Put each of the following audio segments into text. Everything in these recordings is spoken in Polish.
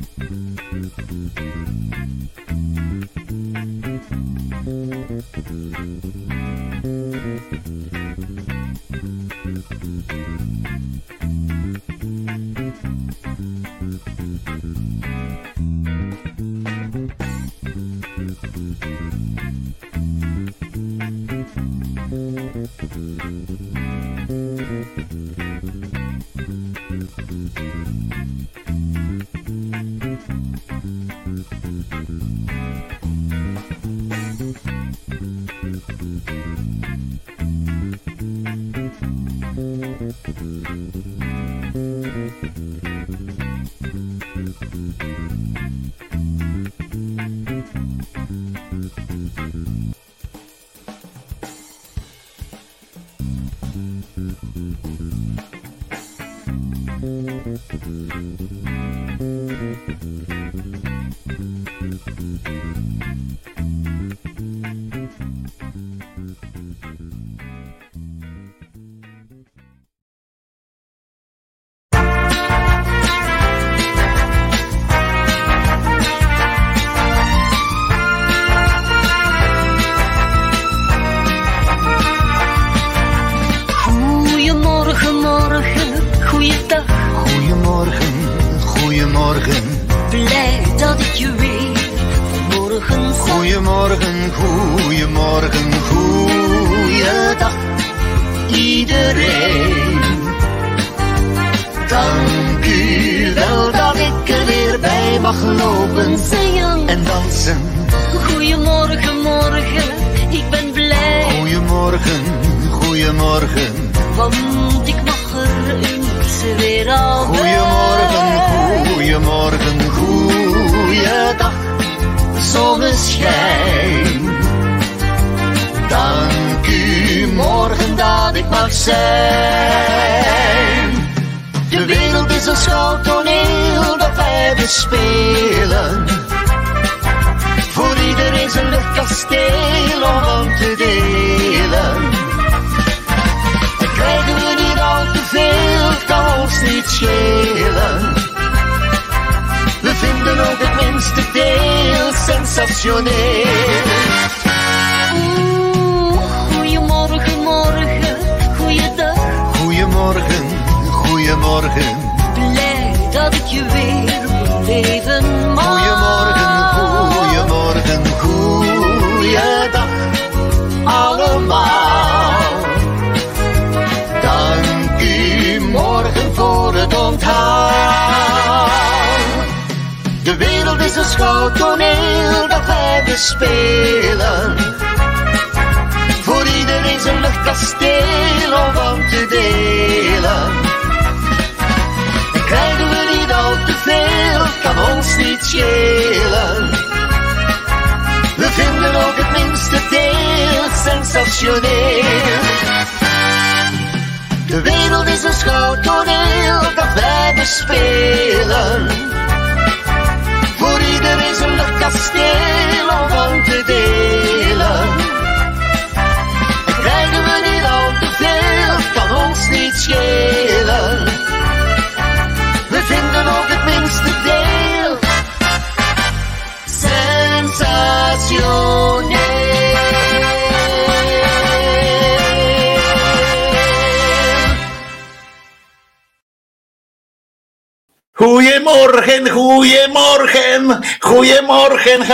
Goeiemorgen,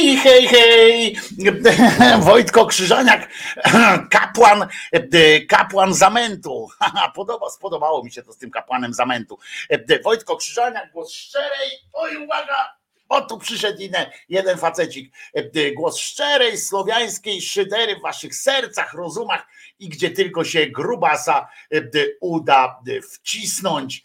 hej. Wojtko Krzyżaniak, kapłan zamętu. Spodobało mi się to z tym kapłanem zamętu. Wojtko Krzyżaniak, głos szczerej, oj uwaga, o tu przyszedł jeden facecik. Głos szczerej, słowiańskiej szydery w waszych sercach, rozumach i gdzie tylko się grubasa uda wcisnąć.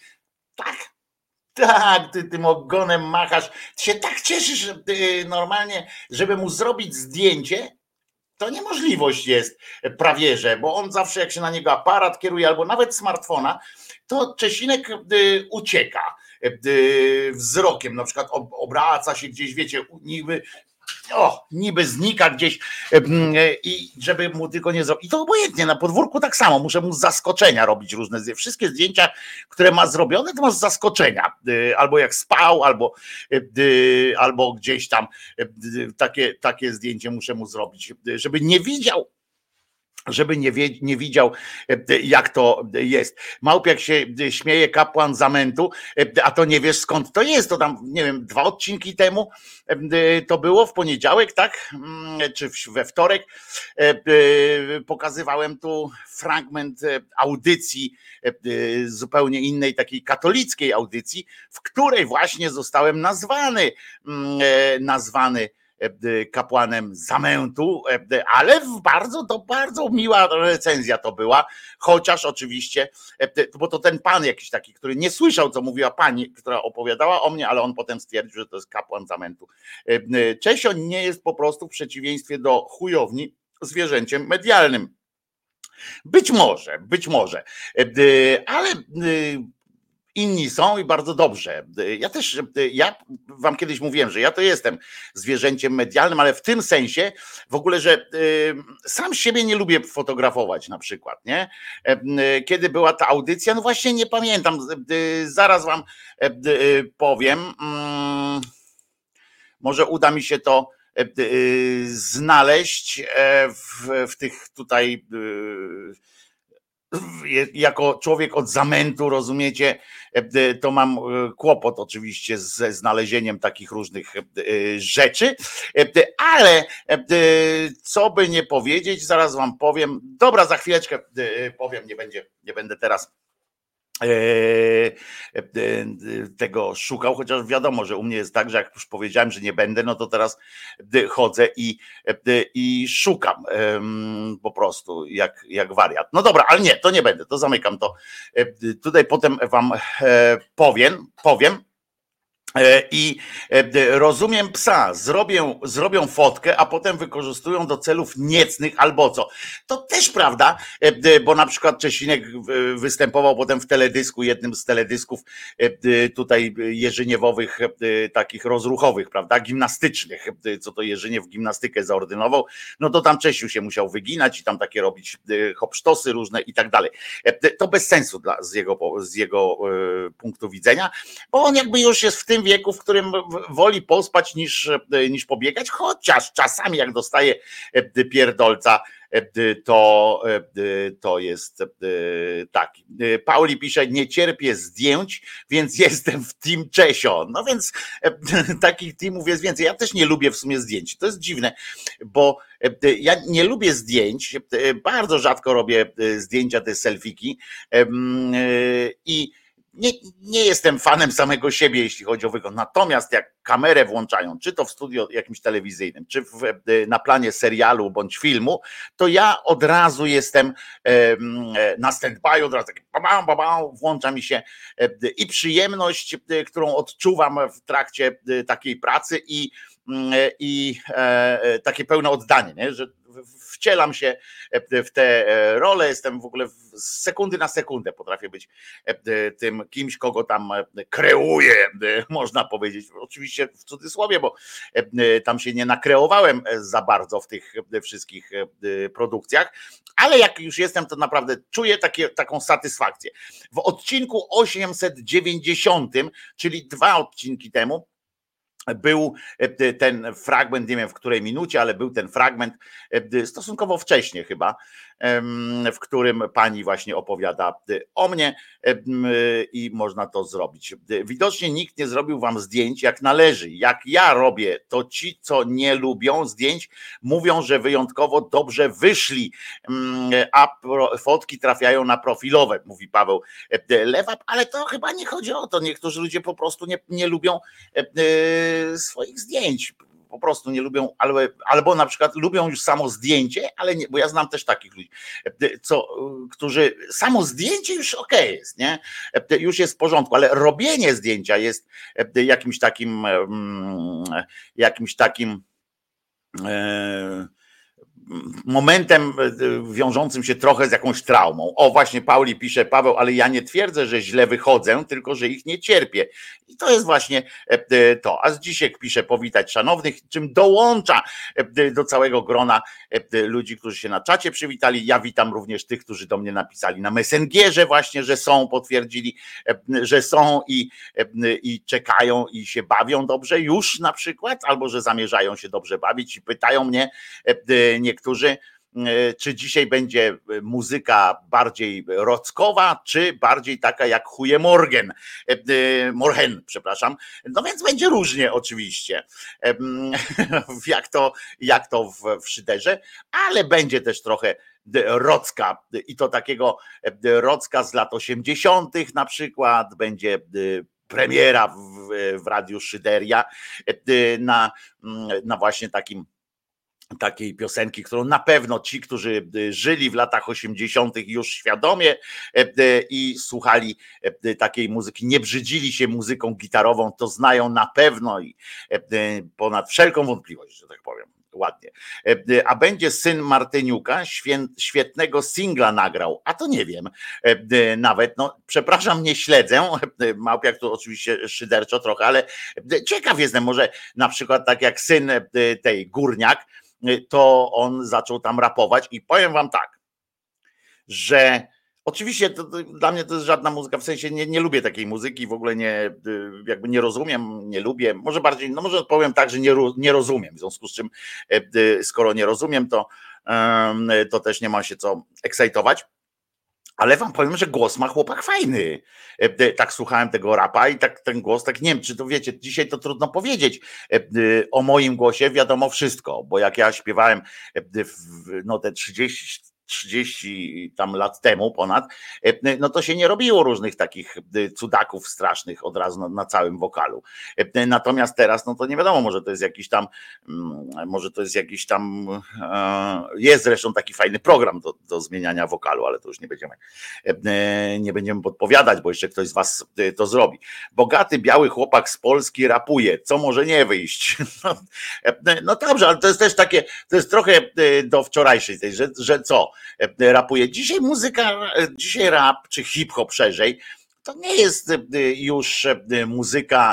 Tak, ty tym ogonem machasz. Ty się tak cieszysz normalnie, żeby mu zrobić zdjęcie. To niemożliwość jest prawie, że, bo on zawsze jak się na niego aparat kieruje albo nawet smartfona, to Czesinek ucieka wzrokiem, na przykład obraca się gdzieś, wiecie, niby niby znika gdzieś i żeby mu tylko nie zrobić. I to obojętnie, na podwórku tak samo, muszę mu z zaskoczenia robić różne zdjęcia. Wszystkie zdjęcia, które ma zrobione, to ma z zaskoczenia. Albo jak spał, albo gdzieś tam takie zdjęcie muszę mu zrobić, żeby nie widział, jak to jest. Małpiak się śmieje, kapłan zamętu, a to nie wiesz skąd to jest. To tam, nie wiem, 2 odcinki temu to było w poniedziałek, tak? Czy we wtorek pokazywałem tu fragment audycji, zupełnie innej, takiej katolickiej audycji, w której właśnie zostałem nazwany kapłanem zamętu, ale bardzo miła recenzja to była, chociaż oczywiście, bo to ten pan jakiś taki, który nie słyszał, co mówiła pani, która opowiadała o mnie, ale on potem stwierdził, że to jest kapłan zamętu. Czesio nie jest po prostu w przeciwieństwie do chujowni zwierzęciem medialnym. Być może, ale inni są i bardzo dobrze. Ja wam kiedyś mówiłem, że ja to jestem zwierzęciem medialnym, ale w tym sensie w ogóle, że sam siebie nie lubię fotografować na przykład, nie? Kiedy była ta audycja, no właśnie nie pamiętam, zaraz wam powiem, może uda mi się to znaleźć w tych tutaj jako człowiek od zamętu, rozumiecie, to mam kłopot oczywiście ze znalezieniem takich różnych rzeczy, ale co by nie powiedzieć, zaraz wam powiem, dobra, za chwileczkę powiem, nie będę teraz tego szukał, chociaż wiadomo, że u mnie jest tak, że jak już powiedziałem, że nie będę, no to teraz chodzę i szukam po prostu jak wariat. No dobra, ale nie, to nie będę, to zamykam to. Tutaj potem wam powiem. I rozumiem psa, zrobią fotkę, a potem wykorzystują do celów niecnych albo co. To też prawda, bo na przykład Czesinek występował potem w teledysku, jednym z teledysków tutaj jerzyniewowych, takich rozruchowych, prawda, gimnastycznych, co to Jerzyniew gimnastykę zaordynował, no to tam Czesiu się musiał wyginać i tam takie robić hopsztosy różne i tak dalej. To bez sensu z jego punktu widzenia, bo on jakby już jest w tym wieku, w którym woli pospać niż pobiegać, chociaż czasami jak dostaje pierdolca, to jest taki. Pauli pisze, nie cierpię zdjęć, więc jestem w team Czesio. No więc takich teamów jest więcej. Ja też nie lubię w sumie zdjęć. To jest dziwne, bo ja nie lubię zdjęć, bardzo rzadko robię zdjęcia, te selfiki i nie jestem fanem samego siebie, jeśli chodzi o wygląd. Natomiast jak kamerę włączają, czy to w studio jakimś telewizyjnym, czy na planie serialu bądź filmu, to ja od razu jestem na stand-by, od razu taki włącza mi się i przyjemność, którą odczuwam w trakcie takiej pracy i takie pełne oddanie, nie? Że wcielam się w tę rolę, jestem w ogóle z sekundy na sekundę potrafię być tym kimś, kogo tam kreuję, można powiedzieć, oczywiście w cudzysłowie, bo tam się nie nakreowałem za bardzo w tych wszystkich produkcjach, ale jak już jestem, to naprawdę czuję taką satysfakcję. W odcinku 890, czyli 2 odcinki temu, był ten fragment, nie wiem w której minucie, ale był ten fragment stosunkowo wcześnie chyba, w którym pani właśnie opowiada o mnie i można to zrobić. Widocznie nikt nie zrobił wam zdjęć jak należy. Jak ja robię, to ci, co nie lubią zdjęć, mówią, że wyjątkowo dobrze wyszli, a fotki trafiają na profilowe, mówi Paweł Lewap, ale to chyba nie chodzi o to. Niektórzy ludzie po prostu nie lubią swoich zdjęć. Po prostu nie lubią, albo na przykład lubią już samo zdjęcie, ale nie, bo ja znam też takich ludzi, którzy samo zdjęcie już okej jest, nie? Już jest w porządku, ale robienie zdjęcia jest jakimś takim momentem wiążącym się trochę z jakąś traumą. O, właśnie Pauli pisze, Paweł, ale ja nie twierdzę, że źle wychodzę, tylko że ich nie cierpię. I to jest właśnie to. A Zdzisiek pisze, powitać szanownych, czym dołącza do całego grona ludzi, którzy się na czacie przywitali. Ja witam również tych, którzy do mnie napisali na Messengerze właśnie, że są, potwierdzili, że są i czekają i się bawią dobrze już na przykład, albo że zamierzają się dobrze bawić i pytają mnie niektórzy, czy dzisiaj będzie muzyka bardziej rockowa, czy bardziej taka jak Chuje Morgen, przepraszam. No więc będzie różnie oczywiście, jak to w szyderze, ale będzie też trochę rocka i to takiego rocka z lat 80. na przykład, będzie premiera w Radiu Szyderia na właśnie takiej piosenki, którą na pewno ci, którzy żyli w latach 80. już świadomie i słuchali takiej muzyki, nie brzydzili się muzyką gitarową, to znają na pewno i ponad wszelką wątpliwość, że tak powiem. Ładnie. A będzie syn Martyniuka, świetnego singla nagrał, a to nie wiem nawet, no przepraszam, nie śledzę, Małpiak tu oczywiście szyderczo trochę, ale ciekaw jestem, może na przykład tak jak syn tej Górniak, to on zaczął tam rapować i powiem wam tak, że oczywiście to dla mnie to jest żadna muzyka, w sensie nie lubię takiej muzyki, w ogóle jakby nie rozumiem, nie lubię, może bardziej, no może powiem tak, że nie rozumiem, w związku z czym skoro nie rozumiem, to też nie ma się co ekscytować. Ale wam powiem, że głos ma chłopak fajny. Tak słuchałem tego rapa i tak ten głos, tak nie wiem, czy to wiecie, dzisiaj to trudno powiedzieć. O moim głosie wiadomo wszystko, bo jak ja śpiewałem no te 30 tam lat temu ponad, no to się nie robiło różnych takich cudaków strasznych od razu na całym wokalu. Natomiast teraz, no to nie wiadomo, może to jest jakiś tam, jest zresztą taki fajny program do zmieniania wokalu, ale to już nie będziemy podpowiadać, bo jeszcze ktoś z was to zrobi. Bogaty biały chłopak z Polski rapuje, co może nie wyjść. No dobrze, ale to jest też takie, to jest trochę do wczorajszej tej, że co? Rapuje. Dzisiaj muzyka, dzisiaj rap czy hip-hop szerzej, to nie jest już muzyka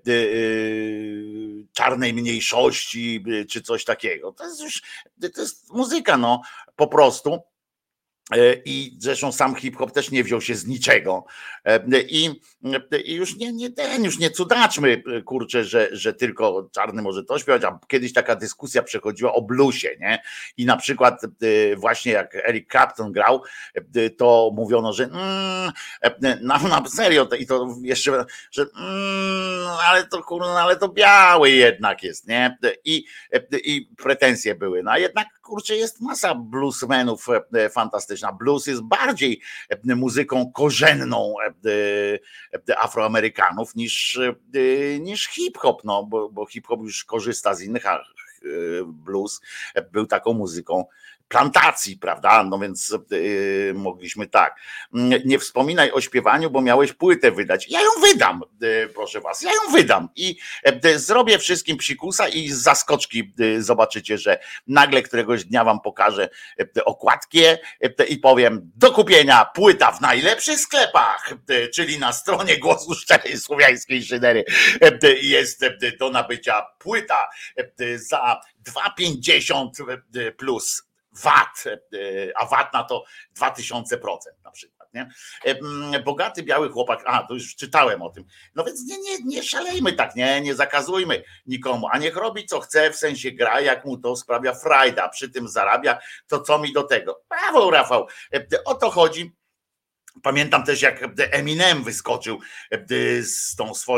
czarnej mniejszości czy coś takiego. To jest muzyka, no po prostu. I zresztą sam hip-hop też nie wziął się z niczego. I już nie cudaczmy, kurczę, że tylko czarny może to śpiewać, a kiedyś taka dyskusja przechodziła o bluesie, nie? I na przykład właśnie jak Eric Clapton grał, to mówiono, że na serio, i to jeszcze, że ale to kurwa, ale to biały jednak jest, nie? I pretensje były, no a jednak kurczę, jest masa bluesmenów fantastyczna. Blues jest bardziej muzyką korzenną Afroamerykanów niż hip-hop, no, bo hip-hop już korzysta z innych, a blues był taką muzyką plantacji, prawda? No więc mogliśmy tak. Nie wspominaj o śpiewaniu, bo miałeś płytę wydać. Ja ją wydam, proszę was, ja ją wydam i zrobię wszystkim psikusa i z zaskoczki zobaczycie, że nagle któregoś dnia wam pokażę okładkę i powiem do kupienia płyta w najlepszych sklepach, czyli na stronie Głosu Szczerej Słowiańskiej Szydery jest do nabycia płyta za 2,50 plus VAT, a VAT na to 2000% na przykład, nie? Bogaty biały chłopak, to już czytałem o tym, no więc nie szalejmy tak, nie zakazujmy nikomu, a niech robi co chce, w sensie gra, jak mu to sprawia frajda, przy tym zarabia, to co mi do tego? Brawo, Rafał, o to chodzi. Pamiętam też, jak Eminem wyskoczył z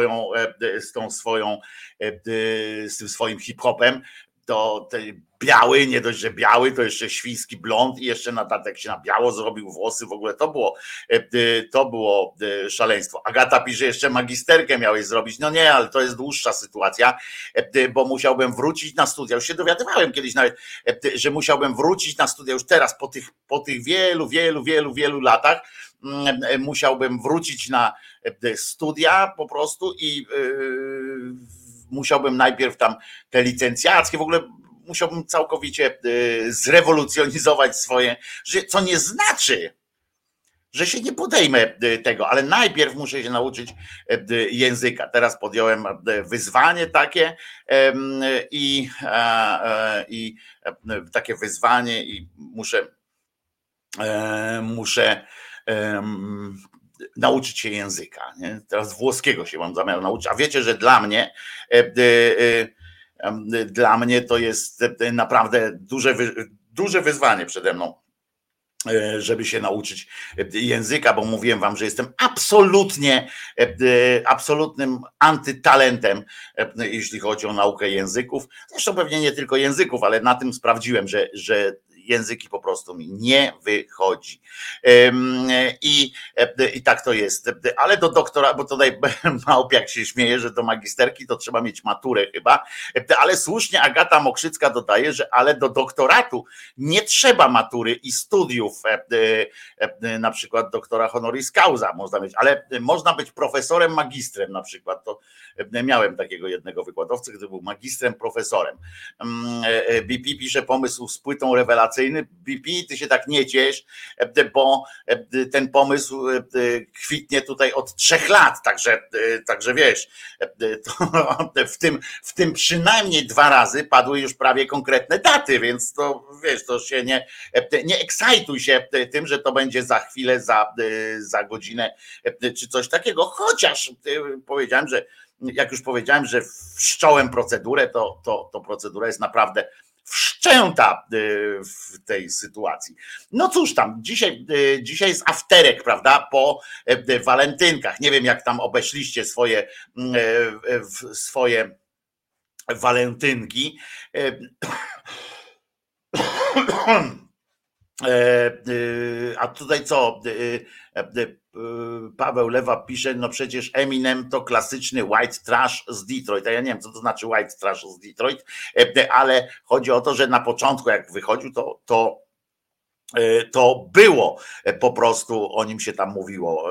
tym swoim hip-hopem, to biały, nie dość, że biały, to jeszcze świński blond i jeszcze na dodatek się na biało zrobił włosy, w ogóle to było szaleństwo. Agata pisze, jeszcze magisterkę miałeś zrobić, no nie, ale to jest dłuższa sytuacja, bo musiałbym wrócić na studia, już się dowiadywałem kiedyś nawet, że musiałbym wrócić na studia już teraz, po tych wielu latach, musiałbym wrócić na studia po prostu i musiałbym najpierw tam te licencjackie, w ogóle musiałbym całkowicie zrewolucjonizować swoje życie, co nie znaczy, że się nie podejmę tego, ale najpierw muszę się nauczyć języka. Teraz podjąłem wyzwanie takie i takie wyzwanie i muszę nauczyć się języka. Nie? Teraz włoskiego się mam zamiar nauczyć, a wiecie, że dla mnie to jest naprawdę duże wyzwanie przede mną, żeby się nauczyć języka, bo mówiłem wam, że jestem absolutnym antytalentem, jeśli chodzi o naukę języków. Zresztą pewnie nie tylko języków, ale na tym sprawdziłem, że języki po prostu mi nie wychodzi. I tak to jest. Ale do doktora, bo tutaj Małpiak się śmieje, że do magisterki to trzeba mieć maturę chyba, ale słusznie Agata Mokrzycka dodaje, że ale do doktoratu nie trzeba matury i studiów, na przykład doktora honoris causa można mieć, ale można być profesorem, magistrem na przykład. To miałem takiego jednego wykładowcę, który był magistrem, profesorem. BP pisze pomysł z płytą rewelacyjny. BP, ty się tak nie ciesz, bo ten pomysł kwitnie tutaj od 3 lat, także wiesz, w tym przynajmniej 2 razy padły już prawie konkretne daty, więc to wiesz, to się nie ekscytuj się tym, że to będzie za chwilę, za godzinę czy coś takiego, chociaż powiedziałem, że jak już powiedziałem, że wszcząłem procedurę, to procedura jest naprawdę wszczęta w tej sytuacji. No cóż tam, dzisiaj jest afterek, prawda, po walentynkach. Nie wiem, jak tam obeszliście swoje walentynki. A tutaj co? Paweł Lewa pisze, no przecież Eminem to klasyczny white trash z Detroit. A ja nie wiem, co to znaczy white trash z Detroit, ale chodzi o to, że na początku jak wychodził, to było po prostu, o nim się tam mówiło,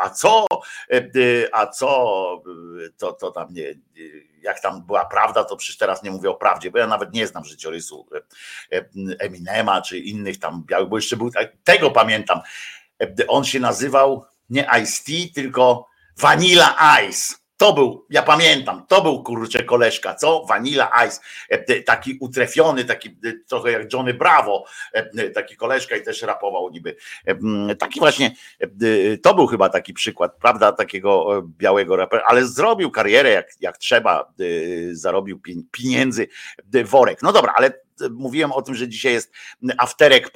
a co to tam nie, jak tam była prawda, to przecież teraz nie mówię o prawdzie, bo ja nawet nie znam życiorysu Eminema czy innych tam białych, bo jeszcze był, tego pamiętam, on się nazywał nie Ice-T, tylko Vanilla Ice. To był, ja pamiętam, to był kurczę koleżka, co? Vanilla Ice, taki utrefiony, taki trochę jak Johnny Bravo, taki koleżka i też rapował niby. Taki właśnie, to był chyba taki przykład, prawda, takiego białego rapera, ale zrobił karierę jak trzeba, zarobił pieniędzy, worek. No dobra, ale mówiłem o tym, że dzisiaj jest afterek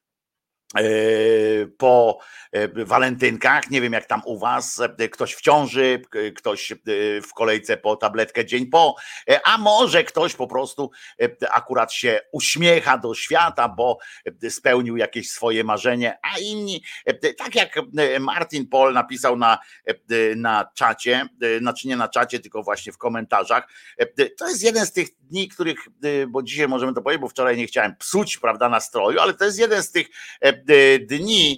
po walentynkach, nie wiem jak tam u was, ktoś w ciąży, ktoś w kolejce po tabletkę dzień po, a może ktoś po prostu akurat się uśmiecha do świata, bo spełnił jakieś swoje marzenie, a inni, tak jak Martin Pol napisał na czacie, znaczy nie na czacie, tylko właśnie w komentarzach, to jest jeden z tych dni, których, bo dzisiaj możemy to powiedzieć, bo wczoraj nie chciałem psuć, prawda, nastroju, ale to jest jeden z tych dni,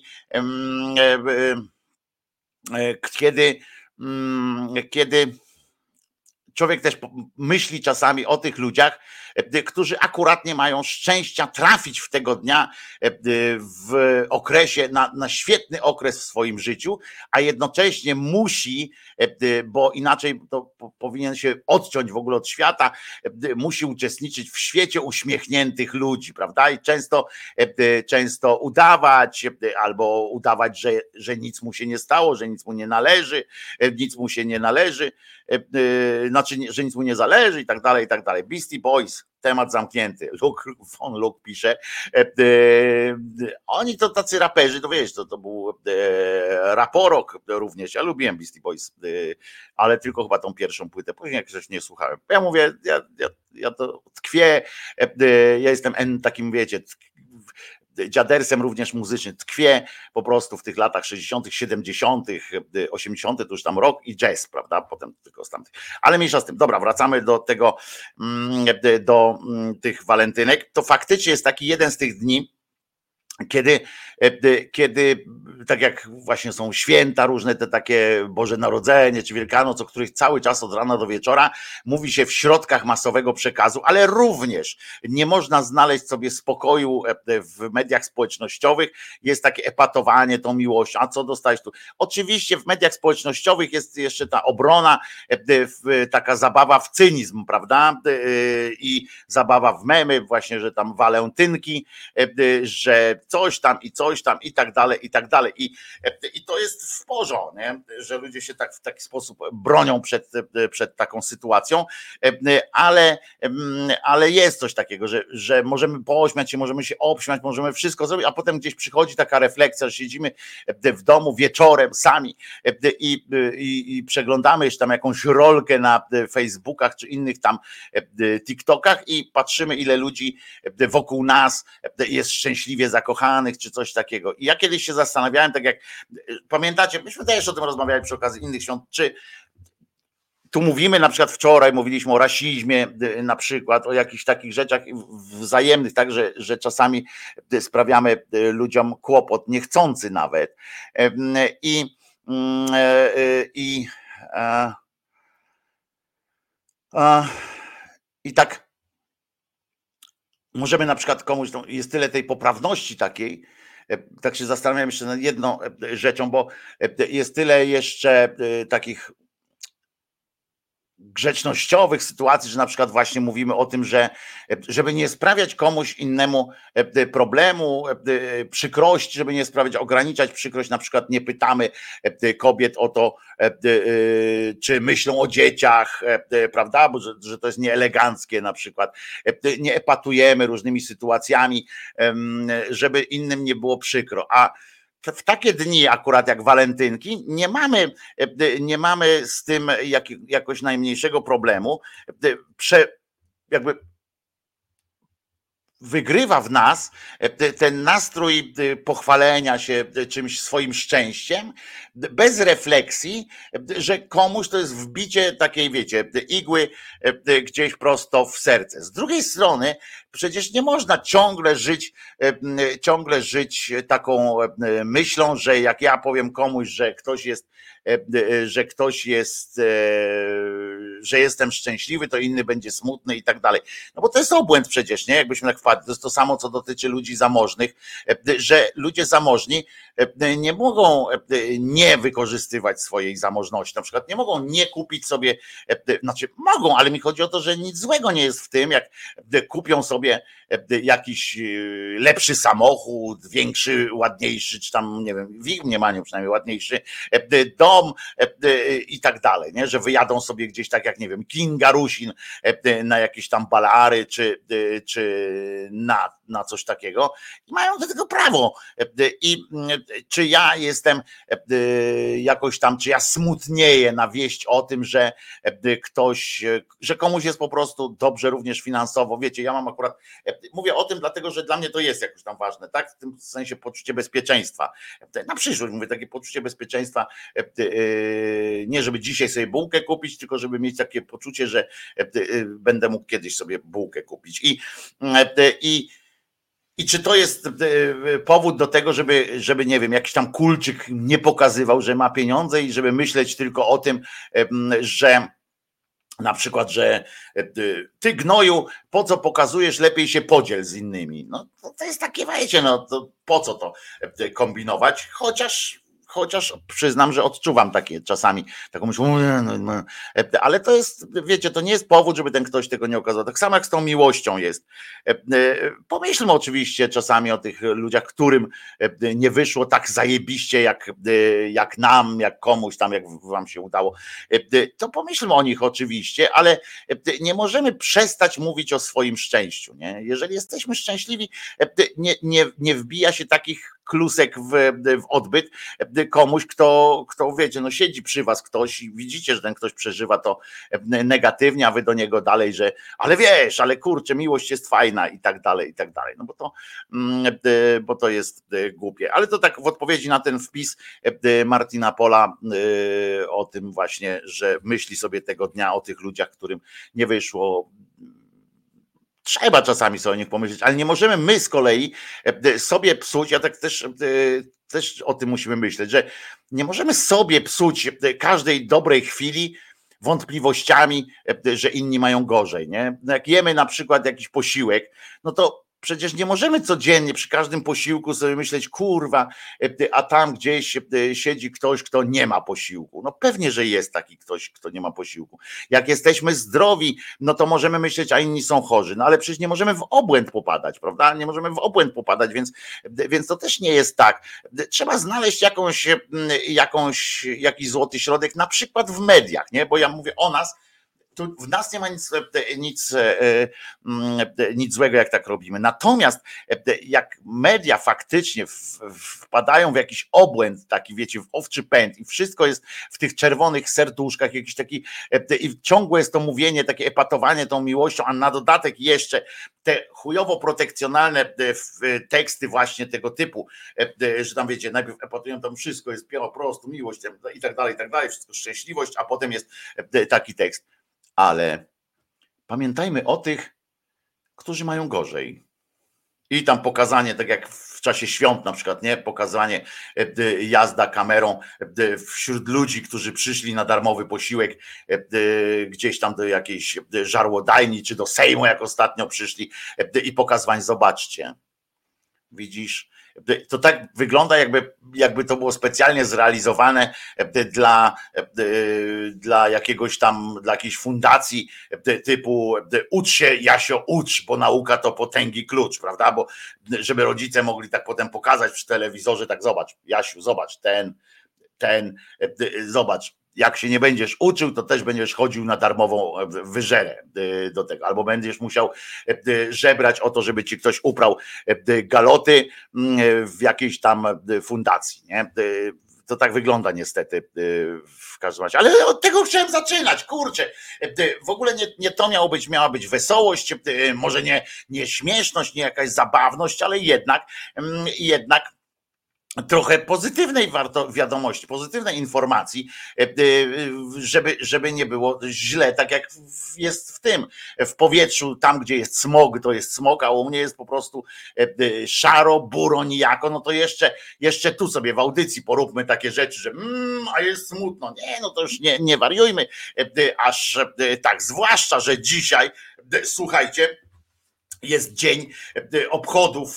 kiedy człowiek też myśli czasami o tych ludziach, którzy akurat nie mają szczęścia trafić w tego dnia w okresie, na świetny okres w swoim życiu, a jednocześnie musi, bo inaczej to powinien się odciąć w ogóle od świata, musi uczestniczyć w świecie uśmiechniętych ludzi, prawda? I często udawać, albo udawać, że nic mu się nie stało, że nic mu nie należy, znaczy, że nic mu nie zależy i tak dalej, i tak dalej. Beastie Boys, temat zamknięty. Luke pisze, oni to tacy raperzy, to wiesz, to był raporok również. Ja lubiłem Beastie Boys, ale tylko chyba tą pierwszą płytę, później jak coś nie słuchałem. Ja mówię, ja to tkwię, ja jestem takim, wiecie, dziadersem również muzycznym, tkwię po prostu w tych latach 60., 70., 80., to już tam rock i jazz, prawda? Potem tylko z tamtych. Ale mniejsza z tym. Dobra, wracamy do tego, do tych walentynek. To faktycznie jest taki jeden z tych dni, Kiedy, kiedy tak jak właśnie są święta różne, te takie Boże Narodzenie czy Wielkanoc, o których cały czas od rana do wieczora mówi się w środkach masowego przekazu, ale również nie można znaleźć sobie spokoju w mediach społecznościowych. Jest takie epatowanie tą miłością. A co dostałeś tu? Oczywiście w mediach społecznościowych jest jeszcze ta obrona, taka zabawa w cynizm, prawda? I zabawa w memy, właśnie, że tam walentynki, że coś tam i tak dalej, i tak dalej. I to jest w porządku, nie? Że ludzie się tak w taki sposób bronią przed taką sytuacją, ale jest coś takiego, że możemy pośmiać się, możemy się obśmiać, możemy wszystko zrobić, a potem gdzieś przychodzi taka refleksja, że siedzimy w domu wieczorem sami i przeglądamy jeszcze tam jakąś rolkę na Facebookach czy innych tam TikTokach i patrzymy, ile ludzi wokół nas jest szczęśliwie zakochanych, czy coś takiego. I ja kiedyś się zastanawiałem, tak jak pamiętacie, myśmy też o tym rozmawiali przy okazji innych świąt, czy tu mówimy, na przykład wczoraj mówiliśmy o rasizmie, na przykład o jakichś takich rzeczach wzajemnych, tak, że czasami sprawiamy ludziom kłopot, niechcący nawet. I, i, i tak możemy na przykład komuś, no, jest tyle tej poprawności takiej, tak się zastanawiam jeszcze nad jedną rzeczą, bo jest tyle jeszcze takich grzecznościowych sytuacji, że na przykład właśnie mówimy o tym, że żeby nie sprawiać komuś innemu problemu, przykrości, żeby nie sprawiać, ograniczać przykrość, na przykład nie pytamy kobiet o to, czy myślą o dzieciach, prawda, bo że to jest nieeleganckie na przykład, nie epatujemy różnymi sytuacjami, żeby innym nie było przykro, a w takie dni akurat jak walentynki nie mamy z tym jakoś najmniejszego problemu. Jakby wygrywa w nas ten nastrój pochwalenia się czymś swoim szczęściem, bez refleksji, że komuś to jest wbicie takiej, wiecie, igły gdzieś prosto w serce. Z drugiej strony przecież nie można ciągle żyć taką myślą, że jak ja powiem komuś, że jestem szczęśliwy, to inny będzie smutny i tak dalej. No bo to jest obłęd przecież, nie? Jakbyśmy tak wpadli. To jest to samo, co dotyczy ludzi zamożnych, że ludzie zamożni nie mogą nie wykorzystywać swojej zamożności. Na przykład nie mogą nie kupić sobie, znaczy mogą, ale mi chodzi o to, że nic złego nie jest w tym, jak kupią sobie jakiś lepszy samochód, większy, ładniejszy, czy tam, nie wiem, w ich mniemaniu przynajmniej ładniejszy dom i tak dalej, nie? Że wyjadą sobie gdzieś tak jak, nie wiem, Kinga Rusin na jakieś tam Baleary, czy na coś takiego i mają do tego prawo. I czy ja jestem jakoś tam, czy ja smutnieję na wieść o tym, że że komuś jest po prostu dobrze również finansowo. Wiecie, ja mam akurat, mówię o tym dlatego, że dla mnie to jest jakoś tam ważne, tak? W tym sensie poczucie bezpieczeństwa. Na przyszłość mówię, takie poczucie bezpieczeństwa, nie żeby dzisiaj sobie bułkę kupić, tylko żeby mieć takie poczucie, że będę mógł kiedyś sobie bułkę kupić. I czy to jest powód do tego, żeby, nie wiem, jakiś tam kulczyk nie pokazywał, że ma pieniądze i żeby myśleć tylko o tym, że na przykład, że ty gnoju, po co pokazujesz, lepiej się podziel z innymi. No to jest takie, wiecie, no to po co to kombinować, chociaż przyznam, że odczuwam takie czasami taką myśl, ale to jest, wiecie, to nie jest powód, żeby ten ktoś tego nie okazał. Tak samo jak z tą miłością jest. Pomyślmy oczywiście czasami o tych ludziach, którym nie wyszło tak zajebiście jak nam, jak komuś tam, jak wam się udało. To pomyślmy o nich oczywiście, ale nie możemy przestać mówić o swoim szczęściu. Nie? Jeżeli jesteśmy szczęśliwi, nie wbija się takich klusek w odbyt komuś, kto wiecie, no siedzi przy was ktoś i widzicie, że ten ktoś przeżywa to negatywnie, a wy do niego dalej, że ale wiesz, ale kurczę, miłość jest fajna i tak dalej, no bo to jest głupie. Ale to tak w odpowiedzi na ten wpis Martina Pola o tym właśnie, że myśli sobie tego dnia o tych ludziach, którym nie wyszło Trzeba czasami sobie o nich pomyśleć, ale nie możemy my z kolei sobie psuć, ja tak też o tym musimy myśleć, że nie możemy sobie psuć każdej dobrej chwili wątpliwościami, że inni mają gorzej, nie? Jak jemy na przykład jakiś posiłek, no to przecież nie możemy codziennie przy każdym posiłku sobie myśleć, kurwa, a tam gdzieś siedzi ktoś, kto nie ma posiłku. No pewnie, że jest taki ktoś, kto nie ma posiłku. Jak jesteśmy zdrowi, no to możemy myśleć, a inni są chorzy. No ale przecież nie możemy w obłęd popadać, prawda? Nie możemy w obłęd popadać, więc to też nie jest tak. Trzeba znaleźć jakiś złoty środek, na przykład w mediach, nie? Bo ja mówię o nas, tu w nas nie ma nic złego, jak tak robimy. Natomiast jak media faktycznie wpadają w jakiś obłęd, taki wiecie, w owczy pęd i wszystko jest w tych czerwonych serduszkach, jakiś taki i ciągłe jest to mówienie, takie epatowanie tą miłością, a na dodatek jeszcze te chujowo protekcjonalne teksty właśnie tego typu, że tam wiecie, najpierw epatują, tam wszystko jest po prostu miłość i tak dalej, wszystko szczęśliwość, a potem jest taki tekst. Ale pamiętajmy o tych, którzy mają gorzej. I tam pokazanie, tak jak w czasie świąt na przykład, nie? Pokazanie jazda kamerą wśród ludzi, którzy przyszli na darmowy posiłek gdzieś tam do jakiejś żarłodajni, czy do Sejmu, jak ostatnio przyszli i pokazywanie, zobaczcie. Widzisz? To tak wygląda, jakby to było specjalnie zrealizowane dla jakiegoś tam, dla jakiejś fundacji typu ucz się, Jasio, ucz, bo nauka to potęgi klucz, prawda? Bo żeby rodzice mogli tak potem pokazać przy telewizorze, tak zobacz, Jasiu, zobacz, zobacz. Jak się nie będziesz uczył, to też będziesz chodził na darmową wyżerę do tego, albo będziesz musiał żebrać o to, żeby ci ktoś uprał galoty w jakiejś tam fundacji, nie? To tak wygląda niestety w każdym razie. Ale od tego chciałem zaczynać, kurczę. W ogóle nie to miała być wesołość, może nie śmieszność, nie jakaś zabawność, ale jednak trochę pozytywnej wiadomości, pozytywnej informacji, żeby nie było źle, tak jak jest w powietrzu, tam gdzie jest smog, to jest smog, a u mnie jest po prostu szaro, buro, nijako, no to jeszcze tu sobie w audycji poróbmy takie rzeczy, że a jest smutno, nie, no to już nie wariujmy, aż tak, zwłaszcza, że dzisiaj, słuchajcie, jest dzień obchodów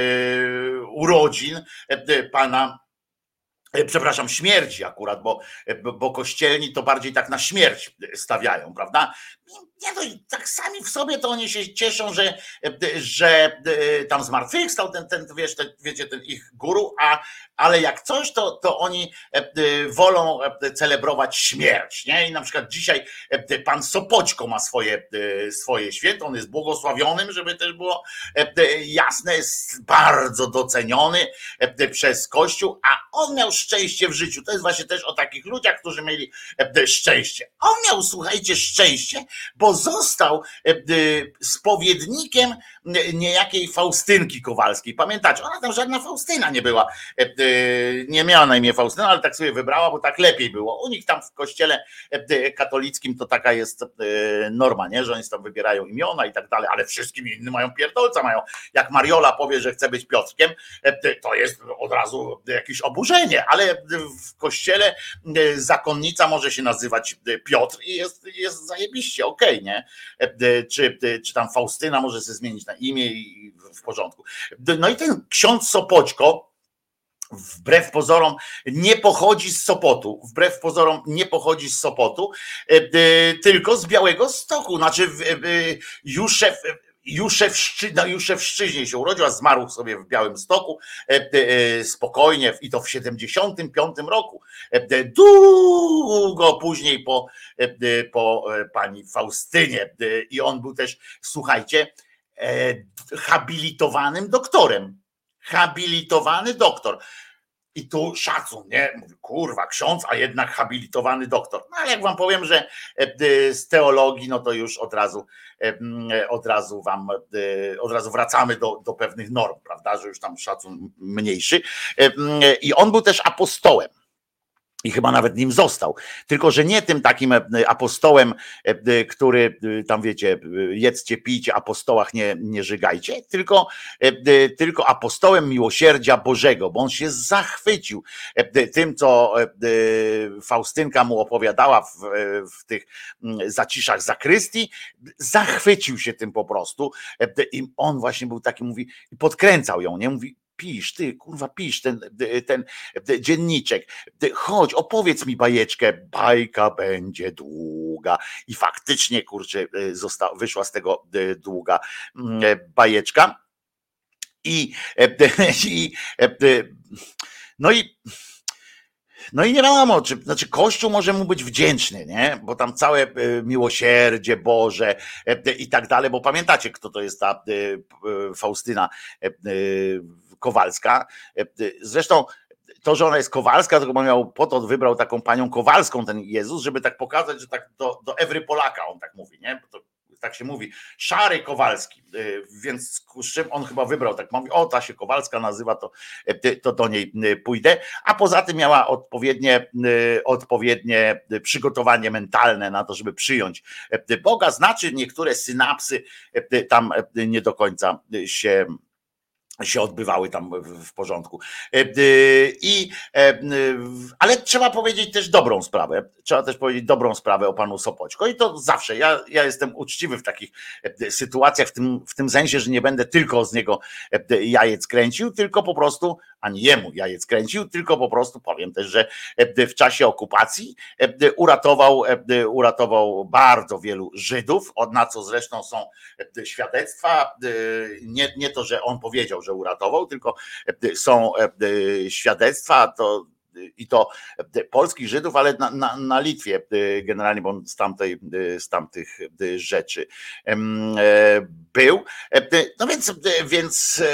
urodzin pana, przepraszam, śmierci akurat, bo kościelni to bardziej tak na śmierć stawiają, prawda? Nie, to tak sami w sobie to oni się cieszą, że tam zmartwychwstał wiecie, ten ich guru, ale jak coś, to oni wolą celebrować śmierć, nie? I na przykład dzisiaj pan Sopoćko ma swoje święto, on jest błogosławionym, żeby też było jasne, jest bardzo doceniony przez Kościół, a on miał szczęście w życiu. To jest właśnie też o takich ludziach, którzy mieli szczęście. On miał, słuchajcie, szczęście, bo został spowiednikiem niejakiej Faustynki Kowalskiej. Pamiętacie? Ona tam żadna Faustyna nie była. Nie miała na imię Faustyna, ale tak sobie wybrała, bo tak lepiej było. U nich tam w kościele katolickim to taka jest norma, nie? Że oni tam wybierają imiona i tak dalej, ale wszystkim innym mają pierdolca, mają. Jak Mariola powie, że chce być Piotrkiem, to jest od razu jakieś oburzenie, ale w kościele zakonnica może się nazywać Piotr i jest zajebiście, okej, nie? Czy tam Faustyna może sobie zmienić na imię i w porządku. No i ten ksiądz Sopoćko wbrew pozorom nie pochodzi z Sopotu, tylko z Białegostoku, znaczy Juszewszczyźnie się urodził, a zmarł sobie w Białymstoku spokojnie i to w 75 roku, długo później po pani Faustynie. I on był też, słuchajcie, habilitowanym doktorem. Habilitowany doktor. I tu szacun, nie? Mówi, kurwa, ksiądz, a jednak habilitowany doktor. No ale jak wam powiem, że z teologii, no to już od razu wracamy do pewnych norm, prawda? Że już tam szacun mniejszy. I on był też apostołem. I chyba nawet nim został. Tylko że nie tym takim apostołem, który tam wiecie, jedzcie, pijcie, apostołach nie żygajcie, tylko apostołem miłosierdzia Bożego, bo on się zachwycił tym, co Faustynka mu opowiadała w tych zaciszach zakrystii. Zachwycił się tym po prostu. I on właśnie był taki, mówi, i podkręcał ją, nie? Mówi, pisz, ty, kurwa, pisz ten dzienniczek, chodź, opowiedz mi bajeczkę, bajka będzie długa. I faktycznie, kurczę, wyszła z tego długa bajeczka. I no i no i nie wiadomo, znaczy Kościół może mu być wdzięczny, nie? Bo tam całe miłosierdzie Boże i tak dalej, bo pamiętacie, kto to jest ta Faustyna Kowalska. Zresztą to, że ona jest Kowalska, to chyba miał po to wybrał taką panią Kowalską ten Jezus, żeby tak pokazać, że tak do Ewry Polaka on tak mówi, nie? Bo to, tak się mówi, Szary Kowalski, więc z czym on chyba wybrał, tak mówi, o ta się Kowalska nazywa, to do niej pójdę, a poza tym miała odpowiednie przygotowanie mentalne na to, żeby przyjąć Boga, znaczy niektóre synapsy tam nie do końca się odbywały tam w porządku. Ale trzeba powiedzieć też dobrą sprawę. Trzeba też powiedzieć dobrą sprawę o panu Sopoćko. I to zawsze. Ja jestem uczciwy w takich sytuacjach, w tym sensie, że nie będę tylko z niego jajec kręcił, tylko po prostu, ani jemu jajec kręcił, tylko po prostu powiem też, że w czasie okupacji uratował bardzo wielu Żydów, na co zresztą są świadectwa. Nie to, że on powiedział, że uratował, tylko są świadectwa, i to polskich Żydów, ale na Litwie generalnie, bo on z tamtych rzeczy był. No więc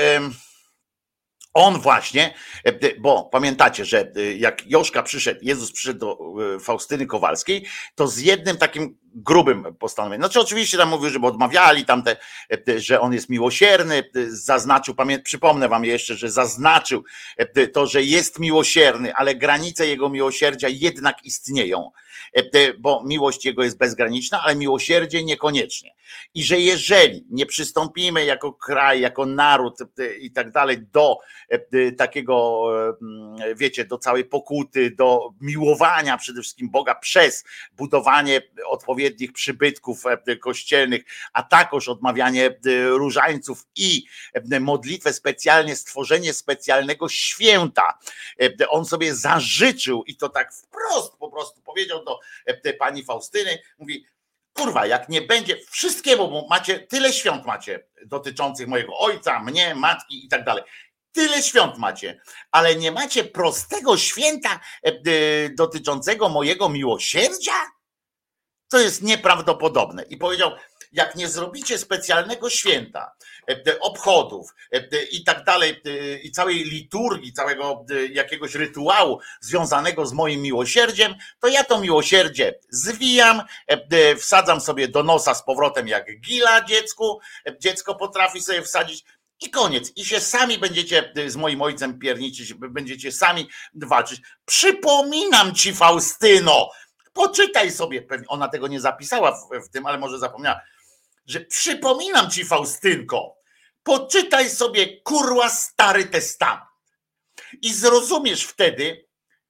on właśnie, bo pamiętacie, że jak Jezus przyszedł do Faustyny Kowalskiej, to z jednym takim grubym postanowieniem. Znaczy oczywiście tam mówił, żeby odmawiali tamte, że on jest miłosierny, zaznaczył, przypomnę wam jeszcze, że zaznaczył to, że jest miłosierny, ale granice jego miłosierdzia jednak istnieją, bo miłość jego jest bezgraniczna, ale miłosierdzie niekoniecznie. I że jeżeli nie przystąpimy jako kraj, jako naród i tak dalej do takiego, wiecie, do całej pokuty, do miłowania przede wszystkim Boga przez budowanie odpowiednich przybytków kościelnych, a także odmawianie różańców i modlitwę specjalnie, stworzenie specjalnego święta. On sobie zażyczył i to tak wprost po prostu powiedział do pani Faustyny, mówi, kurwa, jak nie będzie wszystkiego, bo macie tyle świąt macie dotyczących mojego ojca, mnie, matki i tak dalej. Tyle świąt macie, ale nie macie prostego święta dotyczącego mojego miłosierdzia? To jest nieprawdopodobne. I powiedział, jak nie zrobicie specjalnego święta, obchodów i tak dalej, i całej liturgii, całego jakiegoś rytuału związanego z moim miłosierdziem, to ja to miłosierdzie zwijam, wsadzam sobie do nosa z powrotem jak gila dziecko potrafi sobie wsadzić i koniec. I się sami będziecie z moim ojcem pierniczyć, będziecie sami walczyć. Przypominam ci, Faustyno, poczytaj sobie, pewnie ona tego nie zapisała w tym, ale może zapomniała, że przypominam ci, Faustynko, poczytaj sobie, kurwa, Stary Testament i zrozumiesz wtedy,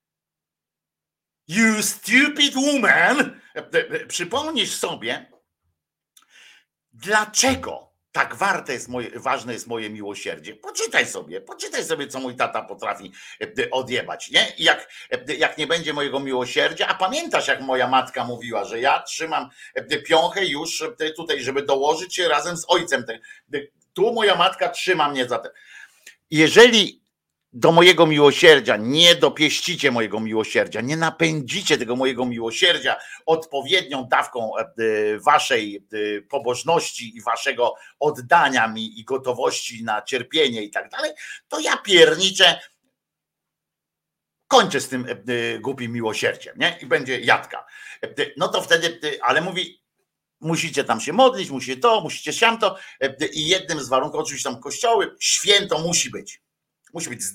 you stupid woman, przypomnisz sobie, dlaczego tak ważne jest moje miłosierdzie. Poczytaj sobie, co mój tata potrafi odjebać, nie? I jak nie będzie mojego miłosierdzia, a pamiętasz, jak moja matka mówiła, że ja trzymam piąchę już tutaj, żeby dołożyć się razem z ojcem. Tu moja matka trzyma mnie za te. Jeżeli do mojego miłosierdzia nie dopieścicie mojego miłosierdzia, nie napędzicie tego mojego miłosierdzia odpowiednią dawką waszej pobożności i waszego oddania mi i gotowości na cierpienie i tak dalej, to ja pierniczę, kończę z tym głupim miłosierdziem, nie? I będzie jadka. No to wtedy, ale mówi, musicie tam się modlić, musicie siamto i jednym z warunków, oczywiście tam kościoły, święto musi być. Musi być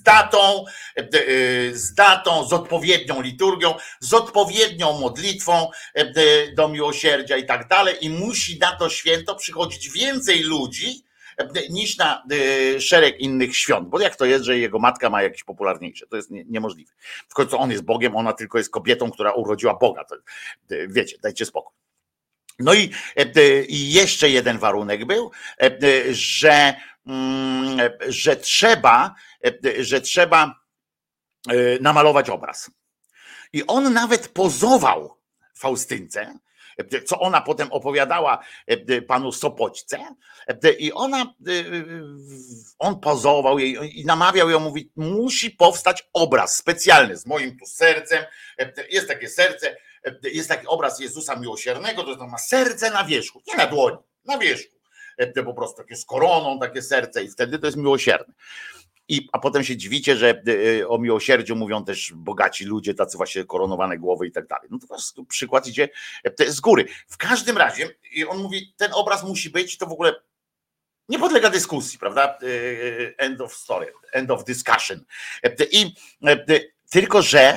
z datą, z odpowiednią liturgią, z odpowiednią modlitwą do miłosierdzia i tak dalej. I musi na to święto przychodzić więcej ludzi niż na szereg innych świąt. Bo jak to jest, że jego matka ma jakieś popularniejsze? To jest niemożliwe. W końcu on jest Bogiem, ona tylko jest kobietą, która urodziła Boga. To, wiecie, dajcie spokój. No i jeszcze jeden warunek był, że trzeba namalować obraz. I on nawet pozował Faustynce, co ona potem opowiadała panu Sopoćce, i on pozował jej i namawiał ją, mówi, musi powstać obraz specjalny z moim tu sercem, jest takie serce, jest taki obraz Jezusa Miłosiernego, to jest, ma serce na wierzchu, nie na dłoni, na wierzchu, po prostu takie z koroną, takie serce i wtedy to jest miłosierne. A potem się dziwicie, że o miłosierdziu mówią też bogaci ludzie, tacy właśnie koronowane głowy i tak dalej. No to przykład idzie z góry. W każdym razie on mówi, ten obraz musi być, to w ogóle nie podlega dyskusji, prawda? End of story, end of discussion. Tylko że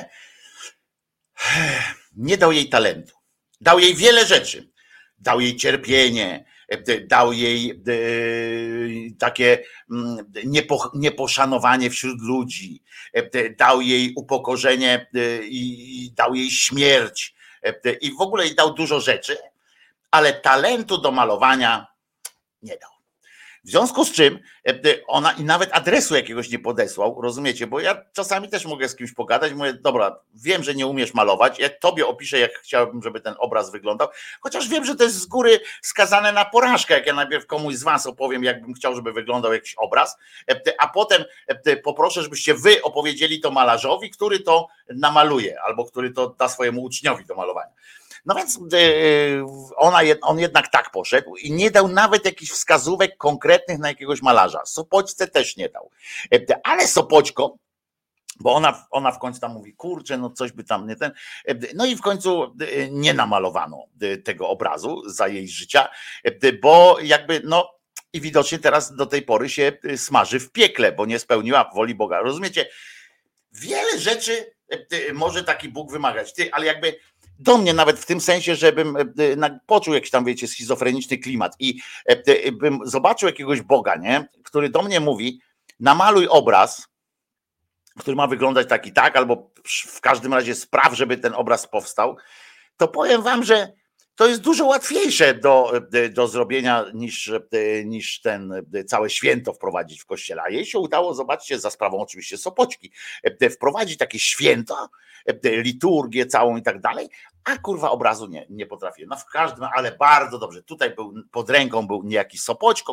nie dał jej talentu. Dał jej wiele rzeczy. Dał jej cierpienie, dał jej takie nieposzanowanie wśród ludzi, dał jej upokorzenie i dał jej śmierć i w ogóle jej dał dużo rzeczy, ale talentu do malowania nie dał. W związku z czym ona i nawet adresu jakiegoś nie podesłał, rozumiecie, bo ja czasami też mogę z kimś pogadać, mówię, dobra, wiem, że nie umiesz malować, ja tobie opiszę, jak chciałbym, żeby ten obraz wyglądał, chociaż wiem, że to jest z góry skazane na porażkę, jak ja najpierw komuś z was opowiem, jakbym chciał, żeby wyglądał jakiś obraz, a potem poproszę, żebyście wy opowiedzieli to malarzowi, który to namaluje, albo który to da swojemu uczniowi do malowania. No więc on jednak tak poszedł i nie dał nawet jakichś wskazówek konkretnych na jakiegoś malarza. Sopoćce też nie dał. Ale Sopoćko, bo ona w końcu tam mówi, kurczę, no coś by tam nie ten. No i w końcu nie namalowano tego obrazu za jej życia, bo jakby no i widocznie teraz do tej pory się smaży w piekle, bo nie spełniła woli Boga. Rozumiecie? Wiele rzeczy może taki Bóg wymagać, ale jakby do mnie nawet w tym sensie, żebym poczuł jakiś tam, wiecie, schizofreniczny klimat i bym zobaczył jakiegoś Boga, nie, który do mnie mówi, namaluj obraz, który ma wyglądać tak i tak, albo w każdym razie spraw, żeby ten obraz powstał, to powiem wam, że to jest dużo łatwiejsze do zrobienia niż ten całe święto wprowadzić w kościele. A jej się udało, zobaczcie, za sprawą oczywiście Sopoćki, wprowadzić takie święto, liturgię całą i tak dalej, a kurwa obrazu nie potrafię. No w każdym, ale bardzo dobrze. Tutaj pod ręką był niejaki Sopoćko,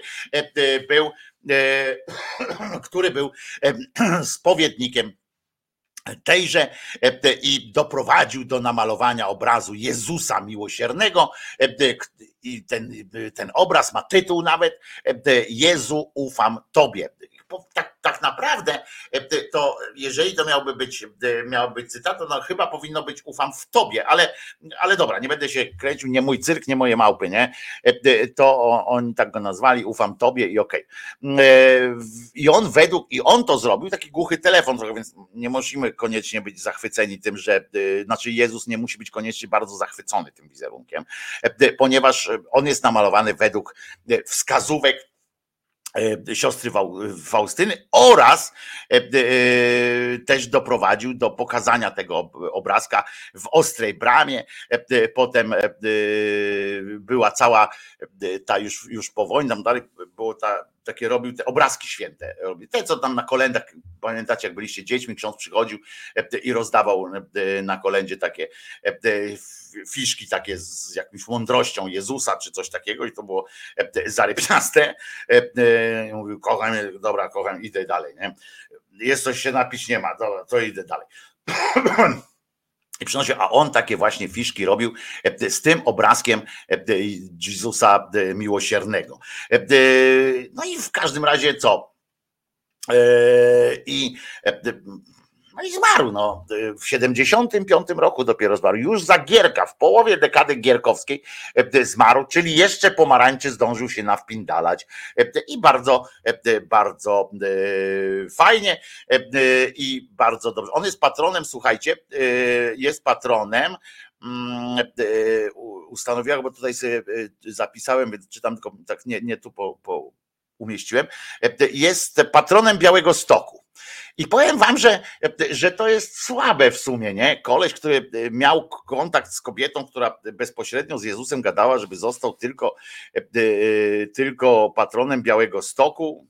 który był spowiednikiem tejże i doprowadził do namalowania obrazu Jezusa Miłosiernego i ten obraz ma tytuł nawet Jezu, ufam Tobie. Tak naprawdę to jeżeli to miałby być cytat, to no chyba powinno być ufam w Tobie, ale dobra, nie będę się kręcił, nie mój cyrk, nie moje małpy, nie? To oni tak go nazwali, ufam Tobie i okej. I on to zrobił, taki głuchy telefon trochę, więc nie musimy koniecznie być zachwyceni tym, że znaczy Jezus nie musi być koniecznie bardzo zachwycony tym wizerunkiem, ponieważ on jest namalowany według wskazówek siostry Faustyny oraz też doprowadził do pokazania tego obrazka w Ostrej Bramie. Potem była cała ta już po wojnie, tam dalej było takie robił te obrazki święte. Te, co tam na kolędach, pamiętacie, jak byliście dziećmi, ksiądz przychodził i rozdawał na kolędzie takie fiszki takie z jakąś mądrością Jezusa, czy coś takiego i to było zarypiaste. Mówił, kocham, dobra, kocham, idę dalej. Nie? Jest coś się napić, nie ma, dobra, to idę dalej. I przynosił, a on takie właśnie fiszki robił z tym obrazkiem Jezusa Miłosiernego. No i w każdym razie co? I No i zmarł, no. W 75 roku dopiero zmarł. Już za Gierka, w połowie dekady gierkowskiej zmarł, czyli jeszcze pomarańczy zdążył się nawpindalać i bardzo, bardzo fajnie i bardzo dobrze. On jest patronem, słuchajcie, jest patronem, ustanowiłem, bo tutaj sobie zapisałem, więc czytam tylko tak nie tu umieściłem, jest patronem Białegostoku. I powiem wam, że to jest słabe w sumie, nie? Koleś, który miał kontakt z kobietą, która bezpośrednio z Jezusem gadała, żeby został tylko patronem Białegostoku,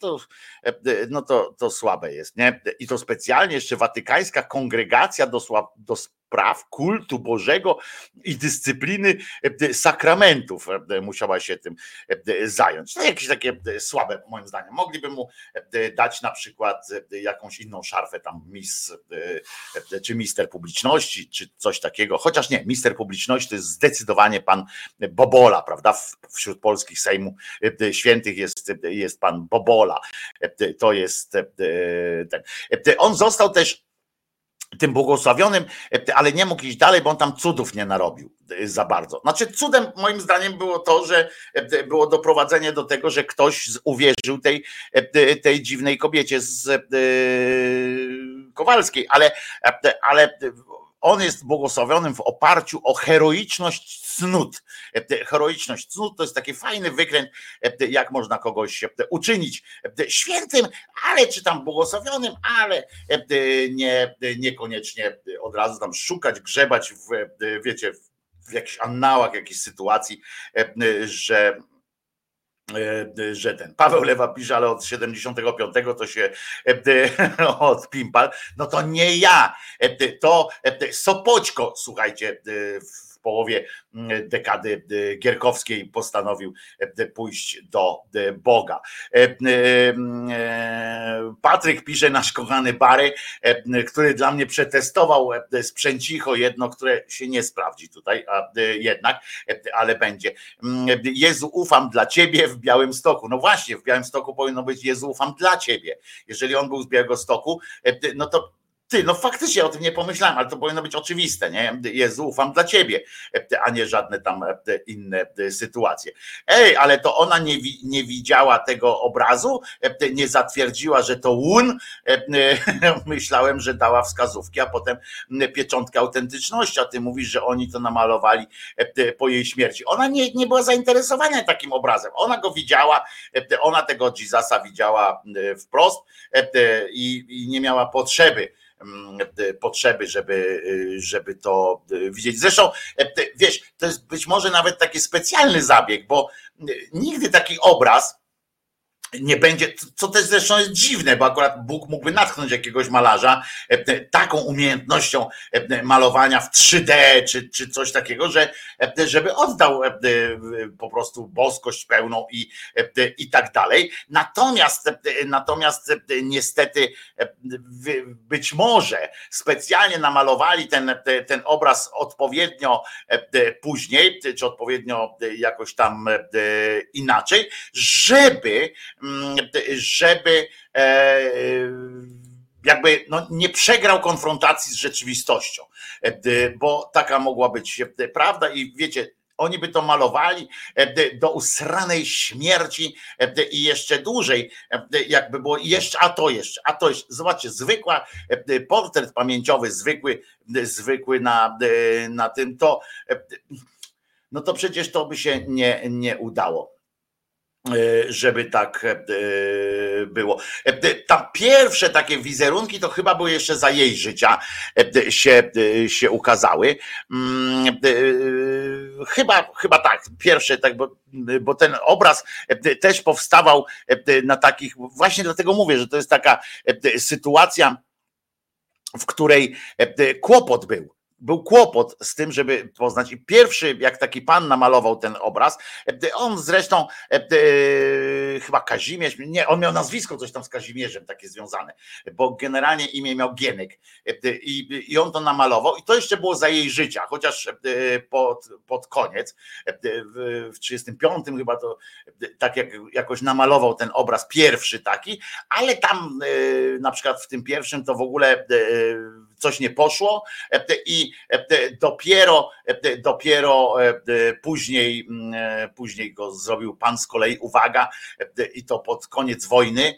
to słabe jest, nie? I to specjalnie jeszcze Watykańska Kongregacja do spraw kultu Bożego i dyscypliny sakramentów musiała się tym zająć. To jakieś takie słabe moim zdaniem. Mogliby mu dać na przykład jakąś inną szarfę, tam czy mister publiczności, czy coś takiego. Chociaż nie, mister publiczności to jest zdecydowanie pan Bobola, prawda? Wśród polskich Sejmu Świętych jest pan Bobola. To jest ten. On został też tym błogosławionym, ale nie mógł iść dalej, bo on tam cudów nie narobił za bardzo. Znaczy cudem moim zdaniem było to, że było doprowadzenie do tego, że ktoś uwierzył tej dziwnej kobiecie z Kowalskiej, ale on jest błogosławionym w oparciu o heroiczność cnót. Heroiczność cnót to jest taki fajny wykręt, jak można kogoś uczynić świętym, ale czy tam błogosławionym, ale niekoniecznie od razu tam szukać, grzebać wiecie, w jakichś annałach, jakiejś sytuacji, że ten Paweł Lewa pisze, ale od 75 to się odpimpal, no to nie ja, to Sopoćko, słuchajcie, w połowie dekady gierkowskiej postanowił pójść do Boga. Patryk pisze, nasz kochany Bary, który dla mnie przetestował sprzęcicho jedno, które się nie sprawdzi tutaj, jednak, ale będzie. Jezu, ufam dla ciebie w Białymstoku. No właśnie, w Białymstoku powinno być Jezu, ufam dla ciebie. Jeżeli on był z Białegostoku, no to no faktycznie o tym nie pomyślałem, ale to powinno być oczywiste, nie? Jezu, ufam dla ciebie, a nie żadne tam inne sytuacje. Ale to ona nie widziała tego obrazu, nie zatwierdziła, że to łun. Myślałem, że dała wskazówki, a potem pieczątkę autentyczności, a ty mówisz, że oni to namalowali po jej śmierci. Ona nie była zainteresowana takim obrazem. Ona go widziała, ona tego Jezusa widziała wprost i nie miała potrzeby, żeby to widzieć. Zresztą, wiesz, to jest być może nawet taki specjalny zabieg, bo nigdy taki obraz nie będzie, co też zresztą jest dziwne, bo akurat Bóg mógłby natchnąć jakiegoś malarza taką umiejętnością malowania w 3D czy coś takiego, żeby oddał po prostu boskość pełną i tak dalej. Natomiast niestety być może specjalnie namalowali ten obraz odpowiednio później, czy odpowiednio jakoś tam inaczej, żeby jakby nie przegrał konfrontacji z rzeczywistością, bo taka mogła być prawda i wiecie, oni by to malowali do usranej śmierci i jeszcze dłużej, jakby było a to jeszcze. Zobaczcie, zwykła portret pamięciowy, zwykły na tym, no to przecież to by się nie udało, żeby tak było. Tam pierwsze takie wizerunki to chyba były jeszcze za jej życia się ukazały. Chyba tak, pierwsze tak, bo ten obraz też powstawał na takich, właśnie dlatego mówię, że to jest taka sytuacja, w której kłopot był. był kłopot z tym, żeby poznać. I pierwszy, jak taki pan namalował ten obraz, on zresztą chyba Kazimierz, nie, on miał nazwisko coś tam z Kazimierzem takie związane, bo generalnie imię miał Gienek i on to namalował i to jeszcze było za jej życia, chociaż pod koniec, w 35 chyba to tak jakoś namalował ten obraz pierwszy taki, ale tam na przykład w tym pierwszym to w ogóle coś nie poszło i dopiero później go zrobił pan z kolei, uwaga, i to pod koniec wojny,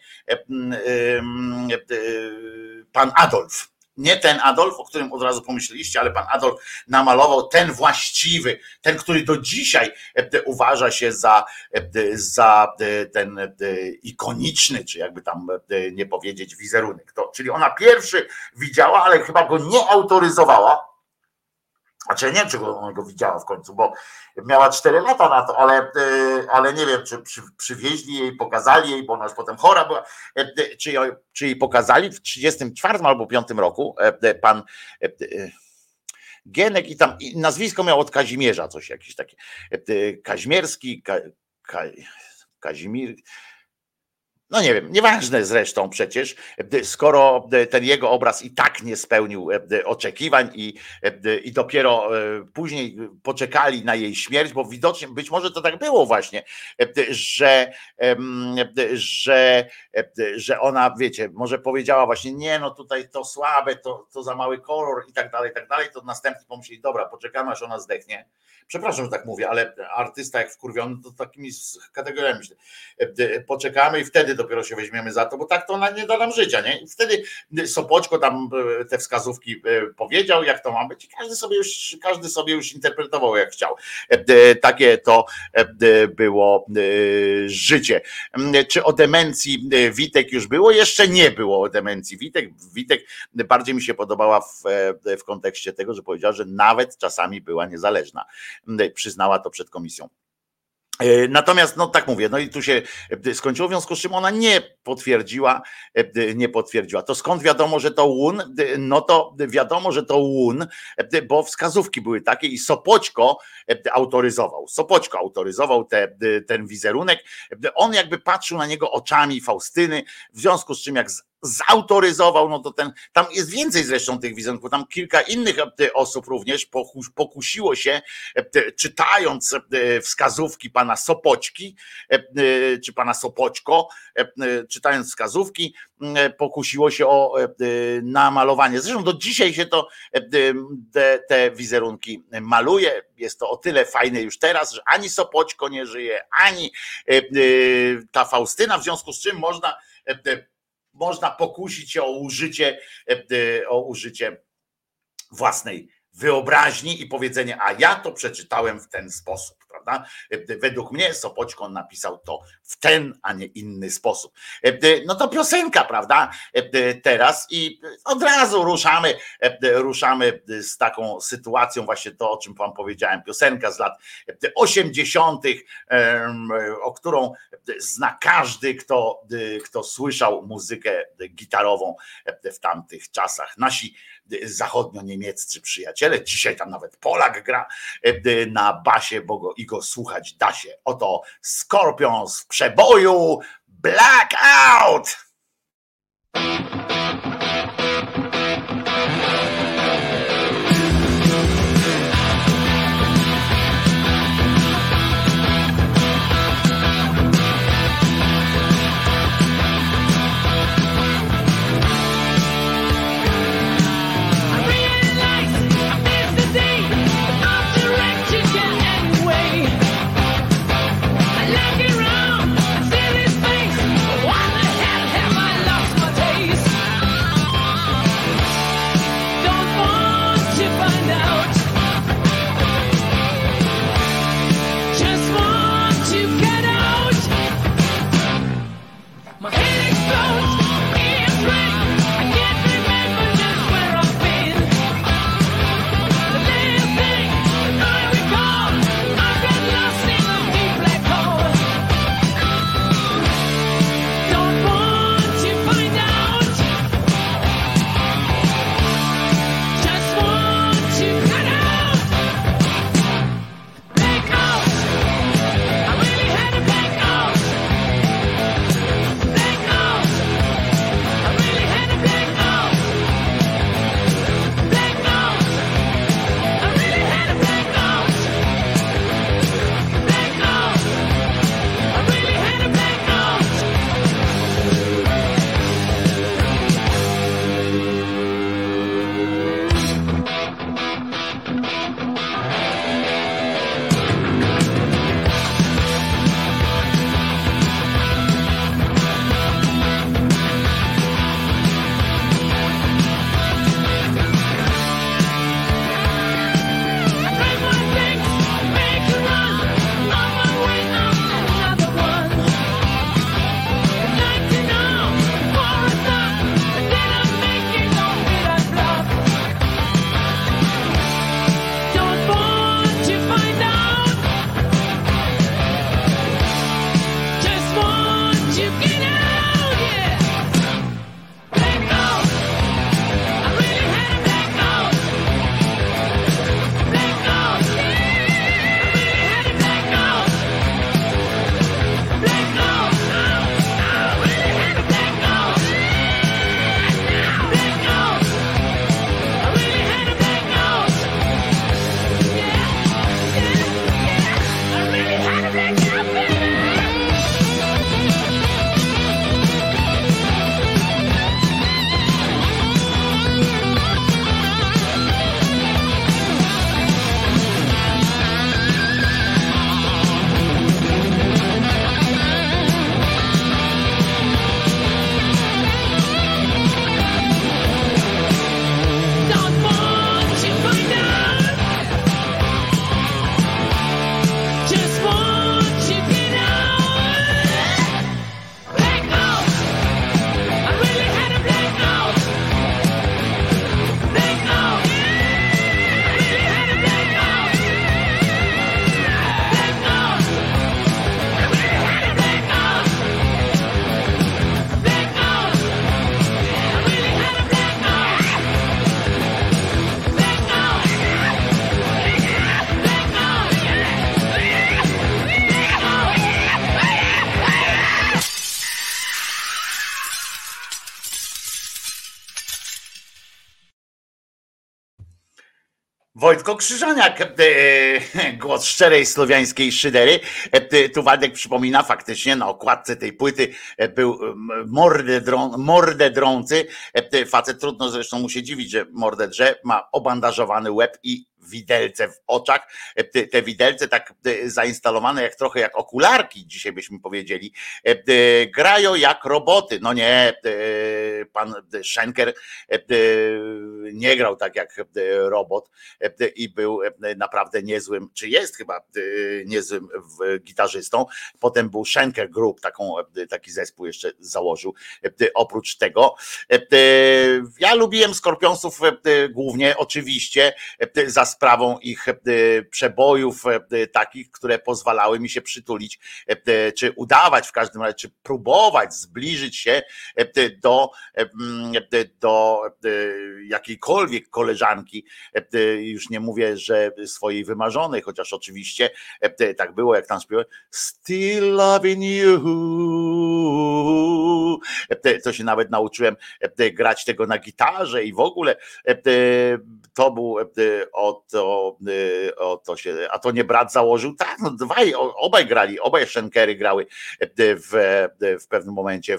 pan Adolf. Nie ten Adolf, o którym od razu pomyśleliście, ale pan Adolf namalował ten właściwy, ten, który do dzisiaj uważa się za ten ikoniczny, czy jakby tam nie powiedzieć, wizerunek. Czyli ona pierwszy widziała, ale chyba go nie autoryzowała. Znaczy ja nie wiem, czy ona go widziała w końcu, bo miała 4 lata na to, ale nie wiem, czy przywieźli jej, pokazali jej, bo ona już potem chora była, czy jej pokazali w 34 albo 5 roku pan Gienek i tam nazwisko miał od Kazimierza, coś jakieś takie, Kaźmierski, Kazimir. No nie wiem, nieważne zresztą przecież, skoro ten jego obraz i tak nie spełnił oczekiwań i dopiero później poczekali na jej śmierć, bo widocznie, być może to tak było właśnie, że ona, wiecie, może powiedziała właśnie, nie, no tutaj to słabe, to za mały kolor i tak dalej, to następnie pomyśleli, dobra, poczekamy aż ona zdechnie. Przepraszam, że tak mówię, ale artysta jak wkurwiony, to takimi kategoriami myślę. Poczekamy i wtedy dopiero się weźmiemy za to, bo tak to ona nie da nam życia, nie? I wtedy Sopoćko tam te wskazówki powiedział, jak to ma być i każdy sobie już interpretował jak chciał. Takie to było życie. Czy o demencji Witek już było? Jeszcze nie było o demencji Witek bardziej mi się podobała w kontekście tego, że powiedziała, że nawet czasami była niezależna. Przyznała to przed komisją. Natomiast, no tak mówię, no i tu się skończyło, w związku z czym ona nie potwierdziła. To skąd wiadomo, że to łun? No to wiadomo, że to łun, bo wskazówki były takie i Sopoćko autoryzował ten wizerunek. On jakby patrzył na niego oczami Faustyny, w związku z czym jak zautoryzował, no to tam jest więcej zresztą tych wizerunków, tam kilka innych osób również pokusiło się, czytając wskazówki pana Sopoćki, czy pana Sopoćko, czytając wskazówki, pokusiło się o namalowanie. Zresztą do dzisiaj się te wizerunki maluje. Jest to o tyle fajne już teraz, że ani Sopoćko nie żyje, ani ta Faustyna, w związku z czym można pokusić się o użycie własnej wyobraźni i powiedzenie, a ja to przeczytałem w ten sposób, prawda? Według mnie Sopoćko napisał to w ten, a nie inny sposób. No to piosenka, prawda? Teraz i od razu ruszamy z taką sytuacją, właśnie to, o czym wam powiedziałem, piosenka z lat 80., o którą zna każdy, kto słyszał muzykę gitarową w tamtych czasach. Nasi zachodnio-niemieccy przyjaciele, dzisiaj tam nawet Polak gra na basie, bo i go słuchać da się. Oto Scorpions w przeboju Blackout! Looking around, I see this face. Why the hell have I lost my taste? Wojtko Krzyżaniak, głos szczerej słowiańskiej szydery. Tu Waldek przypomina, faktycznie na okładce tej płyty był mordę drący facet. Trudno zresztą mu się dziwić, że mordę drze, ma obandażowany łeb i widelce w oczach. Te widelce tak zainstalowane trochę jak okularki, dzisiaj byśmy powiedzieli, grają jak roboty. No nie, pan Schenker nie grał tak jak robot i był naprawdę niezłym, czy jest chyba niezłym gitarzystą. Potem był Schenker Group, taki zespół jeszcze założył. Oprócz tego ja lubiłem Skorpionsów głównie oczywiście za sprawą ich przebojów takich, które pozwalały mi się przytulić, czy udawać w każdym razie, czy próbować zbliżyć się do jakiejkolwiek koleżanki, już nie mówię, że swojej wymarzonej, chociaż oczywiście tak było, jak tam śpiewa Still loving you. To się nawet nauczyłem grać tego na gitarze i w ogóle to był a to nie brat założył? Tak, no obaj grali, obaj Schenkery grały w pewnym momencie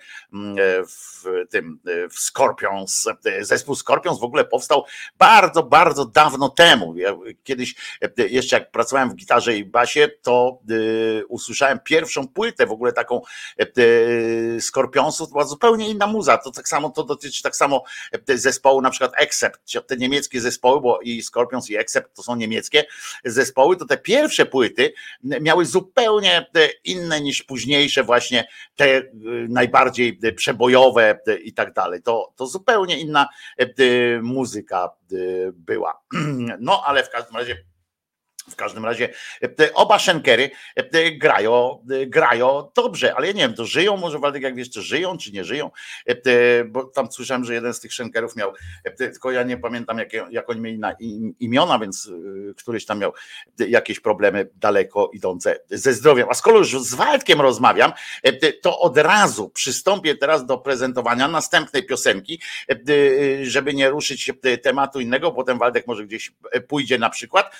w Scorpions. Zespół Scorpions w ogóle powstał bardzo, bardzo dawno temu. Ja kiedyś jeszcze jak pracowałem w gitarze i basie, to usłyszałem pierwszą płytę w ogóle taką Scorpionsów, to była zupełnie inna muza. To dotyczy tak samo zespołu na przykład Accept, te niemieckie zespoły, bo i Scorpions i Accept to są niemieckie zespoły, to te pierwsze płyty miały zupełnie inne niż późniejsze właśnie te najbardziej przebojowe i tak dalej. To zupełnie inna muzyka była. No ale w każdym razie oba Schenkery grają dobrze, ale ja nie wiem, to żyją, może Waldek, jak wiesz, czy żyją, czy nie żyją, bo tam słyszałem, że jeden z tych Schenkerów miał, tylko ja nie pamiętam jak oni mieli imiona, więc któryś tam miał jakieś problemy daleko idące ze zdrowiem. A skoro już z Waldkiem rozmawiam, to od razu przystąpię teraz do prezentowania następnej piosenki, żeby nie ruszyć tematu innego, potem Waldek może gdzieś pójdzie na przykład,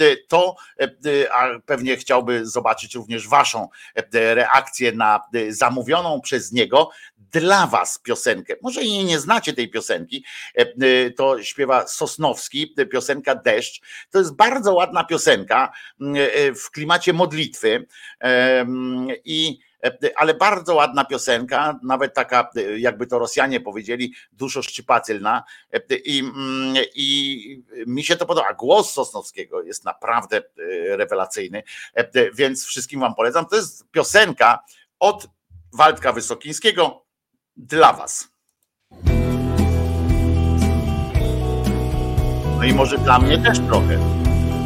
a pewnie chciałby zobaczyć również waszą reakcję na zamówioną przez niego dla was piosenkę. Może nie znacie tej piosenki, to śpiewa Sosnowski, piosenka Deszcz. To jest bardzo ładna piosenka w klimacie modlitwy ale bardzo ładna piosenka, nawet taka, jakby to Rosjanie powiedzieli, duszoszczypательna i mi się to podoba. Głos Sosnowskiego jest naprawdę rewelacyjny, więc wszystkim wam polecam. To jest piosenka od Waldka Wysokińskiego dla was. No i może dla mnie też trochę.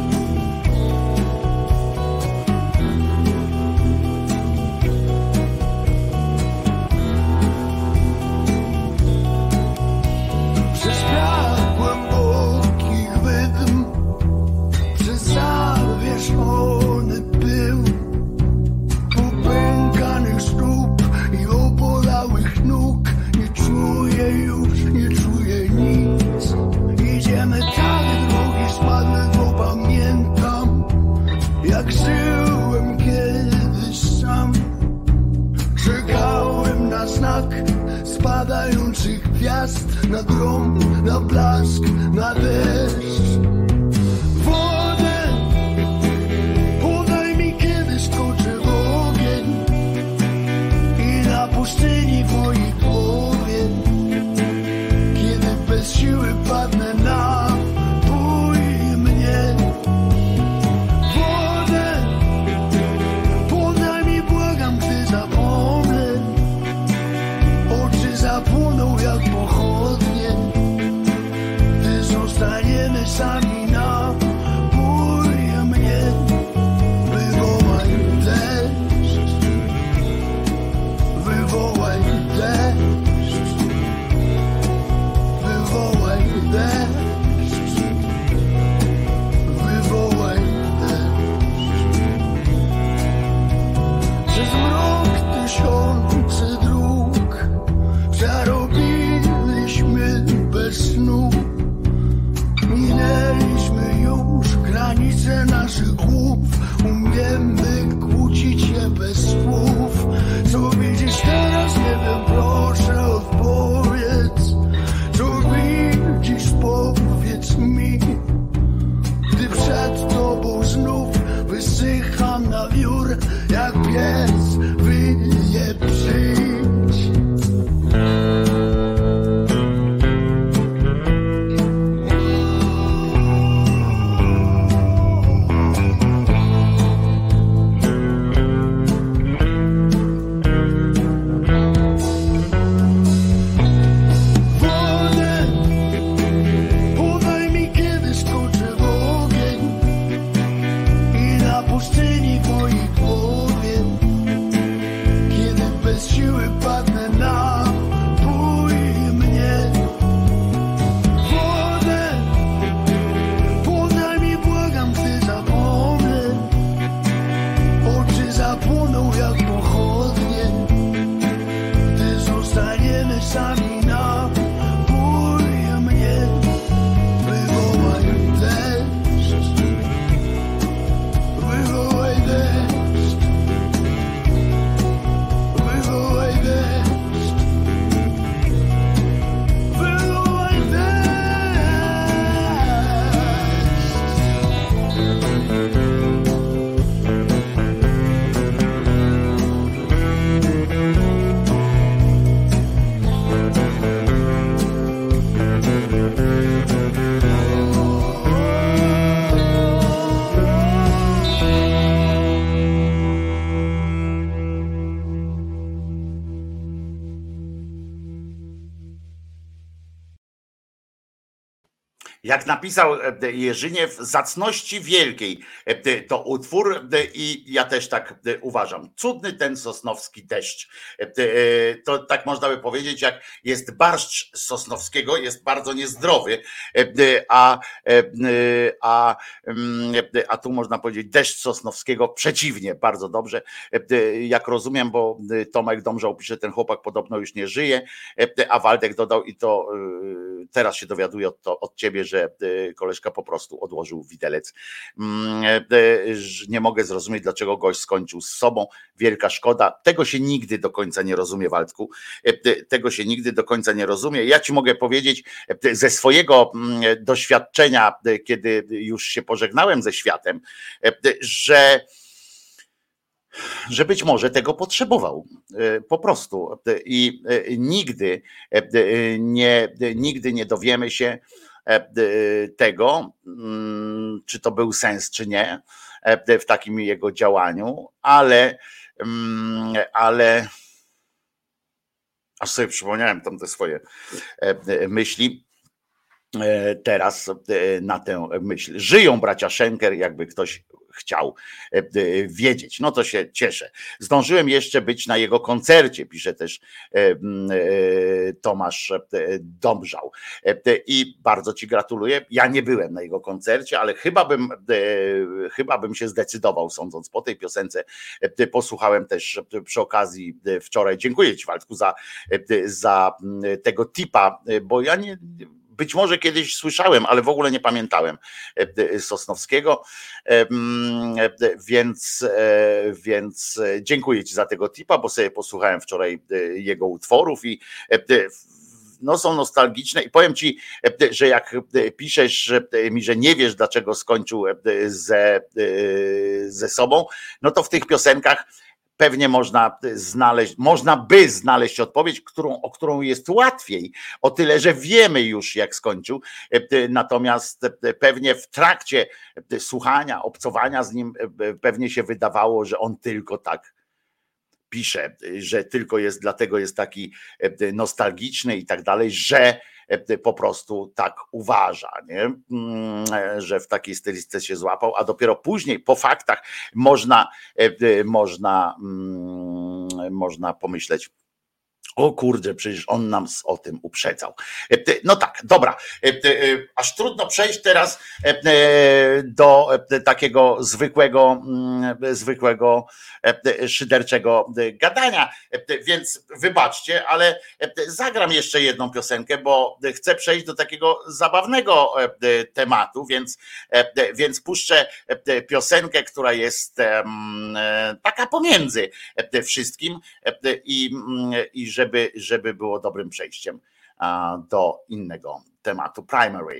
Zawieszony był popękanych stóp i obolałych nóg. Nie czuję już, nie czuję nic. Idziemy tak drogi spadły, bo pamiętam, jak żyłem kiedyś sam. Czekałem na znak spadających gwiazd, na grom, na blask, na deszcz. Pustyni w mojej głowie, kiedy bez siły padnę na bój mnie. Wodę podaj mi, błagam, gdy zapomnę. Oczy zapłoną jak pochodnie, gdy zostaniemy sami na bój mnie. Wywołaj deszcz, wywołaj deszcz. czekam na wiór, jak pies wyje przyjdź. Jak napisał Jerzyniew, zacności wielkiej to utwór i ja też tak uważam. Cudny ten sosnowski deszcz. To tak można by powiedzieć, jak jest barszcz sosnowskiego, jest bardzo niezdrowy, a tu można powiedzieć deszcz sosnowskiego przeciwnie, bardzo dobrze. Jak rozumiem, bo Tomek Domżał pisze, ten chłopak podobno już nie żyje, a Waldek dodał i to teraz się dowiaduję od ciebie, że koleżka po prostu odłożył widelec. Nie mogę zrozumieć, dlaczego gość skończył z sobą. Wielka szkoda. Tego się nigdy do końca nie rozumie, Waldku. Tego się nigdy do końca nie rozumie. Ja ci mogę powiedzieć ze swojego doświadczenia, kiedy już się pożegnałem ze światem, że być może tego potrzebował po prostu i nigdy nie dowiemy się tego, czy to był sens, czy nie w takim jego działaniu, ale aż sobie przypomniałem tam te swoje myśli teraz na tę myśl. Żyją bracia Schenker, jakby ktoś chciał wiedzieć. No to się cieszę. Zdążyłem jeszcze być na jego koncercie, pisze też Tomasz Domżał. I bardzo ci gratuluję. Ja nie byłem na jego koncercie, ale chyba bym się zdecydował, sądząc po tej piosence. Posłuchałem też przy okazji wczoraj. Dziękuję ci, Waldku, za tego tipa, bo ja nie... Być może kiedyś słyszałem, ale w ogóle nie pamiętałem Sosnowskiego, więc dziękuję ci za tego tipa, bo sobie posłuchałem wczoraj jego utworów i no są nostalgiczne i powiem ci, że jak piszesz mi, że nie wiesz, dlaczego skończył ze sobą, no to w tych piosenkach pewnie można by znaleźć odpowiedź, o którą jest łatwiej, o tyle, że wiemy już, jak skończył. Natomiast pewnie w trakcie słuchania, obcowania z nim pewnie się wydawało, że on tylko tak pisze, że tylko dlatego jest taki nostalgiczny i tak dalej, że po prostu tak uważa, nie? Że w takiej stylistyce się złapał, a dopiero później po faktach można pomyśleć, o kurde, przecież on nam o tym uprzedzał. No tak, dobra. Aż trudno przejść teraz do takiego zwykłego szyderczego gadania, więc wybaczcie, ale zagram jeszcze jedną piosenkę, bo chcę przejść do takiego zabawnego tematu, więc puszczę piosenkę, która jest taka pomiędzy wszystkim i żeby było dobrym przejściem do innego tematu. Primary.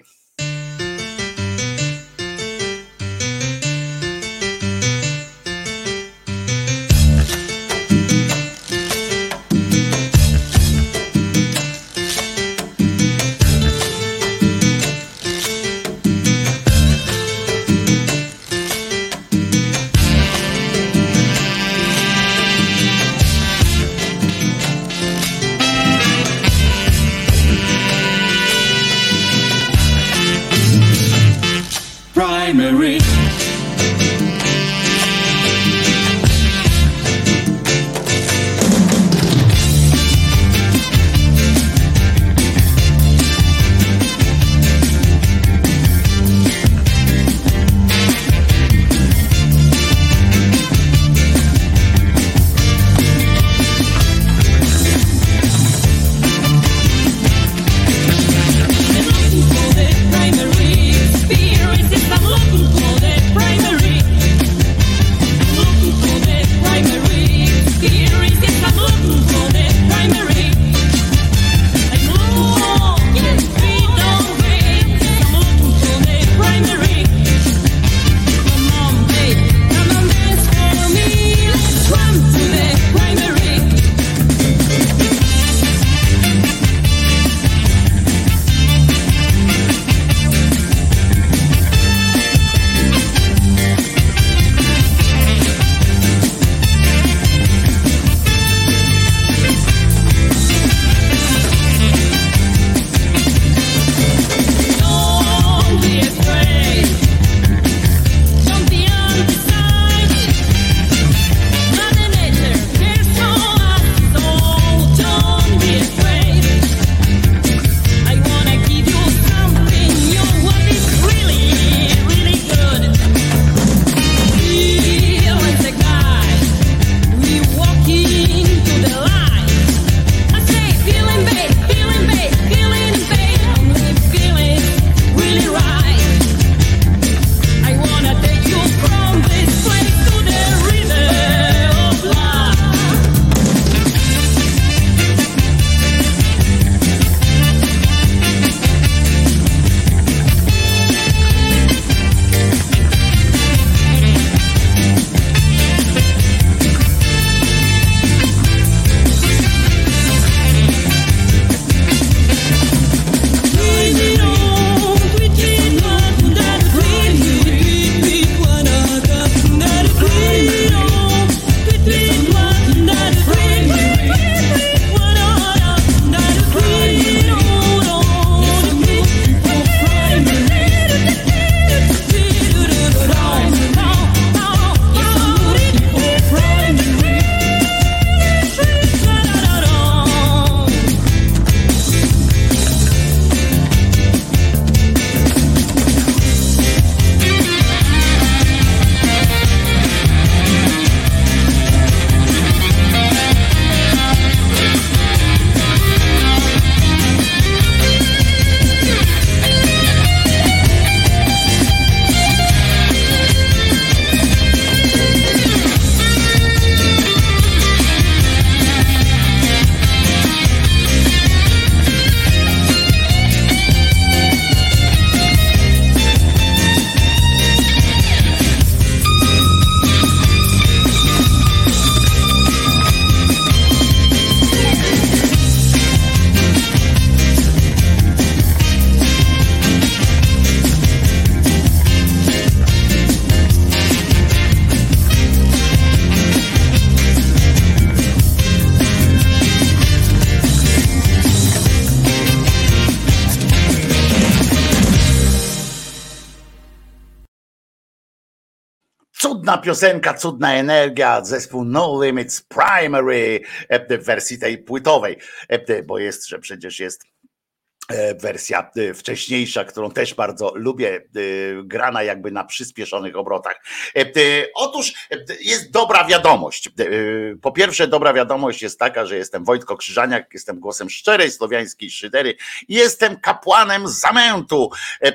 Cudna piosenka, cudna energia, zespół No Limits Primary w wersji tej płytowej, bo jest, że przecież jest wersja wcześniejsza, którą też bardzo lubię, grana jakby na przyspieszonych obrotach. Otóż jest dobra wiadomość. Po pierwsze, dobra wiadomość jest taka, że jestem Wojtko Krzyżaniak, jestem głosem szczerej słowiańskiej szydery i jestem kapłanem zamętu.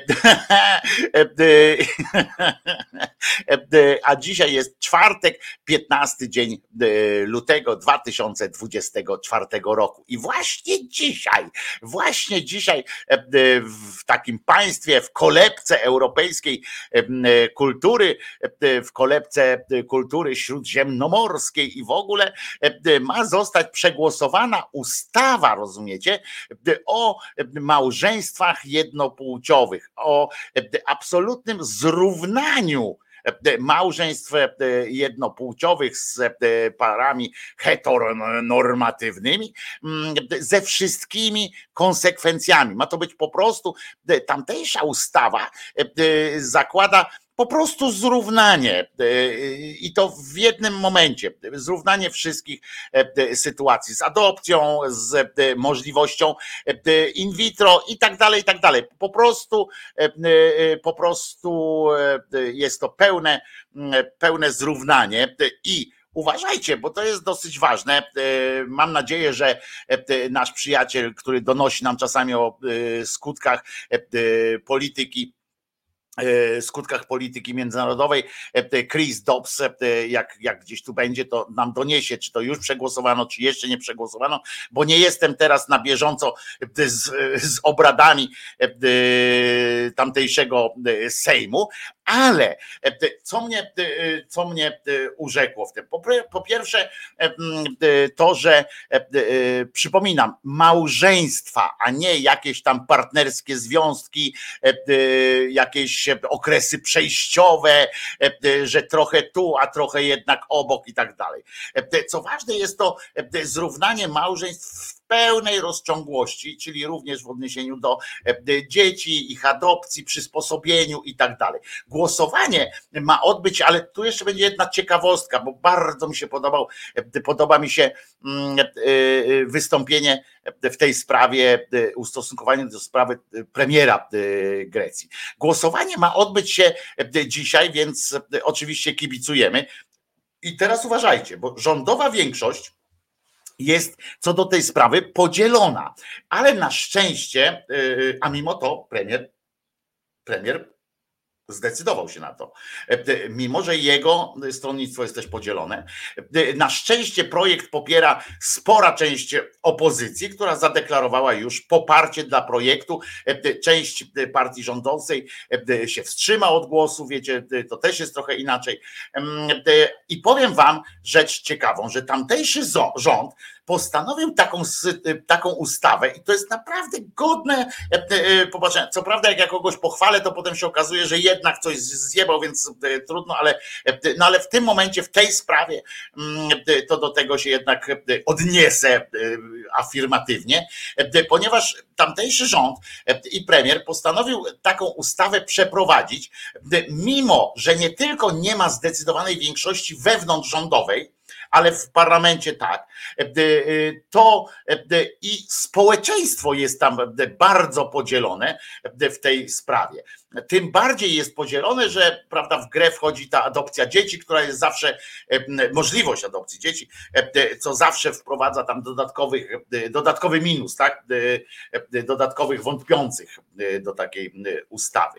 A dzisiaj jest czwartek, 15 dzień lutego 2024 roku. I właśnie dzisiaj w takim państwie, w kolebce europejskiej kultury, w kolebce kultury śródziemnomorskiej i w ogóle ma zostać przegłosowana ustawa, rozumiecie, o małżeństwach jednopłciowych, o absolutnym zrównaniu małżeństw jednopłciowych z parami heteronormatywnymi ze wszystkimi konsekwencjami. Ma to być po prostu, tamtejsza ustawa zakłada po prostu zrównanie i to w jednym momencie, zrównanie wszystkich sytuacji z adopcją, z możliwością in vitro i tak dalej, i tak dalej. Po prostu jest to pełne zrównanie i uważajcie, bo to jest dosyć ważne. Mam nadzieję, że nasz przyjaciel, który donosi nam czasami o skutkach polityki międzynarodowej, Chris Dobbs, jak gdzieś tu będzie, to nam doniesie, czy to już przegłosowano, czy jeszcze nie przegłosowano, bo nie jestem teraz na bieżąco z obradami tamtejszego Sejmu, ale co mnie urzekło w tym? Po pierwsze to, że przypominam, małżeństwa, a nie jakieś tam partnerskie związki, jakieś okresy przejściowe, że trochę tu, a trochę jednak obok i tak dalej. Co ważne, jest to zrównanie małżeństw w pełnej rozciągłości, czyli również w odniesieniu do dzieci, ich adopcji, przysposobieniu i tak dalej. Głosowanie ma odbyć, ale tu jeszcze będzie jedna ciekawostka, bo bardzo mi się podoba mi się wystąpienie w tej sprawie, ustosunkowanie do sprawy premiera Grecji. Głosowanie ma odbyć się dzisiaj, więc oczywiście kibicujemy. I teraz uważajcie, bo rządowa większość jest co do tej sprawy podzielona, ale na szczęście, a mimo to premier zdecydował się na to, mimo że jego stronnictwo jest też podzielone. Na szczęście projekt popiera spora część opozycji, która zadeklarowała już poparcie dla projektu. Część partii rządzącej się wstrzyma od głosu, wiecie, to też jest trochę inaczej. I powiem wam rzecz ciekawą, że tamtejszy rząd postanowił taką ustawę i to jest naprawdę godne popatrzenia. Co prawda, jak ja kogoś pochwalę, to potem się okazuje, że jednak coś zjebał, więc trudno, ale w tym momencie, w tej sprawie, to do tego się jednak odniesę afirmatywnie, ponieważ tamtejszy rząd i premier postanowił taką ustawę przeprowadzić, mimo że nie tylko nie ma zdecydowanej większości wewnątrzrządowej, ale w parlamencie tak, to i społeczeństwo jest tam bardzo podzielone w tej sprawie. Tym bardziej jest podzielone, że prawda, w grę wchodzi ta adopcja dzieci, która jest zawsze, możliwość adopcji dzieci, co zawsze wprowadza tam dodatkowy minus, tak? Dodatkowych wątpiących do takiej ustawy.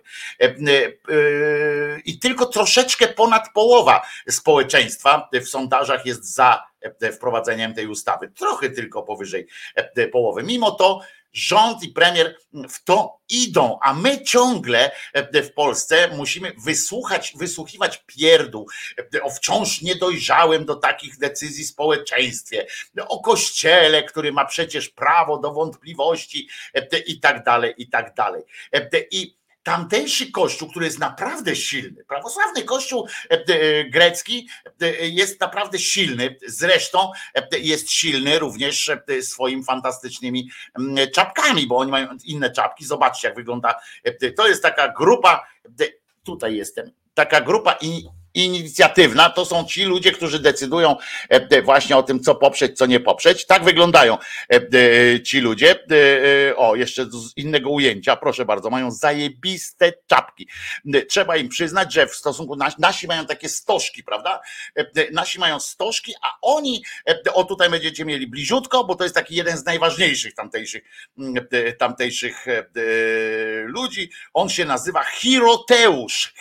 I tylko troszeczkę ponad połowa społeczeństwa w sondażach jest za wprowadzeniem tej ustawy. Trochę tylko powyżej połowy. Mimo to rząd i premier w to idą, a my ciągle w Polsce musimy wysłuchiwać pierdół o wciąż niedojrzałym do takich decyzji społeczeństwie, o Kościele, który ma przecież prawo do wątpliwości i tak dalej, i tak dalej. I tamtejszy kościół, który jest naprawdę silny, prawosławny kościół grecki jest naprawdę silny, zresztą jest silny również swoimi fantastycznymi czapkami, bo oni mają inne czapki, zobaczcie jak wygląda, to jest taka grupa, tutaj jestem, taka grupa inicjatywna to są ci ludzie, którzy decydują właśnie o tym, co poprzeć, co nie poprzeć. Tak wyglądają ci ludzie. O, jeszcze z innego ujęcia, proszę bardzo, mają zajebiste czapki. Trzeba im przyznać, że w stosunku nasi mają takie stożki, prawda? Nasi mają stożki, a oni, o tutaj będziecie mieli bliziutko, bo to jest taki jeden z najważniejszych tamtejszych ludzi. On się nazywa Hiroteusz.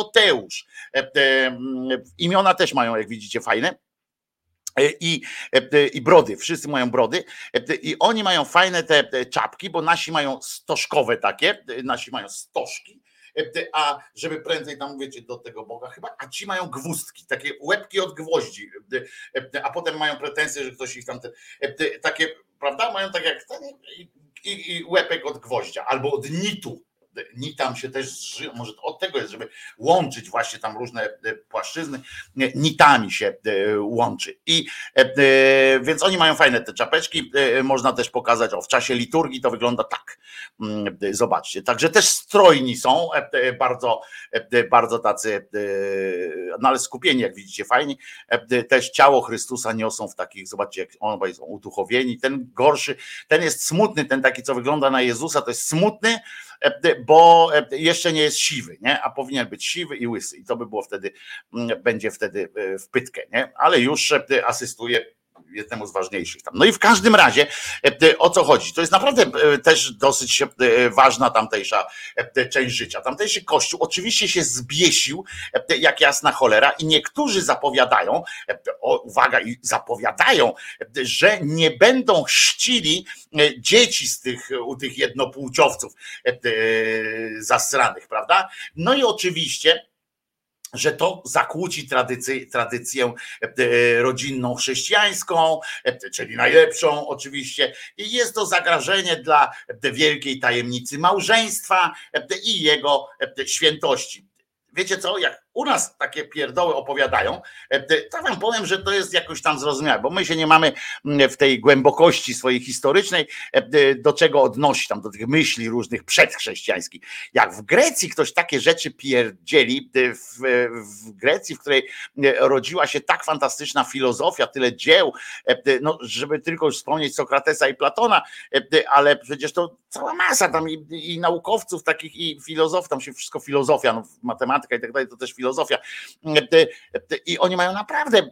Imiona też mają, jak widzicie, fajne. I brody, wszyscy mają brody i oni mają fajne te czapki, bo nasi mają stożkowe takie, nasi mają stożki, a żeby prędzej tam, wiecie, do tego Boga chyba, a ci mają gwózdki, takie łebki od gwoździ, a potem mają pretensje, że ktoś ich tam takie, prawda, mają tak jak i łebek od gwoździa albo od nitu. Nitam się też zżyją, może od tego jest, żeby łączyć właśnie tam różne płaszczyzny, nitami się łączy. I więc oni mają fajne te czapeczki, można też pokazać, w czasie liturgii to wygląda tak. Zobaczcie, także też strojni są, bardzo tacy, no ale skupieni, jak widzicie, fajni. Też ciało Chrystusa niosą w takich, zobaczcie, jak oni są uduchowieni. Ten gorszy, ten jest smutny, ten taki, co wygląda na Jezusa, to jest smutny, bo jeszcze nie jest siwy, nie? A powinien być siwy i łysy. I to by było wtedy, będzie wtedy w pytkę, nie? Ale już asystuje jednemu z ważniejszych tam. No i w każdym razie o co chodzi? To jest naprawdę też dosyć ważna tamtejsza część życia. Tamtejszy kościół oczywiście się zbiesił jak jasna cholera i niektórzy zapowiadają, uwaga, i zapowiadają, że nie będą chrzcili dzieci u tych jednopłciowców zasranych, prawda? No i oczywiście że to zakłóci tradycję rodzinną chrześcijańską, czyli najlepszą oczywiście. I jest to zagrożenie dla wielkiej tajemnicy małżeństwa i jego świętości. Wiecie co, jak u nas takie pierdoły opowiadają, to wam powiem, że to jest jakoś tam zrozumiałe, bo my się nie mamy w tej głębokości swojej historycznej do czego odnosić, tam do tych myśli różnych przedchrześcijańskich. Jak w Grecji ktoś takie rzeczy pierdzieli, w Grecji, w której rodziła się tak fantastyczna filozofia, tyle dzieł, no, żeby tylko już wspomnieć Sokratesa i Platona, ale przecież to cała masa tam i naukowców takich i filozofów, tam się wszystko filozofia, no, matematyka i tak dalej, to też filozofia. I oni mają naprawdę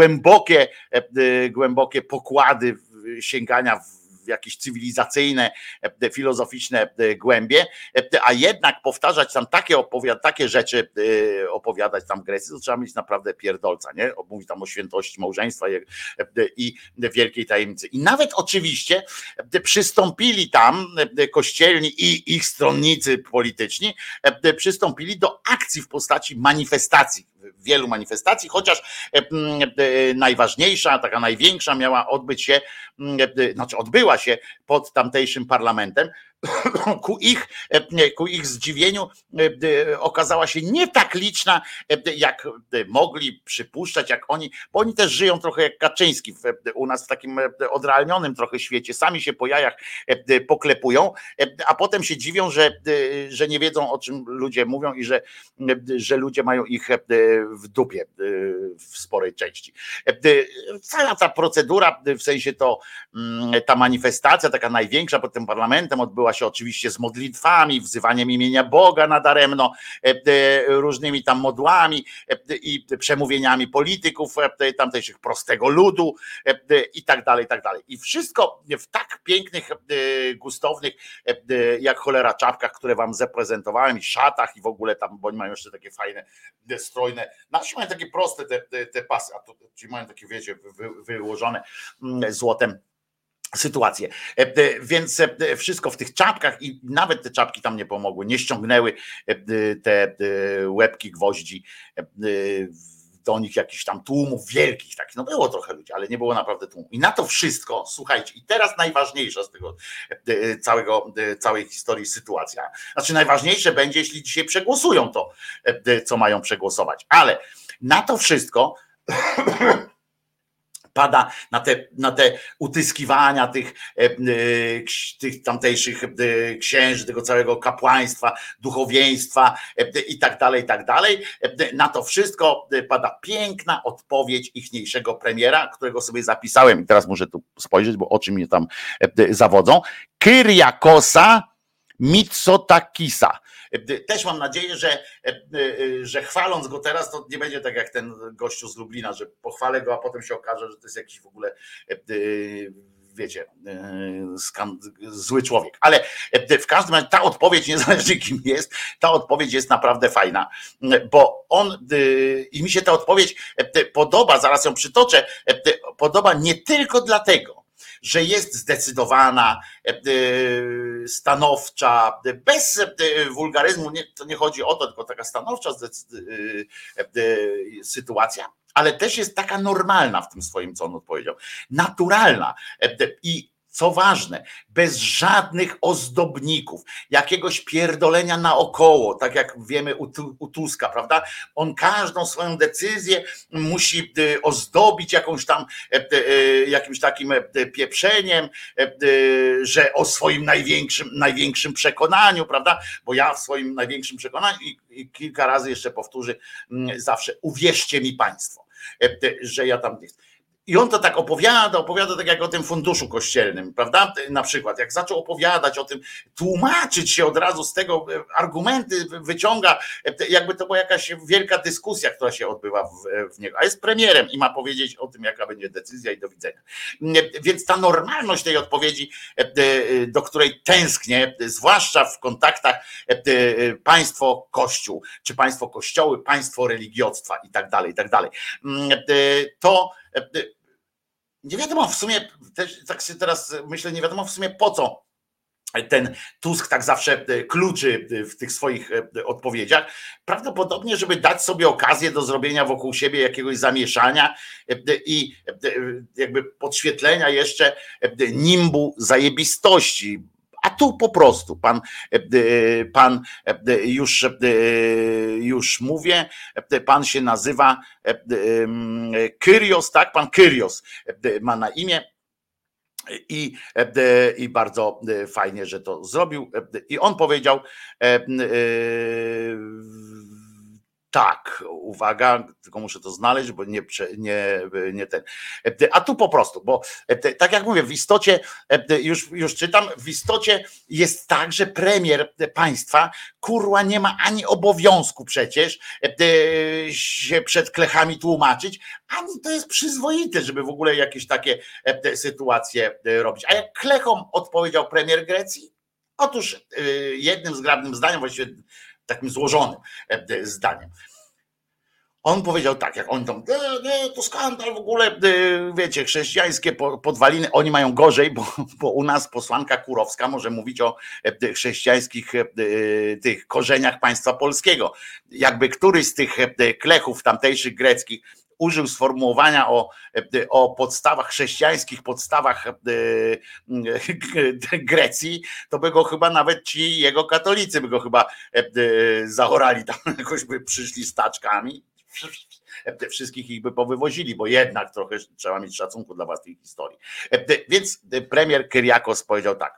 głębokie pokłady sięgania w jakieś cywilizacyjne, filozoficzne głębie, a jednak powtarzać tam takie rzeczy opowiadać tam w Grecji, to trzeba mieć naprawdę pierdolca, nie? Mówi tam o świętości małżeństwa i wielkiej tajemnicy. I nawet oczywiście przystąpili tam kościelni i ich stronnicy polityczni, przystąpili do akcji w postaci manifestacji, wielu manifestacji, chociaż najważniejsza, taka największa miała odbyła się pod tamtejszym parlamentem. Ku ich zdziwieniu okazała się nie tak liczna, jak mogli przypuszczać, jak oni, bo oni też żyją trochę jak Kaczyński u nas w takim odrealnionym trochę świecie, sami się po jajach poklepują, a potem się dziwią, że nie wiedzą, o czym ludzie mówią i że ludzie mają ich w dupie w sporej części. Cała ta procedura, w sensie ta manifestacja, taka największa pod tym parlamentem, odbyła się oczywiście z modlitwami, wzywaniem imienia Boga nadaremno, różnymi tam modłami i przemówieniami polityków tamtejszych, prostego ludu i tak dalej, i tak dalej. I wszystko w tak pięknych, gustownych, jak cholera czapkach, które wam zaprezentowałem, i szatach i w ogóle tam, bo oni mają jeszcze takie fajne, strojne, nasi mają takie proste te pasy, a to ci mają takie, wiecie, wyłożone złotem sytuację. Więc wszystko w tych czapkach i nawet te czapki tam nie pomogły, nie ściągnęły te łebki gwoździ do nich jakichś tam tłumów wielkich, takich, no było trochę ludzi, ale nie było naprawdę tłumu. I na to wszystko, słuchajcie, i teraz najważniejsza z tego całej historii sytuacja. Znaczy najważniejsze będzie, jeśli dzisiaj przegłosują to, co mają przegłosować, ale na to wszystko pada na te utyskiwania tych tamtejszych księży, tego całego kapłaństwa, duchowieństwa i tak dalej. Na to wszystko pada piękna odpowiedź ichniejszego premiera, którego sobie zapisałem i teraz muszę tu spojrzeć, bo oczy mnie tam zawodzą. Kyriakosa Mitsotakisa. Też mam nadzieję, że chwaląc go teraz, to nie będzie tak jak ten gościu z Lublina, że pochwalę go, a potem się okaże, że to jest jakiś w ogóle, wiecie, zły człowiek. Ale w każdym razie ta odpowiedź, niezależnie kim jest, ta odpowiedź jest naprawdę fajna, bo i mi się ta odpowiedź podoba, zaraz ją przytoczę, podoba nie tylko dlatego, że jest zdecydowana, stanowcza, bez wulgaryzmu, to nie chodzi o to, tylko taka stanowcza sytuacja, ale też jest taka normalna w tym swoim, co on odpowiedział, naturalna i co ważne, bez żadnych ozdobników, jakiegoś pierdolenia naokoło, tak jak wiemy u Tuska, prawda? On każdą swoją decyzję musi ozdobić jakimś takim pieprzeniem, że o swoim największym przekonaniu, prawda? Bo ja w swoim największym przekonaniu i kilka razy jeszcze powtórzy zawsze, uwierzcie mi państwo, że ja tam nie chcę. I on to tak opowiada tak jak o tym funduszu kościelnym, prawda? Na przykład, jak zaczął opowiadać o tym, tłumaczyć się od razu z tego, argumenty wyciąga, jakby to była jakaś wielka dyskusja, która się odbywa w niego. A jest premierem i ma powiedzieć o tym, jaka będzie decyzja i do widzenia. Więc ta normalność tej odpowiedzi, do której tęsknię, zwłaszcza w kontaktach państwo-kościół, czy państwo-kościoły, państwo religiostwa i tak dalej, to nie wiadomo w sumie, tak się teraz myślę, nie wiadomo w sumie po co ten Tusk tak zawsze kluczy w tych swoich odpowiedziach. Prawdopodobnie, żeby dać sobie okazję do zrobienia wokół siebie jakiegoś zamieszania i jakby podświetlenia jeszcze nimbu zajebistości. A tu po prostu pan już mówię, pan się nazywa Kyrios, tak? Pan Kyrios ma na imię. I bardzo fajnie, że to zrobił. I on powiedział tak, uwaga, tylko muszę to znaleźć, bo nie ten. A tu po prostu, bo tak jak mówię, w istocie, już czytam, w istocie jest tak, że premier państwa, kurwa, nie ma ani obowiązku przecież się przed klechami tłumaczyć, ani to jest przyzwoite, żeby w ogóle jakieś takie sytuacje robić. A jak klechom odpowiedział premier Grecji? Otóż jednym zgrabnym zdaniem, właściwie takim złożonym zdaniem. On powiedział tak, jak oni tam, to skandal w ogóle, wiecie, chrześcijańskie podwaliny, oni mają gorzej, bo u nas posłanka Kurowska może mówić o chrześcijańskich tych korzeniach państwa polskiego. Jakby któryś z tych klechów tamtejszych greckich użył sformułowania o podstawach, chrześcijańskich podstawach Grecji, to by go chyba nawet ci jego katolicy by go chyba zaorali, tam jakoś by przyszli z taczkami, wszystkich ich by powywozili, bo jednak trochę trzeba mieć szacunku dla własnej historii. Więc premier Kyriakos powiedział tak: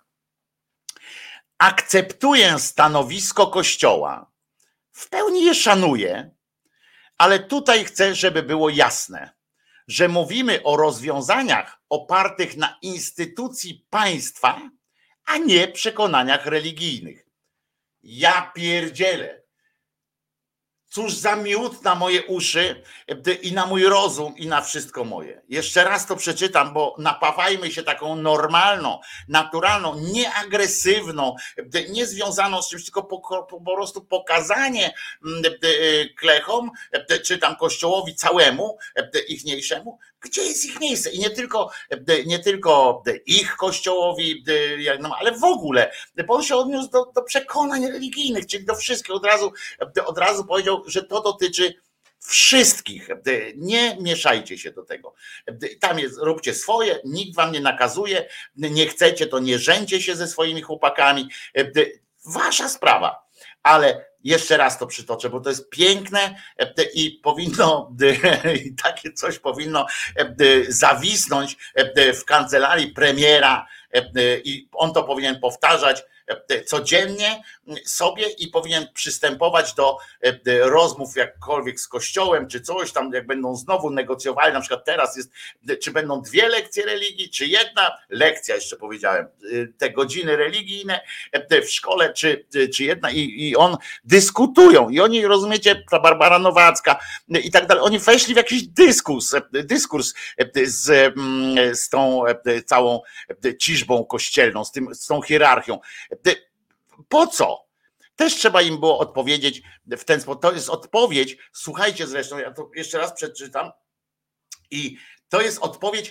akceptuję stanowisko Kościoła, w pełni je szanuję, ale tutaj chcę, żeby było jasne, że mówimy o rozwiązaniach opartych na instytucji państwa, a nie przekonaniach religijnych. Ja pierdzielę. Cóż za miód na moje uszy i na mój rozum i na wszystko moje. Jeszcze raz to przeczytam, bo napawajmy się taką normalną, naturalną, nieagresywną, niezwiązaną z czymś, tylko po prostu pokazanie klechom, czy tam kościołowi całemu, ichniejszemu, gdzie jest ich miejsce. I nie tylko ich kościołowi, ale w ogóle, bo on się odniósł do przekonań religijnych, czyli do wszystkich. Od razu powiedział, że to dotyczy wszystkich. Nie mieszajcie się do tego. Tam jest, róbcie swoje, nikt wam nie nakazuje, nie chcecie, to nie żeńcie się ze swoimi chłopakami. Wasza sprawa. Ale Jeszcze raz to przytoczę, bo to jest piękne i powinno, i takie coś powinno zawisnąć w kancelarii premiera i on to powinien powtarzać codziennie sobie i powinien przystępować do rozmów jakkolwiek z Kościołem, czy coś tam, jak będą znowu negocjowali, na przykład teraz jest, czy będą 2 lekcje religii, czy 1 lekcja, jeszcze powiedziałem, te godziny religijne w szkole, czy 1 i on dyskutują i oni, rozumiecie, ta Barbara Nowacka i tak dalej, oni weszli w jakiś dyskurs z tą całą ciżbą kościelną, z tą hierarchią. Po co? Też trzeba im było odpowiedzieć w ten sposób. To jest odpowiedź, słuchajcie zresztą, ja to jeszcze raz przeczytam i to jest odpowiedź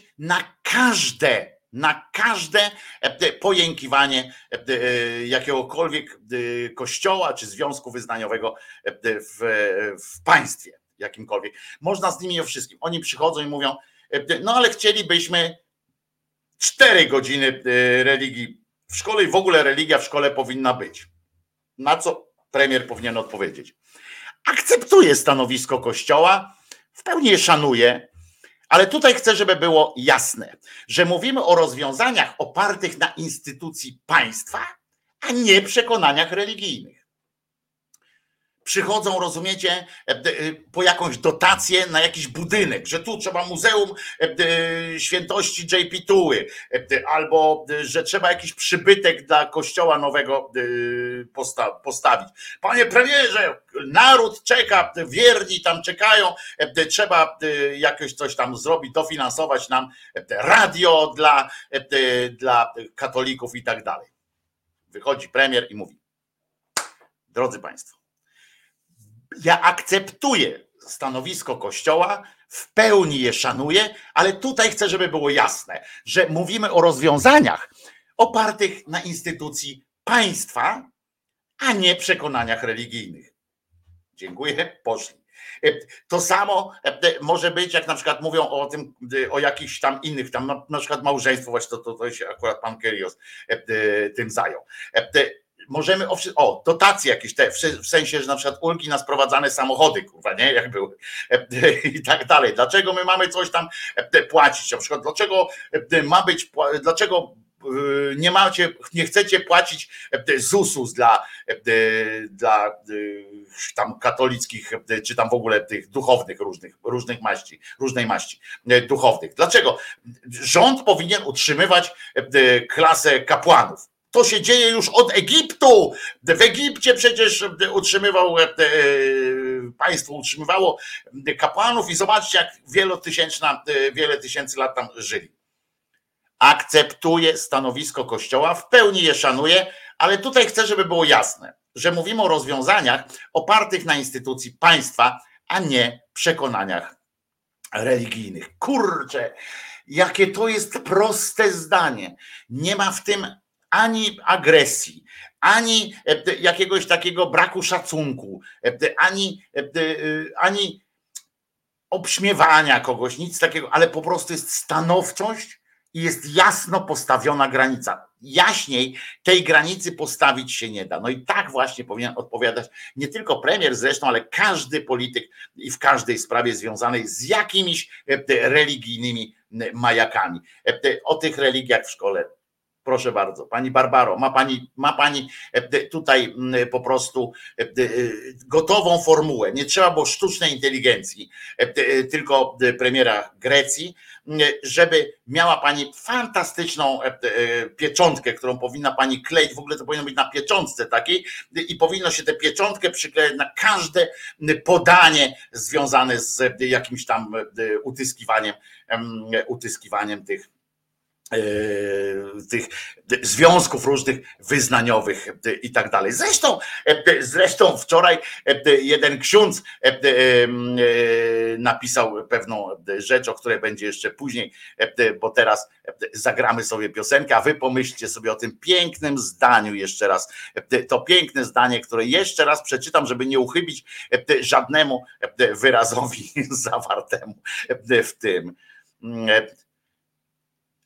na każde pojękiwanie jakiegokolwiek kościoła czy związku wyznaniowego w państwie jakimkolwiek. Można z nimi o wszystkim. Oni przychodzą i mówią, no ale chcielibyśmy 4 godziny religii w szkole i w ogóle religia w szkole powinna być. Na co premier powinien odpowiedzieć? Akceptuję stanowisko Kościoła, w pełni je szanuję, ale tutaj chcę, żeby było jasne, że mówimy o rozwiązaniach opartych na instytucji państwa, a nie przekonaniach religijnych. Przychodzą, rozumiecie, po jakąś dotację na jakiś budynek, że tu trzeba Muzeum Świętości J.P. Tuły, albo że trzeba jakiś przybytek dla kościoła nowego postawić. Panie premierze, naród czeka, wierni tam czekają, trzeba jakoś coś tam zrobić, dofinansować nam radio dla katolików i tak dalej. Wychodzi premier i mówi, drodzy państwo, ja akceptuję stanowisko Kościoła, w pełni je szanuję, ale tutaj chcę, żeby było jasne, że mówimy o rozwiązaniach opartych na instytucji państwa, a nie przekonaniach religijnych. Dziękuję, poszli. To samo może być, jak na przykład mówią o tym, o jakichś tam innych, tam na przykład małżeństwo, właśnie to się akurat pan Kerios tym zajął. Możemy dotacje jakieś te, w sensie, że na przykład ulgi na sprowadzane samochody, kurwa, nie, jak były i tak dalej. Dlaczego my mamy coś tam płacić? Na przykład dlaczego ma być, dlaczego nie chcecie płacić ZUS-u dla tam katolickich, czy tam w ogóle tych duchownych różnej maści duchownych. Dlaczego? Rząd powinien utrzymywać klasę kapłanów. To się dzieje już od Egiptu. W Egipcie przecież państwo utrzymywało kapłanów i zobaczcie, jak wiele tysięcy lat tam żyli. Akceptuję stanowisko Kościoła, w pełni je szanuję, ale tutaj chcę, żeby było jasne, że mówimy o rozwiązaniach opartych na instytucji państwa, a nie przekonaniach religijnych. Kurczę, jakie to jest proste zdanie. Nie ma w tym ani agresji, ani jakiegoś takiego braku szacunku, ani obśmiewania kogoś, nic takiego, ale po prostu jest stanowczość i jest jasno postawiona granica. Jaśniej tej granicy postawić się nie da. No i tak właśnie powinien odpowiadać nie tylko premier zresztą, ale każdy polityk i w każdej sprawie związanej z jakimiś religijnymi majakami. O tych religiach w szkole. Proszę bardzo, pani Barbaro, ma pani tutaj po prostu gotową formułę. Nie trzeba było sztucznej inteligencji, tylko premiera Grecji, żeby miała pani fantastyczną pieczątkę, którą powinna pani kleić. W ogóle to powinno być na pieczątce takiej i powinno się tę pieczątkę przyklejać na każde podanie związane z jakimś tam utyskiwaniem tych związków różnych wyznaniowych i tak dalej. Zresztą wczoraj jeden ksiądz napisał pewną rzecz, o której będzie jeszcze później, bo teraz zagramy sobie piosenkę, a wy pomyślcie sobie o tym pięknym zdaniu jeszcze raz. To piękne zdanie, które jeszcze raz przeczytam, żeby nie uchybić żadnemu wyrazowi zawartemu w tym.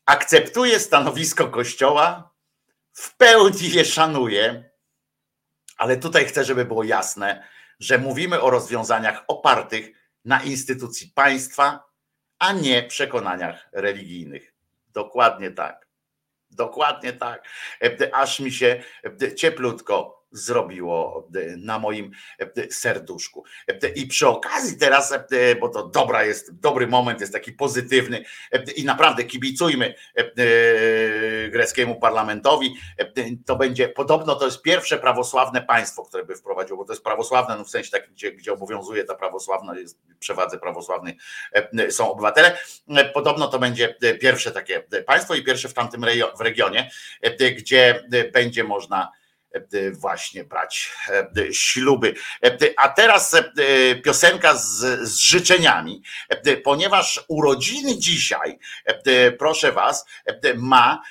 Akceptuję stanowisko Kościoła, w pełni je szanuję, Ale tutaj chcę, żeby było jasne, że mówimy o rozwiązaniach opartych na instytucji państwa, a nie przekonaniach religijnych. Dokładnie tak. Dokładnie tak. Aż mi się cieplutko zrobiło na moim serduszku. I przy okazji teraz, bo to dobry moment, jest taki pozytywny i naprawdę kibicujmy greckiemu parlamentowi. To będzie, podobno to jest pierwsze prawosławne państwo, które by wprowadziło, bo to jest prawosławne, no w sensie takim, gdzie obowiązuje ta prawosławna, jest przewadze prawosławnej są obywatele. Podobno to będzie pierwsze takie państwo i pierwsze w tamtym regionie, gdzie będzie można właśnie brać śluby. A teraz piosenka z życzeniami, ponieważ urodziny dzisiaj, proszę was, ma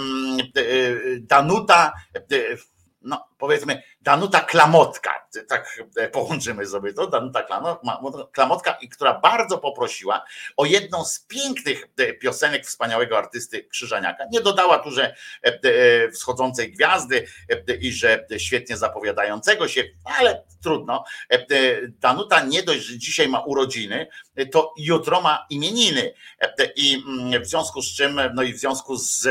Danuta, no powiedzmy Danuta Klamotka, tak połączymy sobie to, Danuta Klamotka, która bardzo poprosiła o jedną z pięknych piosenek wspaniałego artysty Krzyżaniaka. Nie dodała tu, że wschodzącej gwiazdy i że świetnie zapowiadającego się, ale trudno. Danuta nie dość, że dzisiaj ma urodziny, to jutro ma imieniny i w związku z czym, no i w związku z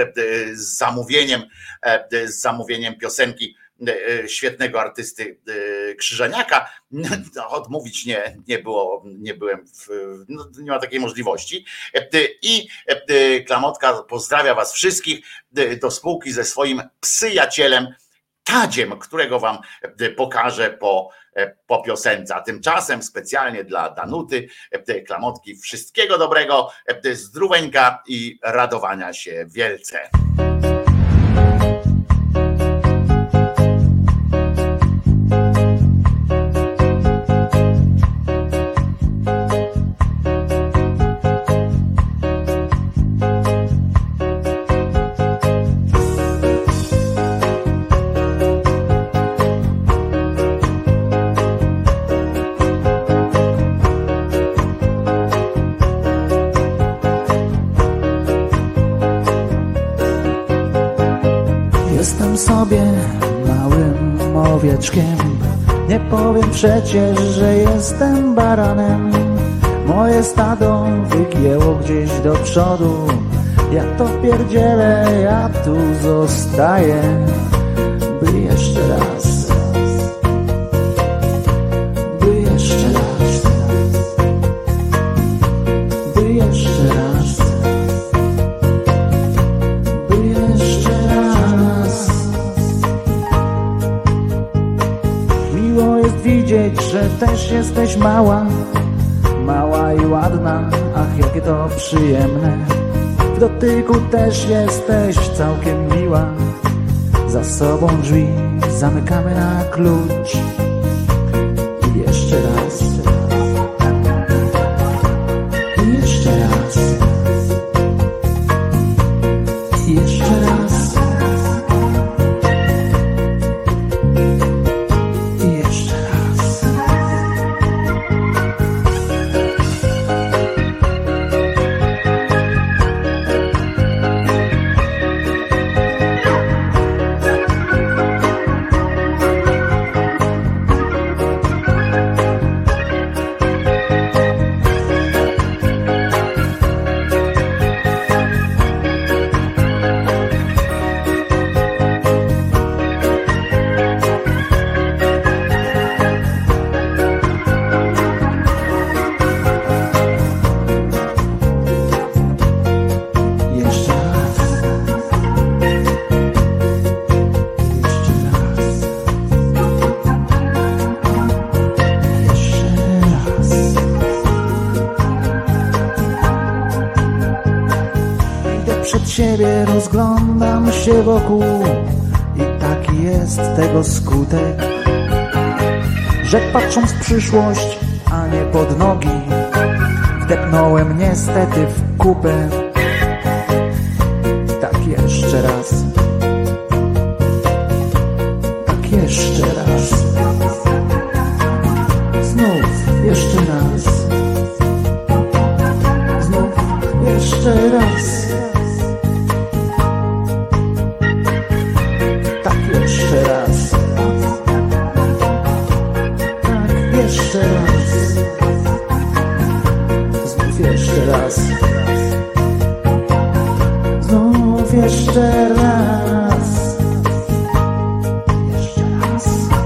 zamówieniem piosenki świetnego artysty Krzyżaniaka, odmówić nie byłem, nie ma takiej możliwości. I Klamotka pozdrawia was wszystkich do spółki ze swoim przyjacielem Tadziem, którego wam pokażę po piosence. A tymczasem specjalnie dla Danuty Klamotki wszystkiego dobrego, zdróweńka i radowania się wielce. Sobie małym owieczkiem, nie powiem przecież, że jestem baranem. Moje stado wygięło gdzieś do przodu, ja to pierdzielę, ja tu zostaję, by jeszcze raz, by jeszcze raz, by jeszcze raz, by jeszcze raz. Miło jest widzieć, że też jesteś mała, mała i ładna, ach jakie to przyjemne. W dotyku też jesteś całkiem miła, za sobą drzwi zamykamy na klucz. I jeszcze raz, i jeszcze raz, i jeszcze raz. Siebie rozglądam się wokół i taki jest tego skutek, że patrząc w przyszłość, a nie pod nogi, wdepnąłem niestety w kupę. Tak jeszcze raz, tak jeszcze raz, znów jeszcze raz, znów jeszcze raz. Jeszcze raz, znów jeszcze raz. Jeszcze raz.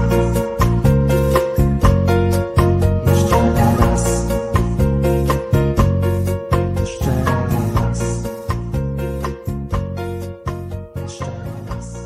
Jeszcze raz. Jeszcze raz. Jeszcze raz.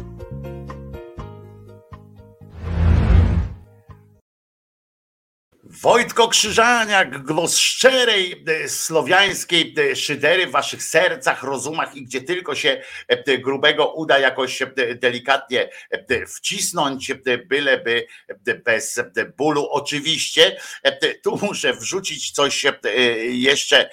Wojtko Krzyżaniak, głos szczerej, słowiańskiej szydery w waszych sercach, rozumach i gdzie tylko się grubego uda jakoś delikatnie wcisnąć, byleby bez bólu. Oczywiście tu muszę wrzucić coś jeszcze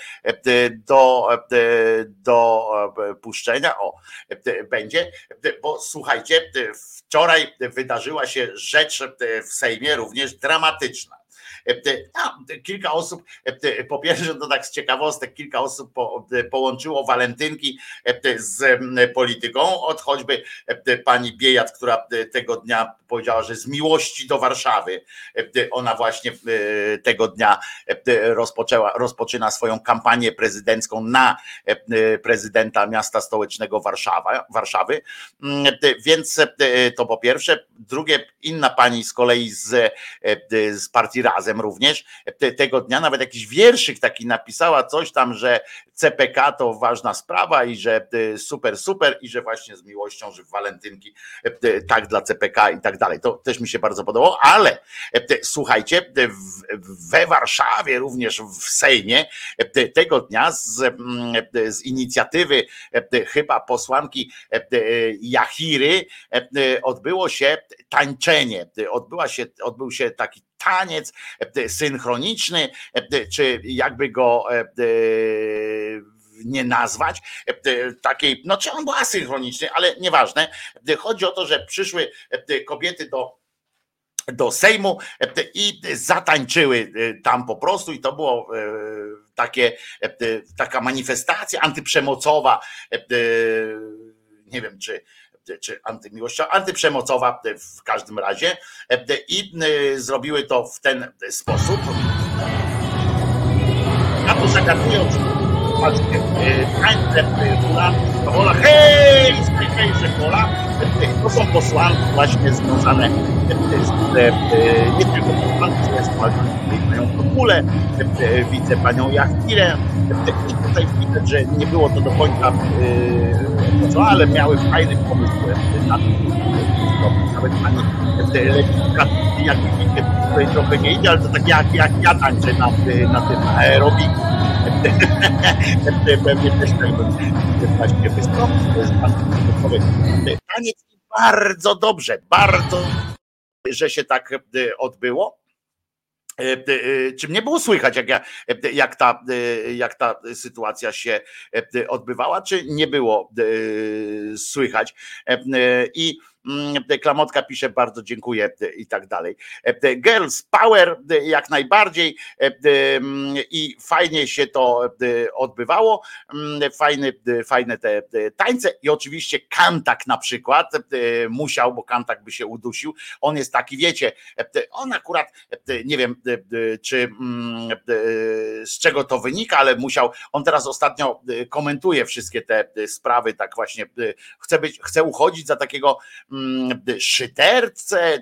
do puszczenia. O, będzie, bo słuchajcie, wczoraj wydarzyła się rzecz w Sejmie również dramatyczna. Kilka osób, po pierwsze to tak z ciekawostek, kilka osób połączyło walentynki z polityką, od choćby pani Biejat, która tego dnia powiedziała, że z miłości do Warszawy ona właśnie tego dnia rozpoczyna swoją kampanię prezydencką na prezydenta miasta stołecznego Warszawy, więc to po pierwsze. Drugie, inna pani z kolei z partii Razem również tego dnia nawet jakiś wierszyk taki napisała, coś tam, że CPK to ważna sprawa i że super i że właśnie z miłością, że w walentynki tak dla CPK i tak dalej. To też mi się bardzo podobało, ale słuchajcie, we Warszawie również w Sejmie tego dnia z inicjatywy chyba posłanki Jachiry odbyło się tańczenie, odbył się taki taniec synchroniczny, czy jakby go nie nazwać, takiej, no czy on był asynchroniczny, ale nieważne. Chodzi o to, że przyszły kobiety do Sejmu i zatańczyły tam po prostu i to było taka manifestacja antyprzemocowa, nie wiem czy antymiłościowa, antyprzemocowa w każdym razie i zrobiły to w ten sposób. A tu zagadując, patrzcie, tańce Pola, hej, Pola, to są posłanki właśnie związane nie tylko posłanki, mają w ogóle, widzę panią Jachirę, tutaj widać, że nie było to do końca ale miały fajny pomysł na to, nawet pani Lewicka, jak widzicie, tutaj trochę nie idzie, ale to tak jak ja tańczę na tym aerobik. Pewnie też tak właśnie wystąpić, to jest taniec bardzo dobrze, że się tak odbyło. Czy mnie było słychać, jak ta sytuacja się odbywała, czy nie było słychać? I Klamotka pisze, bardzo dziękuję i tak dalej. Girls Power jak najbardziej i fajnie się to odbywało, fajne te tańce i oczywiście Kantak na przykład musiał, bo Kantak by się udusił, on jest taki, wiecie, on akurat, nie wiem czy z czego to wynika, ale musiał, on teraz ostatnio komentuje wszystkie te sprawy, tak właśnie chce uchodzić za takiego szydercę,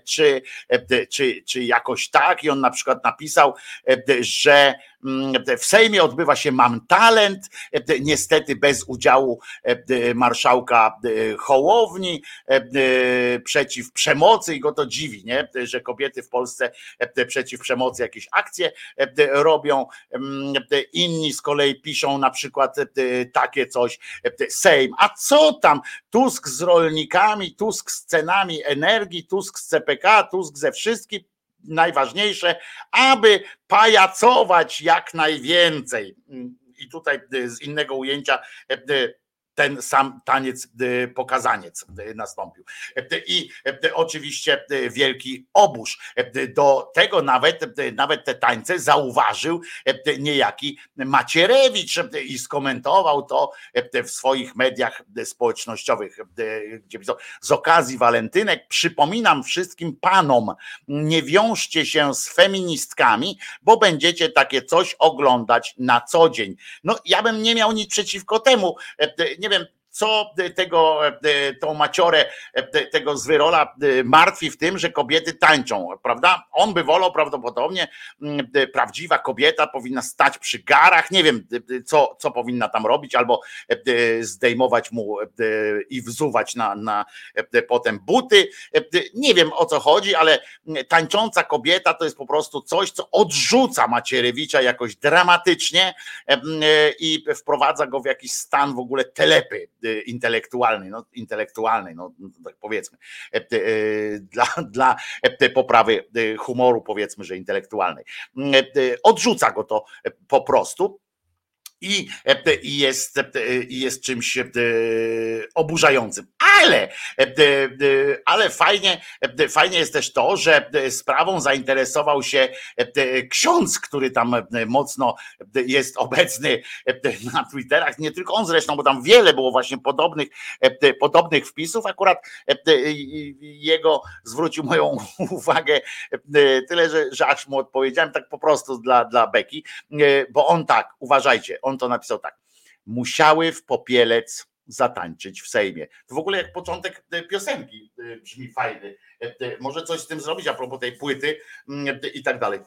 czy jakoś tak, i on na przykład napisał, że w Sejmie odbywa się Mam Talent, niestety bez udziału marszałka Hołowni, przeciw przemocy, i go to dziwi, nie? Że kobiety w Polsce przeciw przemocy jakieś akcje robią. Inni z kolei piszą na przykład takie coś, Sejm, a co tam, Tusk z rolnikami, Tusk z cenami energii, Tusk z CPK, Tusk ze wszystkim, najważniejsze, aby pajacować jak najwięcej. I tutaj z innego ujęcia ten sam taniec, pokazaniec nastąpił. I oczywiście wielki oburz. Do tego nawet te tańce zauważył niejaki Macierewicz i skomentował to w swoich mediach społecznościowych, gdzie z okazji walentynek przypominam wszystkim panom, nie wiążcie się z feministkami, bo będziecie takie coś oglądać na co dzień. No ja bym nie miał nic przeciwko temu. Nie wiem, co tą maciorę tego Zwyrola martwi w tym, że kobiety tańczą, prawda? On by wolał prawdopodobnie, prawdziwa kobieta powinna stać przy garach, nie wiem co powinna tam robić, albo zdejmować mu i wzuwać na potem buty. Nie wiem o co chodzi, ale tańcząca kobieta to jest po prostu coś, co odrzuca Macierewicza jakoś dramatycznie i wprowadza go w jakiś stan w ogóle telepy intelektualnej, no tak powiedzmy, dla poprawy humoru, powiedzmy, że intelektualnej. Odrzuca go to po prostu. I jest czymś oburzającym. Ale fajnie jest też to, że sprawą zainteresował się ksiądz, który tam mocno jest obecny na Twitterach. Nie tylko on zresztą, bo tam wiele było właśnie podobnych wpisów. Akurat jego zwrócił moją uwagę tyle, że aż mu odpowiedziałem tak po prostu dla beki, bo on tak, uważajcie, on to napisał tak: musiały w popielec zatańczyć w Sejmie. To w ogóle jak początek piosenki brzmi fajny. Może coś z tym zrobić a propos tej płyty i tak dalej.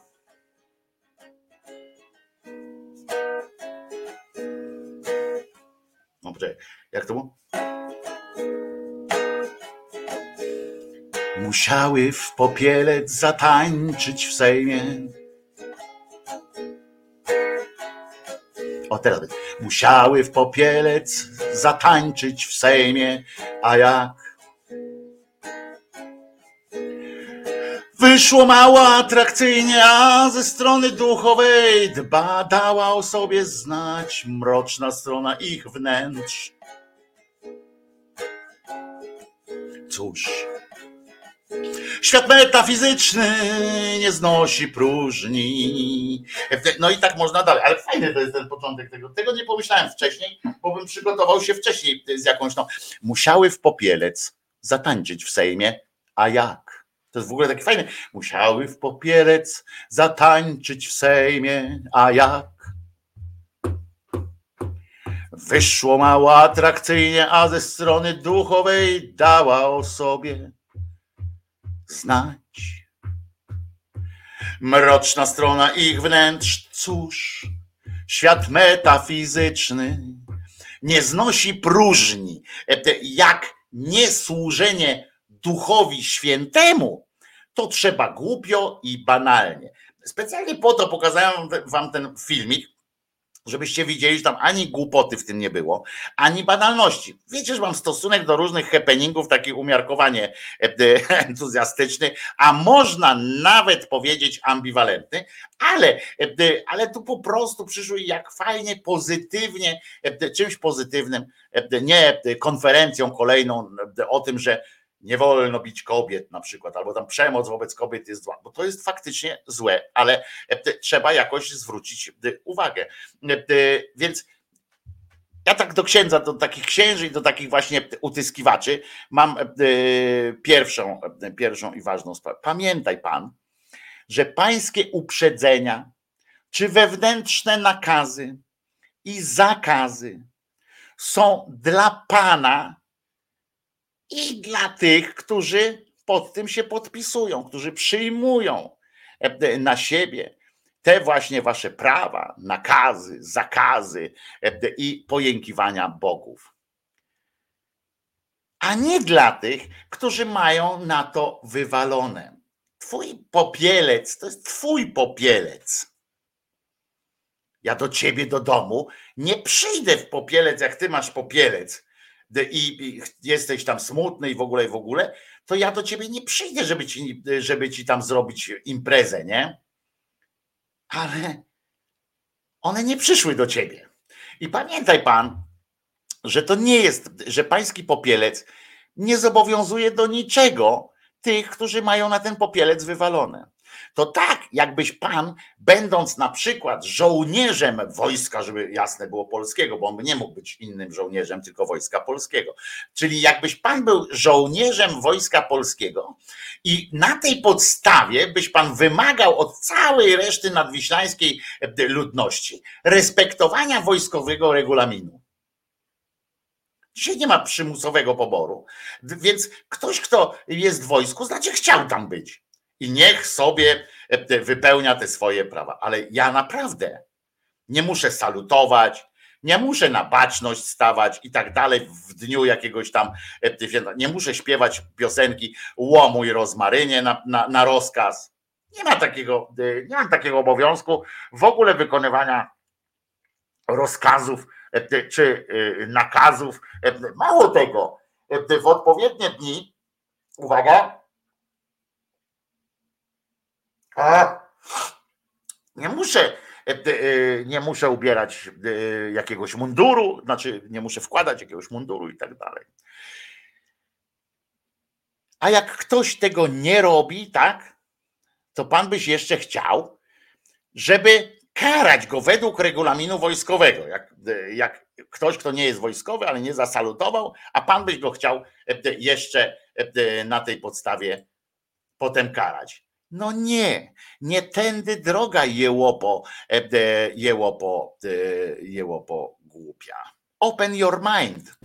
No poczekaj, jak to było? Musiały w popielec zatańczyć w Sejmie. O teraz musiały w popielec zatańczyć w Sejmie, a jak wyszło mało atrakcyjnie, a ze strony duchowej dała o sobie znać mroczna strona ich wnętrz. Cóż, świat metafizyczny nie znosi próżni. No i tak można dalej, ale fajny to jest ten początek tego. Tego nie pomyślałem wcześniej, bo bym przygotował się wcześniej z jakąś musiały w popielec zatańczyć w Sejmie, a jak? To jest w ogóle taki fajny. Musiały w popielec zatańczyć w Sejmie, a jak? Wyszło mało atrakcyjnie, a ze strony duchowej dała o sobie znać mroczna strona ich wnętrz. Cóż, świat metafizyczny nie znosi próżni, jak niesłużenie duchowi świętemu, to trzeba głupio i banalnie. Specjalnie po to pokazałem wam ten filmik, żebyście widzieli, że tam ani głupoty w tym nie było, ani banalności. Wiecie, że mam stosunek do różnych happeningów, taki umiarkowanie entuzjastyczny, a można nawet powiedzieć ambiwalentny, ale tu po prostu przyszły jak fajnie, pozytywnie, czymś pozytywnym, nie konferencją kolejną o tym, że nie wolno bić kobiet na przykład, albo tam przemoc wobec kobiet jest zła, bo to jest faktycznie złe, ale trzeba jakoś zwrócić uwagę. Więc ja tak do księdza, do takich księży i do takich właśnie utyskiwaczy mam pierwszą i ważną sprawę. Pamiętaj pan, że pańskie uprzedzenia, czy wewnętrzne nakazy i zakazy są dla pana i dla tych, którzy pod tym się podpisują, którzy przyjmują na siebie te właśnie wasze prawa, nakazy, zakazy i pojękiwania bogów. A nie dla tych, którzy mają na to wywalone. Twój popielec to jest twój popielec. Ja do ciebie do domu nie przyjdę w popielec, jak ty masz popielec i jesteś tam smutny i w ogóle, to ja do ciebie nie przyjdę, żeby ci tam zrobić imprezę, nie? Ale one nie przyszły do ciebie. I pamiętaj pan, że to nie jest, że pański popielec nie zobowiązuje do niczego tych, którzy mają na ten popielec wywalone. To tak, jakbyś pan, będąc na przykład żołnierzem wojska, żeby jasne było polskiego, bo on by nie mógł być innym żołnierzem, tylko wojska polskiego. Czyli jakbyś pan był żołnierzem wojska polskiego i na tej podstawie byś pan wymagał od całej reszty nadwiślańskiej ludności respektowania wojskowego regulaminu. Dzisiaj nie ma przymusowego poboru, więc ktoś, kto jest w wojsku, znaczy chciał tam być i niech sobie wypełnia te swoje prawa. Ale ja naprawdę nie muszę salutować, nie muszę na baczność stawać i tak dalej w dniu jakiegoś tam, nie muszę śpiewać piosenki Łomu i rozmarynie na rozkaz. Nie mam takiego obowiązku w ogóle wykonywania rozkazów czy nakazów. Mało tego, w odpowiednie dni, uwaga, nie muszę ubierać jakiegoś munduru, znaczy nie muszę wkładać jakiegoś munduru i tak dalej. A jak ktoś tego nie robi, tak, to pan byś jeszcze chciał, żeby karać go według regulaminu wojskowego. Jak ktoś, kto nie jest wojskowy, ale nie zasalutował, a pan byś go chciał jeszcze na tej podstawie potem karać. No nie tędy droga, jełopo głupia. Open your mind.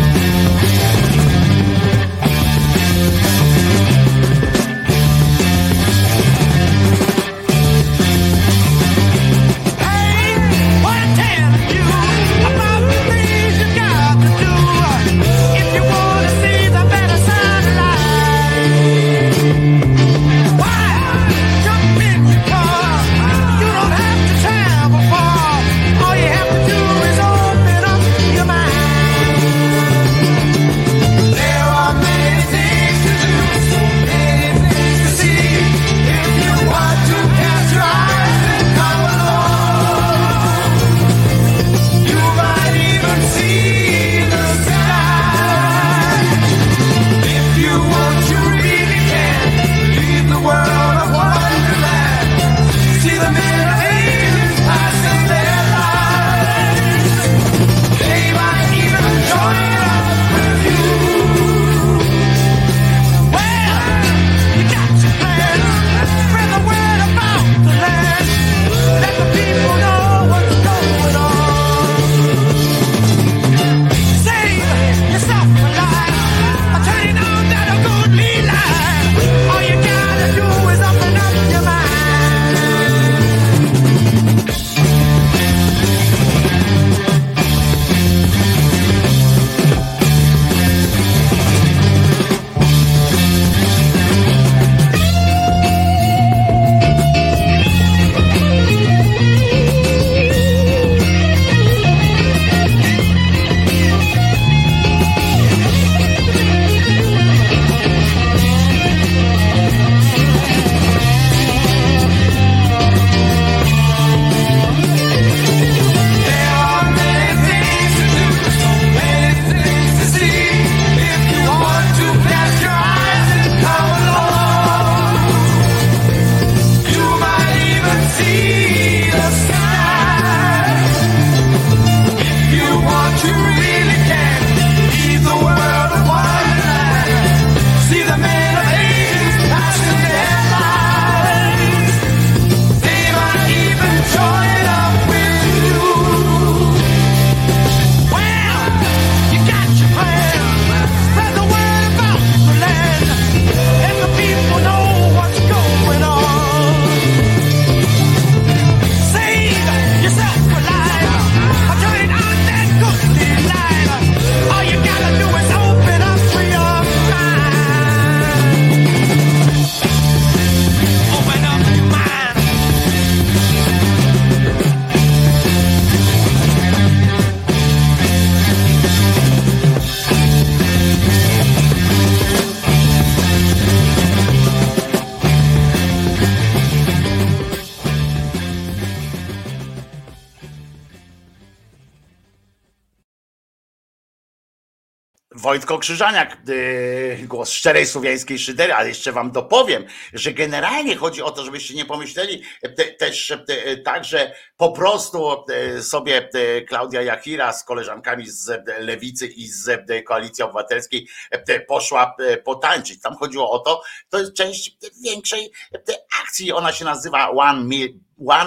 Wojtko Krzyżaniak, głos szczerej słowiańskiej szydery, ale jeszcze wam dopowiem, że generalnie chodzi o to, żebyście nie pomyśleli też tak, że po prostu sobie Klaudia Jachira z koleżankami z Lewicy i z Koalicji Obywatelskiej poszła potańczyć. Tam chodziło o to jest część większej akcji, ona się nazywa One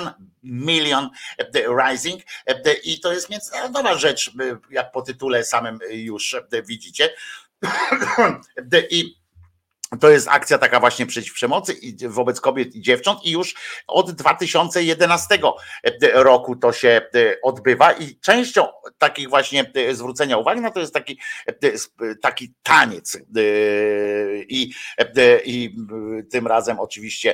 Million Rising i to jest międzynarodowa rzecz, jak po tytule samym już widzicie. I to jest akcja taka właśnie przeciw przemocy wobec kobiet i dziewcząt i już od 2011 roku to się odbywa i częścią takich właśnie zwrócenia uwagi na to jest taki taniec i tym razem oczywiście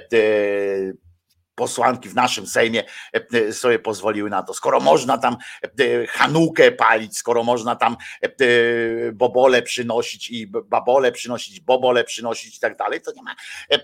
posłanki w naszym Sejmie sobie pozwoliły na to. Skoro można tam Hanukę palić, skoro można tam bobole przynosić i babole przynosić, bobole przynosić i tak dalej, to nie ma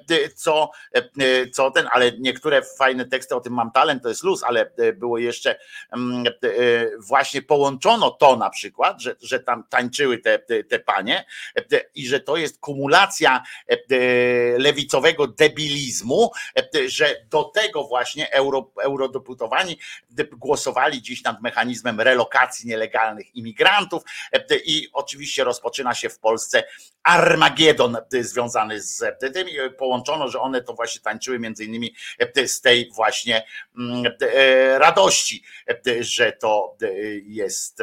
co ten, ale niektóre fajne teksty o tym mam talent, to jest luz, ale było jeszcze właśnie połączono to na przykład, że tam tańczyły te panie i że to jest kumulacja lewicowego debilizmu, że do tego właśnie eurodeputowani głosowali dziś nad mechanizmem relokacji nielegalnych imigrantów i oczywiście rozpoczyna się w Polsce Armagedon związany z tym. Połączono, że one to właśnie tańczyły między innymi z tej właśnie radości, że to jest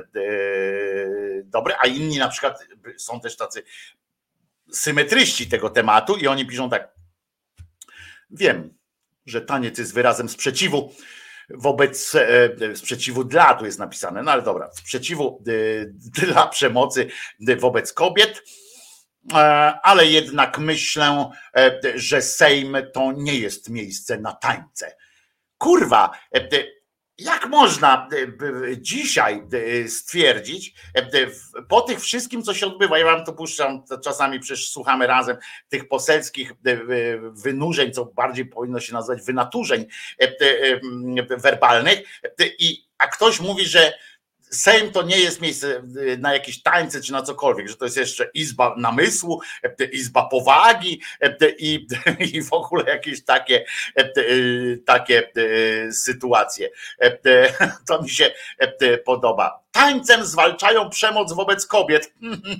dobre, a inni na przykład są też tacy symetryści tego tematu i oni piszą tak: wiem, że taniec jest wyrazem sprzeciwu wobec, sprzeciwu dla, tu jest napisane, no ale dobra, sprzeciwu dla przemocy wobec kobiet, ale jednak myślę, że Sejm to nie jest miejsce na tańce. Kurwa, jak można dzisiaj stwierdzić, po tych wszystkim, co się odbywa, ja wam to puszczam, czasami przecież słuchamy razem tych poselskich wynurzeń, co bardziej powinno się nazywać wynaturzeń werbalnych, a ktoś mówi, że Sejm to nie jest miejsce na jakieś tańce czy na cokolwiek, że to jest jeszcze izba namysłu, izba powagi i w ogóle jakieś takie sytuacje. To mi się podoba. Tańcem zwalczają przemoc wobec kobiet.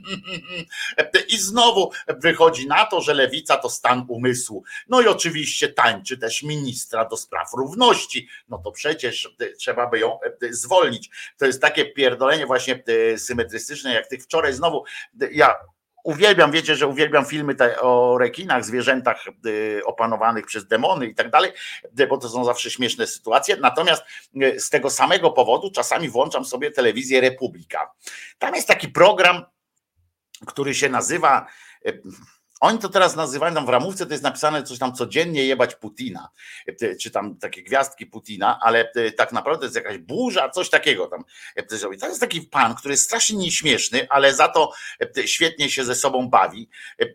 I znowu wychodzi na to, że lewica to stan umysłu. No i oczywiście tańczy też ministra do spraw równości. No to przecież trzeba by ją zwolnić. To jest takie pierdolenie właśnie symetrystyczne, jak tych wczoraj znowu. Ja uwielbiam, wiecie, że uwielbiam filmy o rekinach, zwierzętach opanowanych przez demony i tak dalej, bo to są zawsze śmieszne sytuacje. Natomiast z tego samego powodu czasami włączam sobie telewizję Republika. Tam jest taki program, który się nazywa, oni to teraz nazywają, tam w ramówce to jest napisane coś tam codziennie jebać Putina, czy tam takie gwiazdki Putina, ale tak naprawdę to jest jakaś burza, coś takiego tam. To jest taki pan, który jest strasznie nieśmieszny, ale za to świetnie się ze sobą bawi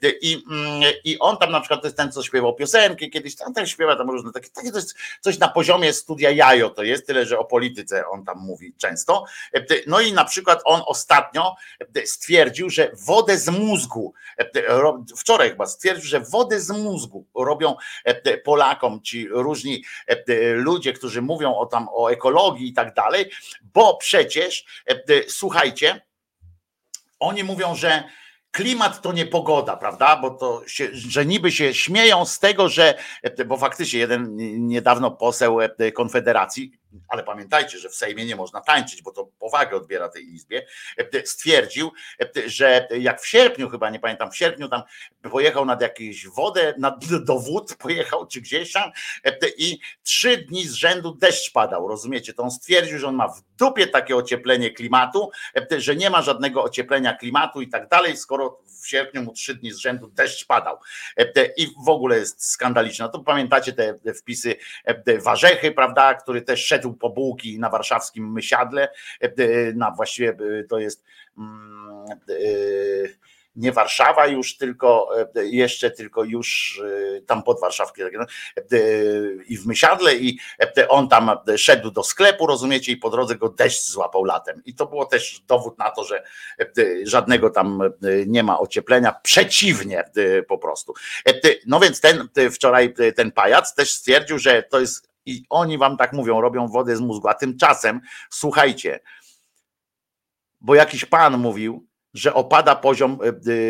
i on tam na przykład to jest ten, co śpiewał piosenki kiedyś, tam też śpiewa tam różne takie to jest coś na poziomie Studia Jajo to jest, tyle, że o polityce on tam mówi często. No i na przykład on ostatnio stwierdził, że wodę z mózgu, wczoraj chyba stwierdził, że wodę z mózgu robią Polakom ci różni ludzie, którzy mówią o ekologii i tak dalej, bo przecież słuchajcie, oni mówią, że klimat to nie pogoda, prawda? Bo to że niby się śmieją z tego, bo faktycznie jeden niedawno poseł Konfederacji, ale pamiętajcie, że w Sejmie nie można tańczyć, bo to powagę odbiera tej izbie, stwierdził, że jak w sierpniu, chyba nie pamiętam, w sierpniu tam pojechał nad jakąś wodę, do wód pojechał czy gdzieś tam i 3 dni z rzędu deszcz padał, rozumiecie? To on stwierdził, że on ma w dupie takie ocieplenie klimatu, że nie ma żadnego ocieplenia klimatu i tak dalej, skoro w sierpniu mu 3 dni z rzędu deszcz padał. I w ogóle jest skandaliczne. No to pamiętacie te wpisy Warzechy, prawda, który też szedł po bułki na warszawskim Mysiadle, właściwie to jest nie Warszawa już, tylko już tam pod Warszawkiem i w Mysiadle i on tam szedł do sklepu, rozumiecie, i po drodze go deszcz złapał latem. I to było też dowód na to, że żadnego tam nie ma ocieplenia, przeciwnie po prostu. No więc wczoraj ten pajac też stwierdził, że to jest, i oni wam tak mówią, robią wodę z mózgu, a tymczasem słuchajcie, bo jakiś pan mówił, że opada poziom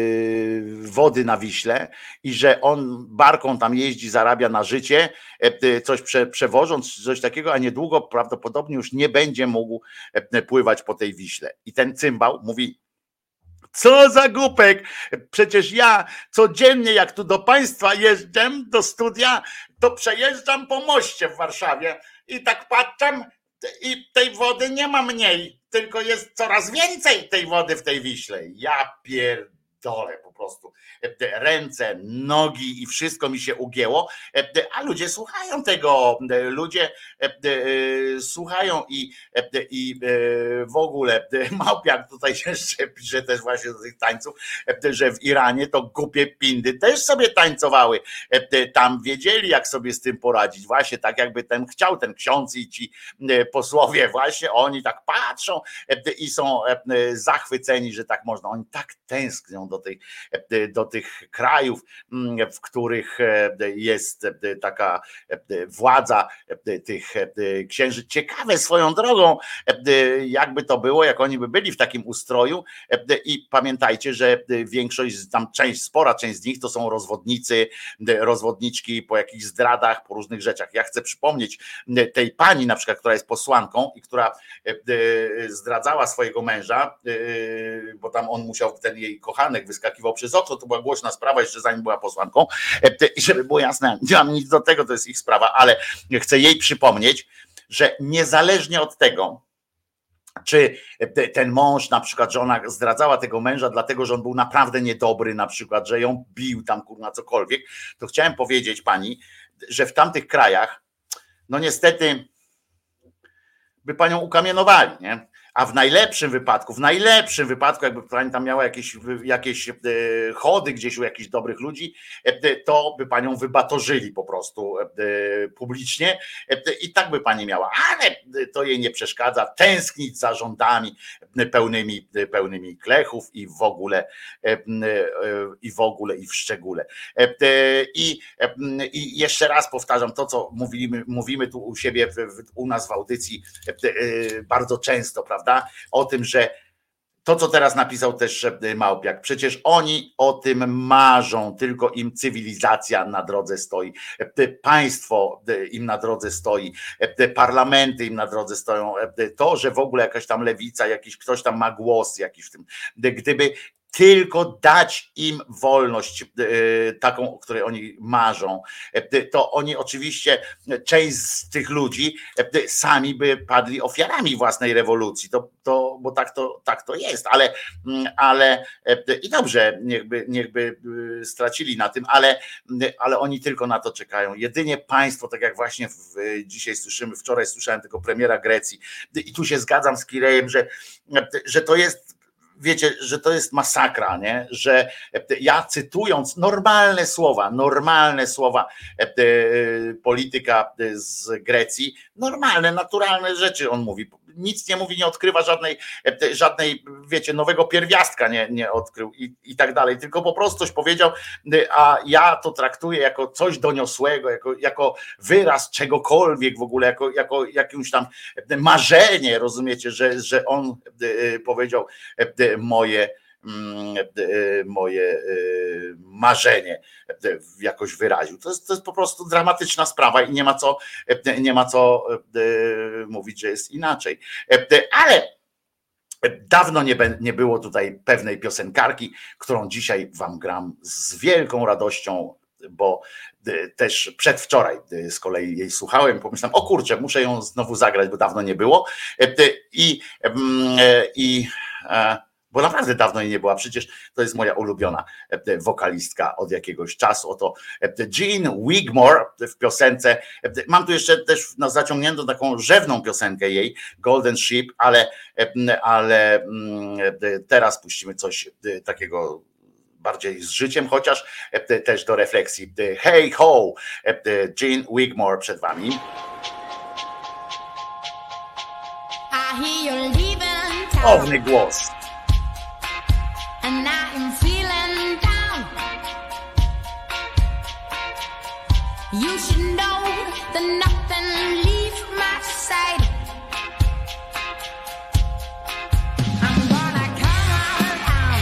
wody na Wiśle i że on barką tam jeździ, zarabia na życie, coś przewożąc, coś takiego, a niedługo prawdopodobnie już nie będzie mógł pływać po tej Wiśle. I ten cymbał mówi: co za głupek, przecież ja codziennie jak tu do państwa jeżdżę, do studia, to przejeżdżam po moście w Warszawie i tak patrzę i tej wody nie ma mniej, tylko jest coraz więcej tej wody w tej Wiśle. Ja pierdolę po prostu. Ręce, nogi i wszystko mi się ugięło, a ludzie słuchają tego, ludzie słuchają i w ogóle Małpiak tutaj jeszcze pisze też właśnie do tych tańców, że w Iranie to głupie pindy też sobie tańcowały, tam wiedzieli jak sobie z tym poradzić, właśnie tak jakby ten ksiądz i ci posłowie właśnie, oni tak patrzą i są zachwyceni, że tak można, oni tak tęsknią do tych krajów, w których jest taka władza tych księży. Ciekawe swoją drogą, jakby to było, jak oni by byli w takim ustroju i pamiętajcie, że większość, tam spora część z nich to są rozwodniczki po jakichś zdradach, po różnych rzeczach. Ja chcę przypomnieć tej pani na przykład, która jest posłanką i która zdradzała swojego męża, bo tam on musiał, ten jej kochanek wyskakiwał przez okno, to była głośna sprawa, jeszcze zanim była posłanką, i żeby było jasne, nie mam nic do tego, to jest ich sprawa, ale chcę jej przypomnieć, że niezależnie od tego, czy ten mąż na przykład, że ona zdradzała tego męża dlatego, że on był naprawdę niedobry na przykład, że ją bił tam kurna cokolwiek, to chciałem powiedzieć pani, że w tamtych krajach no niestety by panią ukamienowali, nie? A w najlepszym wypadku, jakby pani tam miała jakieś chody gdzieś u jakichś dobrych ludzi, to by panią wybatorzyli po prostu publicznie i tak by pani miała, ale to jej nie przeszkadza tęsknić za rządami pełnymi klechów i w ogóle i w szczególe. I jeszcze raz powtarzam to, co mówimy tu u siebie, u nas w audycji bardzo często, prawda? O tym, że to, co teraz napisał też Małpiak, przecież oni o tym marzą, tylko im cywilizacja na drodze stoi, państwo im na drodze stoi, parlamenty im na drodze stoją, to, że w ogóle jakaś tam lewica, jakiś ktoś tam ma głos jakiś w tym, gdyby tylko dać im wolność taką, o której oni marzą, to oni oczywiście, część z tych ludzi sami by padli ofiarami własnej rewolucji, bo tak to jest, ale i dobrze, niechby stracili na tym, ale oni tylko na to czekają. Jedynie państwo, tak jak właśnie dzisiaj wczoraj słyszałem tego premiera Grecji i tu się zgadzam z Kirejem, że to jest, wiecie, że to jest masakra, nie? Że ja cytując normalne słowa polityka z Grecji, normalne, naturalne rzeczy on mówi, nic nie mówi, nie odkrywa żadnej, wiecie, nowego pierwiastka nie odkrył i tak dalej, tylko po prostu coś powiedział, a ja to traktuję jako coś doniosłego, jako wyraz czegokolwiek w ogóle, jako jakimś tam marzenie, rozumiecie, że on powiedział moje marzenie jakoś wyraził. To jest po prostu dramatyczna sprawa i nie ma co mówić, że jest inaczej. Ale dawno nie było tutaj pewnej piosenkarki, którą dzisiaj wam gram z wielką radością, bo też przedwczoraj z kolei jej słuchałem, pomyślałem, o kurczę, muszę ją znowu zagrać, bo dawno nie było bo naprawdę dawno jej nie była, przecież to jest moja ulubiona wokalistka od jakiegoś czasu. Oto Jean Wigmore w piosence, mam tu jeszcze też zaciągniętą taką rzewną piosenkę jej, Golden Sheep, ale teraz puścimy coś takiego bardziej z życiem, chociaż też do refleksji. Hey ho, Jean Wigmore przed wami. Owny głos. And I am feeling down. You should know that nothing leaves my side. I'm gonna come on out.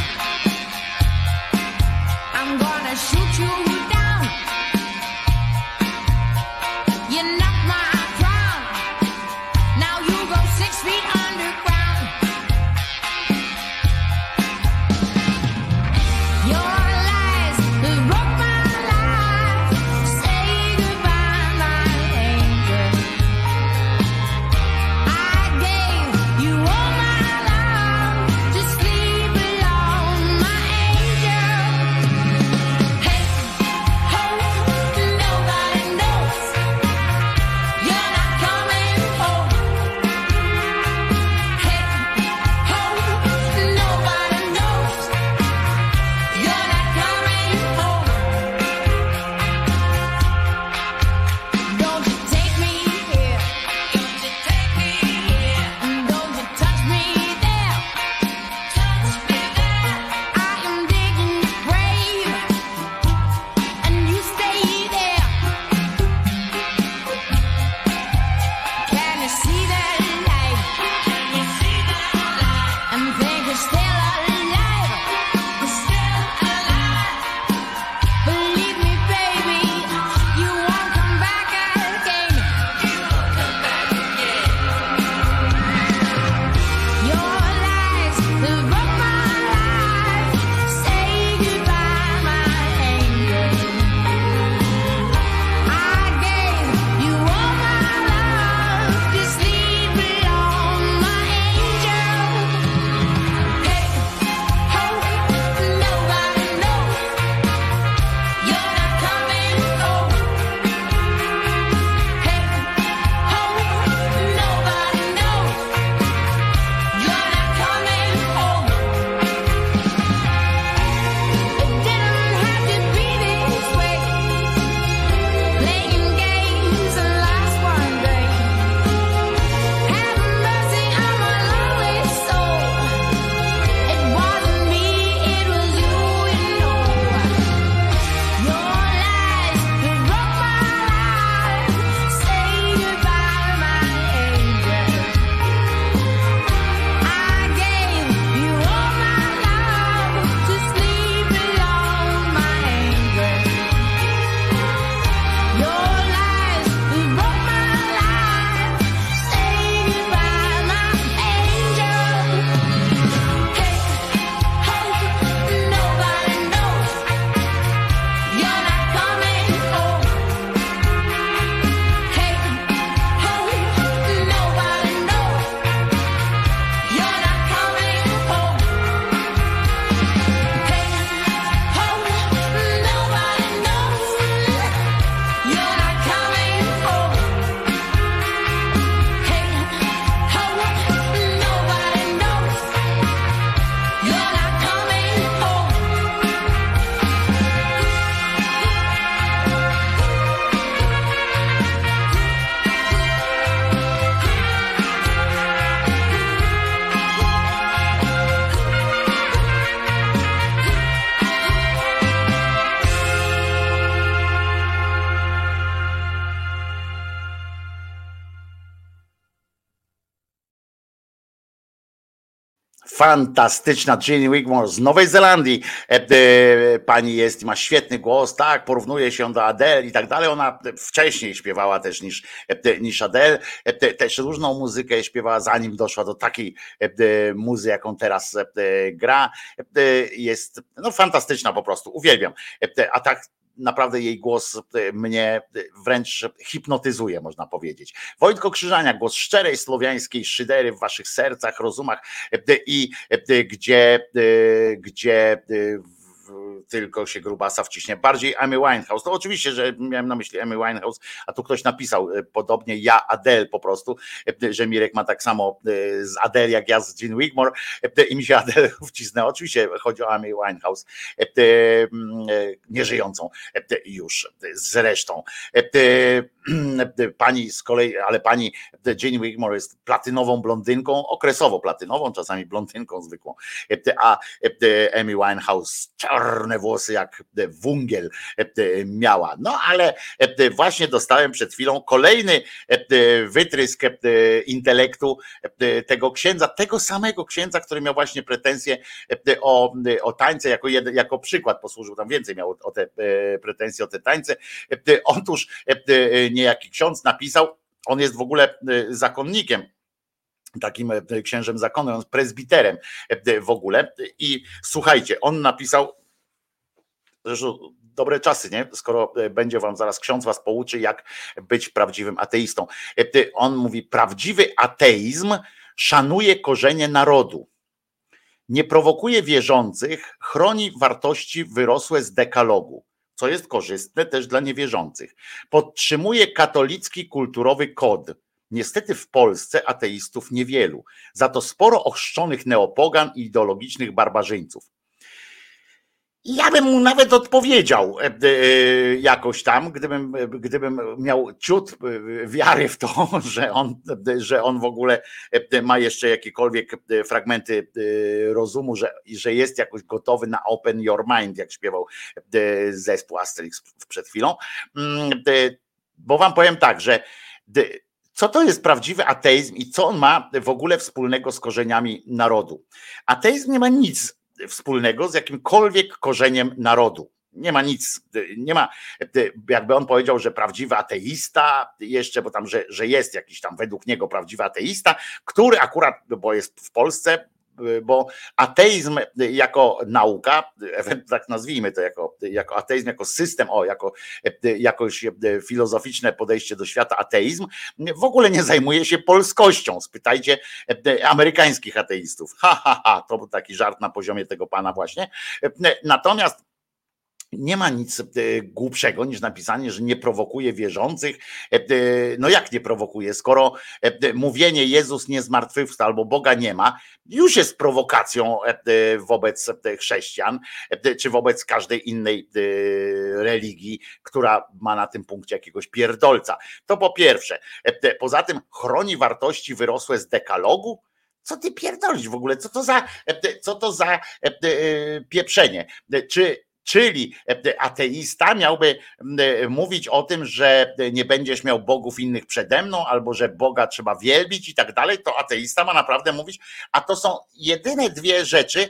Fantastyczna Ginny Wigmore z Nowej Zelandii. Pani jest i ma świetny głos, tak, porównuje się do Adele i tak dalej. Ona wcześniej śpiewała też niż Adele. Też różną muzykę śpiewała, zanim doszła do takiej muzy, jaką teraz gra. Jest no, fantastyczna po prostu, uwielbiam. A tak naprawdę jej głos mnie wręcz hipnotyzuje, można powiedzieć. Wojtko Krzyżaniak, głos szczerej słowiańskiej szydery w waszych sercach, rozumach i gdzie tylko się grubasa wciśnie. Bardziej Amy Winehouse. To oczywiście, że miałem na myśli Amy Winehouse, a tu ktoś napisał podobnie, ja Adele po prostu, że Mirek ma tak samo z Adele jak ja z Ginny Wigmore i mi się Adele wcisnęła. Oczywiście chodzi o Amy Winehouse, nieżyjącą już zresztą. Pani z kolei, ale pani Ginny Wigmore jest platynową blondynką, okresowo platynową, czasami blondynką zwykłą, a Amy Winehouse czarne włosy jak wungiel miała. No ale właśnie dostałem przed chwilą kolejny wytrysk intelektu tego księdza, tego samego księdza, który miał właśnie pretensje o tańce, jako przykład posłużył, tam więcej miał o te pretensje o te tańce. Otóż niejaki ksiądz napisał, on jest w ogóle zakonnikiem, takim księżem zakonu, on jest prezbiterem w ogóle i słuchajcie, on napisał, zresztą dobre czasy, nie? Skoro będzie wam zaraz ksiądz was pouczy, jak być prawdziwym ateistą. On mówi, prawdziwy ateizm szanuje korzenie narodu, nie prowokuje wierzących, chroni wartości wyrosłe z dekalogu, co jest korzystne też dla niewierzących. Podtrzymuje katolicki kulturowy kod. Niestety w Polsce ateistów niewielu, za to sporo ochrzczonych neopogan i ideologicznych barbarzyńców. Ja bym mu nawet odpowiedział jakoś tam, gdybym miał ciut wiary w to, że on w ogóle ma jeszcze jakiekolwiek fragmenty rozumu, że jest jakoś gotowy na open your mind, jak śpiewał zespół Asterix przed chwilą. Bo wam powiem tak, że Co to jest prawdziwy ateizm i co on ma w ogóle wspólnego z korzeniami narodu? Ateizm nie ma nic wspólnego z jakimkolwiek korzeniem narodu. Nie ma nic, nie ma, jakby on powiedział, że prawdziwy ateista jeszcze, bo tam, że jest jakiś tam według niego prawdziwy ateista, który akurat, bo jest w Polsce, bo ateizm jako nauka, tak nazwijmy to jako ateizm, jako system, jako jakoś filozoficzne podejście do świata, ateizm w ogóle nie zajmuje się polskością. Spytajcie amerykańskich ateistów. To był taki żart na poziomie tego pana właśnie. Natomiast nie ma nic głupszego niż napisanie, że nie prowokuje wierzących. No jak nie prowokuje, skoro mówienie Jezus nie zmartwychwstał albo Boga nie ma, już jest prowokacją wobec chrześcijan, czy wobec każdej innej religii, która ma na tym punkcie jakiegoś pierdolca. To po pierwsze. Poza tym chroni wartości wyrosłe z dekalogu. Co ty pierdolisz w ogóle? Co to za pieprzenie? Czyli ateista miałby mówić o tym, że nie będziesz miał bogów innych przede mną, albo że Boga trzeba wielbić i tak dalej, to ateista ma naprawdę mówić, a to są jedyne dwie rzeczy,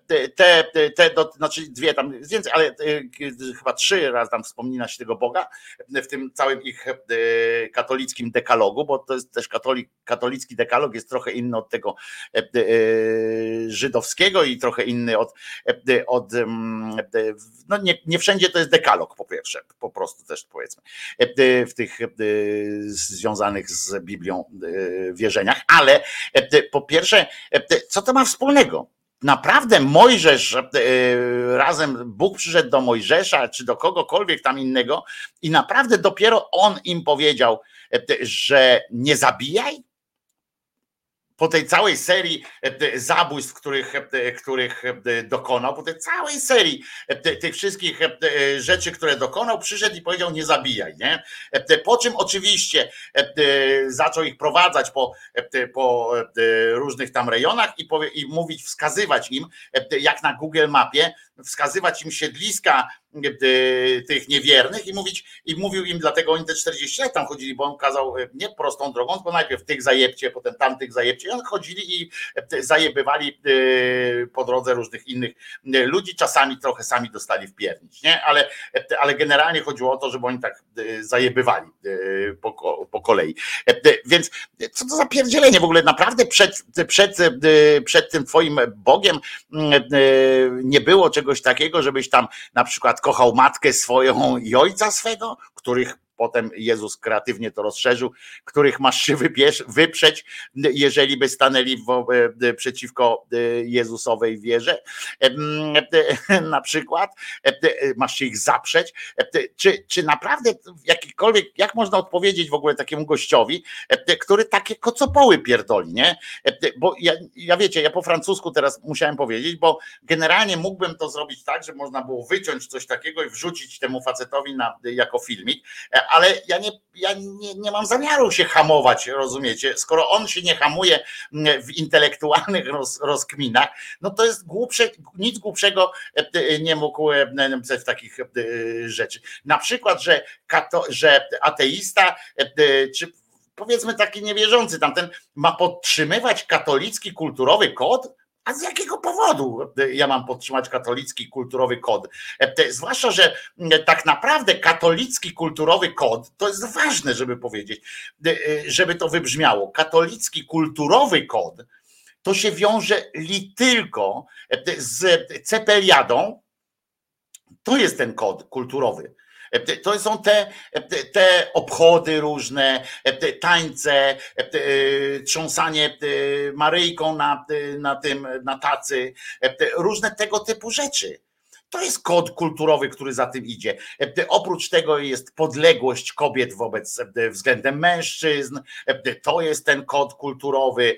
znaczy dwie tam więcej, ale chyba 3 razy tam wspomina się tego Boga w tym całym ich katolickim dekalogu, bo to jest też katolicki dekalog jest trochę inny od tego żydowskiego i trochę inny od no nie wszędzie to jest dekalog, po pierwsze, po prostu też powiedzmy, w tych związanych z Biblią wierzeniach, ale po pierwsze, co to ma wspólnego? Naprawdę Mojżesz, razem Bóg przyszedł do Mojżesza, czy do kogokolwiek tam innego i naprawdę dopiero on im powiedział, że nie zabijaj? Po tej całej serii zabójstw, których dokonał, po tej całej serii tych wszystkich rzeczy, które dokonał, przyszedł i powiedział nie zabijaj, nie? Po czym oczywiście zaczął ich prowadzać po różnych tam rejonach i mówić, wskazywać im, jak na Google Mapie, wskazywać im siedliska tych niewiernych i mówił im, dlatego oni te 40 lat tam chodzili, bo on kazał nie prostą drogą, tylko najpierw tych zajebcie, potem tamtych zajebcie i on chodzili i zajebywali po drodze różnych innych ludzi, czasami trochę sami dostali w piernicz, nie? Ale generalnie chodziło o to, żeby oni tak zajebywali po kolei. Więc co to za pierdzielenie w ogóle, naprawdę przed tym twoim Bogiem nie było czegoś takiego, żebyś tam na przykład kochał matkę swoją i ojca swego, których potem Jezus kreatywnie to rozszerzył, których masz się wyprzeć, jeżeli by stanęli przeciwko Jezusowej wierze, na przykład, masz się ich zaprzeć. Czy naprawdę jakikolwiek, jak można odpowiedzieć w ogóle takiemu gościowi, który takie kocopoły pierdoli, nie? Bo ja wiecie, ja po francusku teraz musiałem powiedzieć, bo generalnie mógłbym to zrobić tak, że można było wyciąć coś takiego i wrzucić temu facetowi jako filmik, ale ja nie mam zamiaru się hamować, rozumiecie? Skoro on się nie hamuje w intelektualnych rozkminach, no to jest głupsze, nic głupszego nie mógł napisać takich rzeczy. Na przykład, że ateista, czy powiedzmy taki niewierzący tamten, ma podtrzymywać katolicki kulturowy kod? A z jakiego powodu ja mam podtrzymać katolicki kulturowy kod? Zwłaszcza, że tak naprawdę katolicki kulturowy kod, to jest ważne, żeby powiedzieć, żeby to wybrzmiało. Katolicki kulturowy kod to się wiąże tylko z cepeliadą. To jest ten kod kulturowy. To są te obchody różne, te tańce, trząsanie Maryjką na tacy, różne tego typu rzeczy. To jest kod kulturowy, który za tym idzie. Oprócz tego jest podległość kobiet względem mężczyzn. To jest ten kod kulturowy,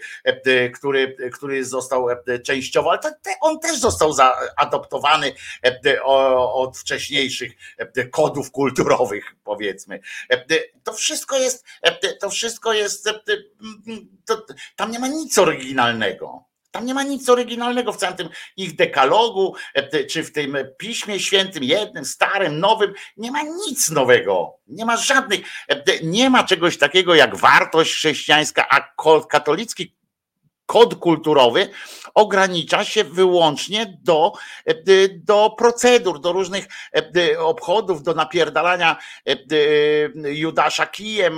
który został częściowo, ale on też został zaadoptowany od wcześniejszych kodów kulturowych, powiedzmy. To wszystko jest, tam nie ma nic oryginalnego. Tam nie ma nic oryginalnego w całym tym ich dekalogu, czy w tym Piśmie Świętym, jednym, starym, nowym. Nie ma nic nowego. Nie ma żadnych, nie ma czegoś takiego jak wartość chrześcijańska, a katolicki kod kulturowy ogranicza się wyłącznie do procedur, do różnych obchodów, do napierdalania Judasza kijem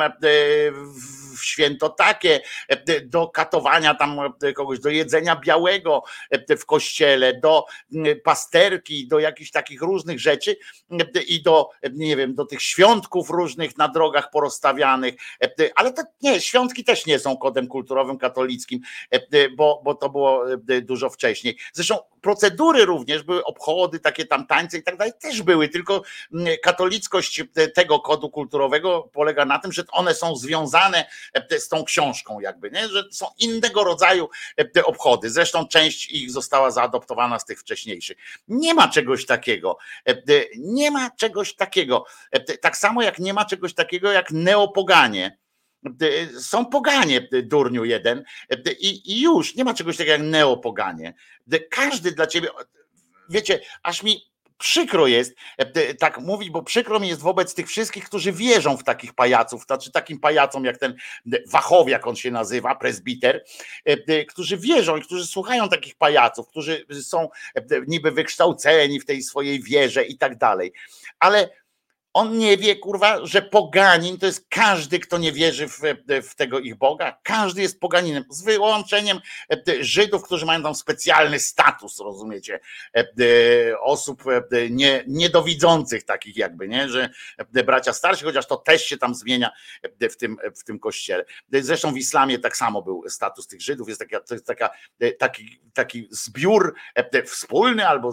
w święto takie, do katowania tam kogoś, do jedzenia białego w kościele, do pasterki, do jakichś takich różnych rzeczy i do, nie wiem, do tych świątków różnych na drogach porozstawianych, ale to nie, świątki też nie są kodem kulturowym katolickim, bo to było dużo wcześniej. Zresztą procedury również były, obchody, takie tam tańce i tak dalej też były, tylko katolickość tego kodu kulturowego polega na tym, że one są związane z tą książką jakby, nie? Że są innego rodzaju te obchody. Zresztą część ich została zaadoptowana z tych wcześniejszych. Nie ma czegoś takiego. Nie ma czegoś takiego. Tak samo jak nie ma czegoś takiego jak neopoganie. Są poganie, durniu jeden, i już nie ma czegoś takiego jak neopoganie. Każdy dla ciebie, wiecie, aż mi przykro jest tak mówić, bo przykro mi jest wobec tych wszystkich, którzy wierzą w takich pajaców, znaczy takim pajacom jak ten Wachowiak, on się nazywa, prezbiter, którzy wierzą i którzy słuchają takich pajaców, którzy są niby wykształceni w tej swojej wierze i tak dalej, ale on nie wie, kurwa, że poganin to jest każdy, kto nie wierzy w tego ich Boga. Każdy jest poganinem, z wyłączeniem Żydów, którzy mają tam specjalny status, rozumiecie, osób niedowidzących takich jakby, nie, że bracia starsi, chociaż to też się tam zmienia w tym kościele. Zresztą w islamie tak samo był status tych Żydów, to jest taki zbiór wspólny albo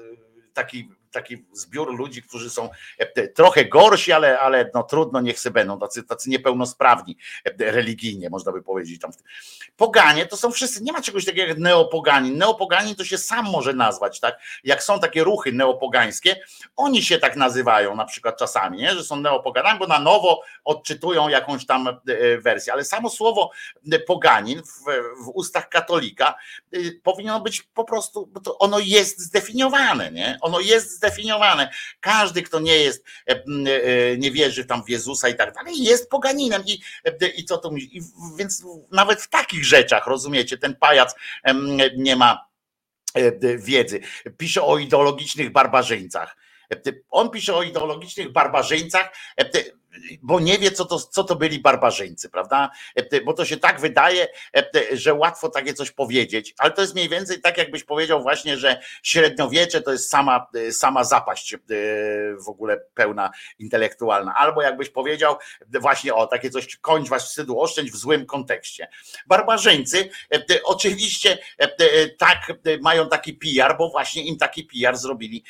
taki zbiór ludzi, którzy są trochę gorsi, ale no trudno, niech se będą, tacy niepełnosprawni religijnie, można by powiedzieć. Tam. Poganie to są wszyscy, nie ma czegoś takiego jak neopoganin. Neopoganin to się sam może nazwać, tak? Jak są takie ruchy neopogańskie, oni się tak nazywają na przykład czasami, nie? Że są neopoganami, bo na nowo odczytują jakąś tam wersję, ale samo słowo poganin w ustach katolika powinno być po prostu, bo to ono jest zdefiniowane, nie? Ono jest zdefiniowane. Każdy, kto nie wierzy tam w Jezusa i tak dalej, jest poganinem. I co to mi? Więc nawet w takich rzeczach, rozumiecie, ten pajac nie ma wiedzy. Pisze o ideologicznych barbarzyńcach. On pisze o ideologicznych barbarzyńcach, bo nie wie, co to byli barbarzyńcy, prawda? Bo to się tak wydaje, że łatwo takie coś powiedzieć, ale to jest mniej więcej tak, jakbyś powiedział właśnie, że średniowiecze to jest sama zapaść w ogóle pełna intelektualna, albo jakbyś powiedział właśnie takie coś, kończ was wstydu, oszczędź w złym kontekście. Barbarzyńcy oczywiście tak mają taki PR, bo właśnie im taki PR zrobili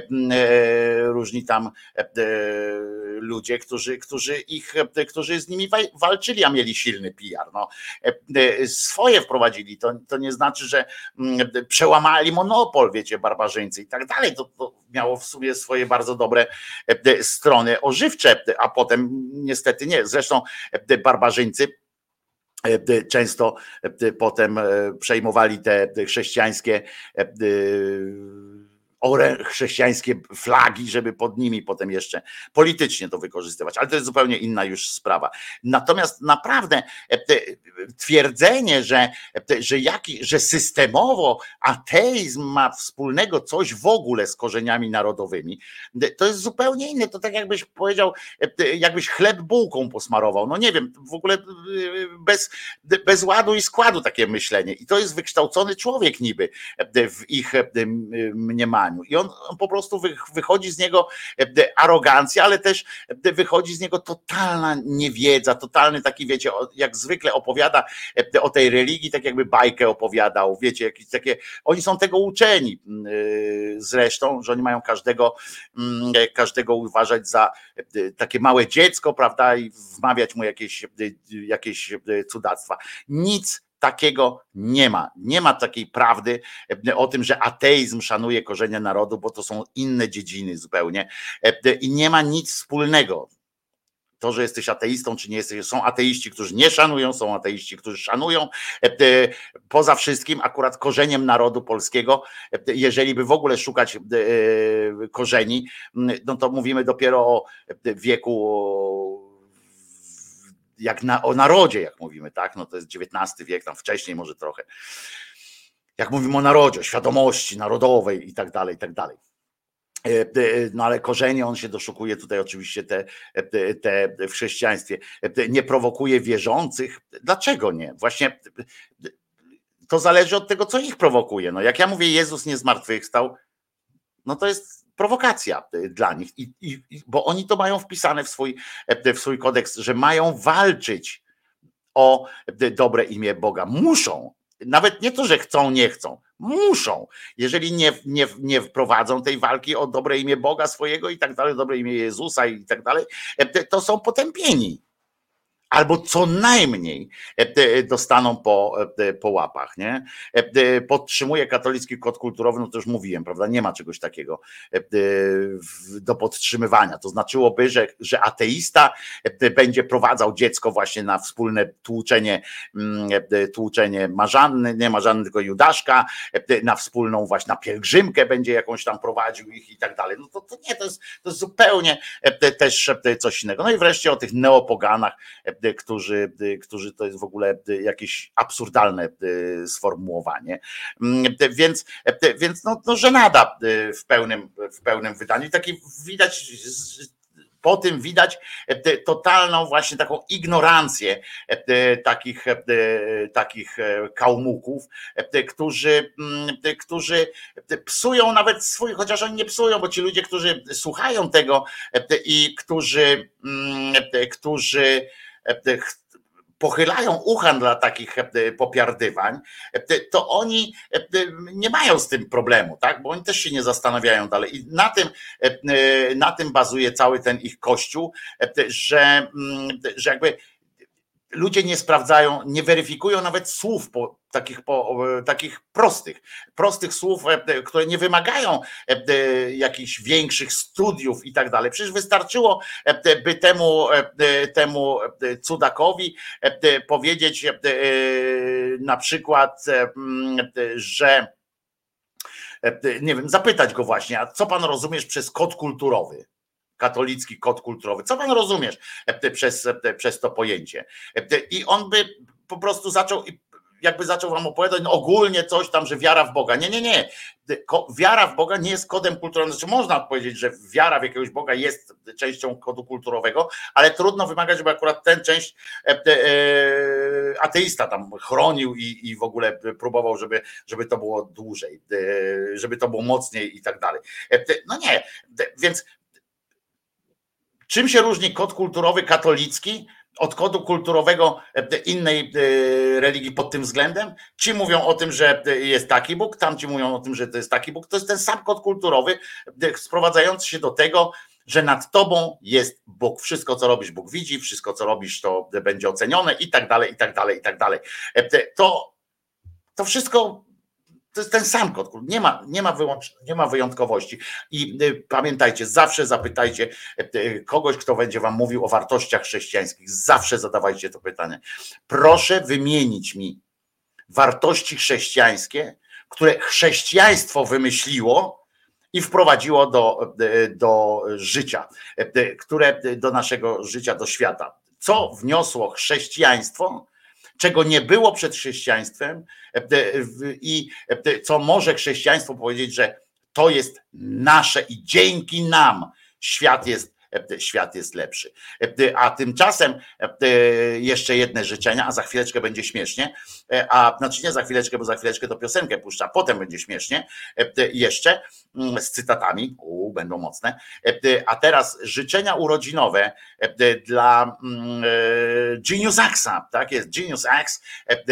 różni tam ludzie, którzy z nimi walczyli, a mieli silny PR. No, swoje wprowadzili, to nie znaczy, że przełamali monopol, wiecie, barbarzyńcy i tak dalej. To miało w sumie swoje bardzo dobre strony ożywcze, a potem niestety nie. Zresztą barbarzyńcy często potem przejmowali te chrześcijańskie chrześcijańskie flagi, żeby pod nimi potem jeszcze politycznie to wykorzystywać, ale to jest zupełnie inna już sprawa. Natomiast naprawdę twierdzenie, że systemowo ateizm ma wspólnego coś w ogóle z korzeniami narodowymi, to jest zupełnie inne. To tak jakbyś powiedział, jakbyś chleb bułką posmarował. No nie wiem, w ogóle bez ładu i składu takie myślenie. I to jest wykształcony człowiek niby w ich mniemaniu. I on po prostu wychodzi z niego arogancja, ale też wychodzi z niego totalna niewiedza, totalny taki, wiecie, jak zwykle opowiada o tej religii, tak jakby bajkę opowiadał, wiecie, jakieś takie, oni są tego uczeni zresztą, że oni mają każdego uważać za takie małe dziecko, prawda, i wmawiać mu jakieś cudactwa. Nic takiego nie ma. Nie ma takiej prawdy o tym, że ateizm szanuje korzenie narodu, bo to są inne dziedziny zupełnie i nie ma nic wspólnego. to, że jesteś ateistą, czy nie jesteś, są ateiści, którzy nie szanują, są ateiści, którzy szanują. Poza wszystkim akurat korzeniem narodu polskiego, jeżeli by w ogóle szukać korzeni, no to mówimy dopiero o wieku, o narodzie, jak mówimy, tak? No to jest XIX wiek, tam wcześniej może trochę. Jak mówimy o narodzie, o świadomości narodowej i tak dalej, i tak dalej. No ale korzenie on się doszukuje tutaj oczywiście te w chrześcijaństwie. Nie prowokuje wierzących. Dlaczego nie? Właśnie to zależy od tego, co ich prowokuje. No jak ja mówię, Jezus nie zmartwychwstał, no to jest prowokacja dla nich, bo oni to mają wpisane w swój kodeks, że mają walczyć o dobre imię Boga. Muszą. Nawet nie to, że chcą, nie chcą. Muszą. Jeżeli nie wprowadzą tej walki o dobre imię Boga swojego i tak dalej, dobre imię Jezusa i tak dalej, to są potępieni. Albo co najmniej dostaną po łapach, nie? Podtrzymuje katolicki kod kulturowy, no to już mówiłem, prawda? Nie ma czegoś takiego do podtrzymywania. To znaczyłoby, że ateista będzie prowadzał dziecko właśnie na wspólne tłuczenie Marzanny, nie Marzanny, tylko Judaszka, na wspólną właśnie, na pielgrzymkę będzie jakąś tam prowadził ich i tak dalej. No to nie, to jest zupełnie też coś innego. No i wreszcie o tych neopoganach, którzy to jest w ogóle jakieś absurdalne sformułowanie. Więc no żenada w pełnym wydaniu. I taki widać, po tym widać totalną właśnie taką ignorancję takich kałmuków, którzy psują nawet swój, chociaż oni nie psują, bo ci ludzie, którzy słuchają tego i którzy pochylają ucha dla takich popiardywań, to oni nie mają z tym problemu, tak? Bo oni też się nie zastanawiają dalej. I na tym bazuje cały ten ich kościół, że jakby ludzie nie sprawdzają, nie weryfikują nawet słów takich prostych słów, które nie wymagają jakichś większych studiów i tak dalej. Przecież wystarczyło by temu cudakowi powiedzieć na przykład, że nie wiem, zapytać go właśnie, a co pan rozumiesz przez kod kulturowy? Katolicki kod kulturowy. Co pan rozumiesz przez to pojęcie? I on by po prostu zaczął wam opowiadać ogólnie coś tam, że wiara w Boga. Nie. Wiara w Boga nie jest kodem kulturowym. Znaczy można powiedzieć, że wiara w jakiegoś Boga jest częścią kodu kulturowego, ale trudno wymagać, żeby akurat tę część ateista tam chronił i w ogóle próbował, żeby to było dłużej, żeby to było mocniej i tak dalej. No nie, więc czym się różni kod kulturowy katolicki od kodu kulturowego innej religii pod tym względem? Ci mówią o tym, że jest taki Bóg, tamci mówią o tym, że to jest taki Bóg. To jest ten sam kod kulturowy, sprowadzający się do tego, że nad tobą jest Bóg. Wszystko, co robisz, Bóg widzi, wszystko, co robisz, to będzie ocenione i tak dalej, i tak dalej, i tak dalej. To wszystko to jest ten sam kod, nie ma wyjątkowości. I pamiętajcie, zawsze zapytajcie kogoś, kto będzie wam mówił o wartościach chrześcijańskich. Zawsze zadawajcie to pytanie. Proszę wymienić mi wartości chrześcijańskie, które chrześcijaństwo wymyśliło i wprowadziło do życia, które do naszego życia, do świata. Co wniosło chrześcijaństwo, czego nie było przed chrześcijaństwem i co może chrześcijaństwo powiedzieć, że to jest nasze i dzięki nam świat jest lepszy. A tymczasem jeszcze jedne życzenia, a za chwileczkę będzie śmiesznie, a znaczy nie za chwileczkę, bo za chwileczkę to piosenkę puszcza, potem będzie śmiesznie jeszcze z cytatami, będą mocne, a teraz życzenia urodzinowe dla Genius Axa, tak jest, Genius Ax,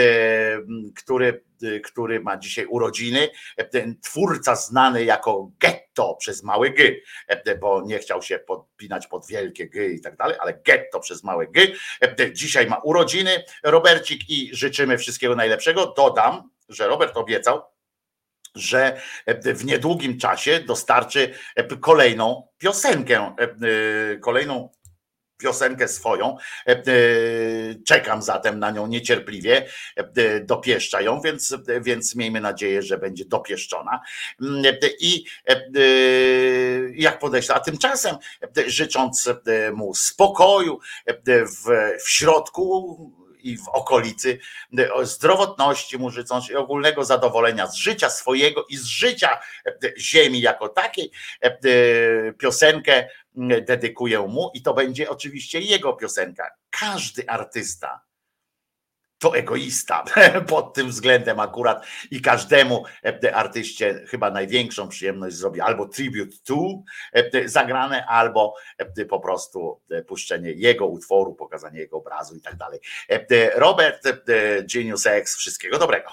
który ma dzisiaj urodziny, ten twórca znany jako Getto przez małe G, bo nie chciał się podpinać pod wielkie G i tak dalej, ale Getto przez małe G. Dzisiaj ma urodziny Robercik i życzymy wszystkiego najlepszego. Dodam, że Robert obiecał, że w niedługim czasie dostarczy kolejną piosenkę, kolejną piosenkę swoją. Czekam zatem na nią niecierpliwie, dopieszcza ją, więc miejmy nadzieję, że będzie dopieszczona. I jak podejść, a tymczasem życząc mu spokoju w środku i w okolicy, zdrowotności mu życząc i ogólnego zadowolenia z życia swojego i z życia ziemi jako takiej, piosenkę dedykuję mu i to będzie oczywiście jego piosenka. Każdy artysta to egoista pod tym względem akurat i każdemu artyście chyba największą przyjemność zrobi albo tribute to zagrane, albo po prostu puszczenie jego utworu, pokazanie jego obrazu i tak dalej. Robert, Genius X, wszystkiego dobrego.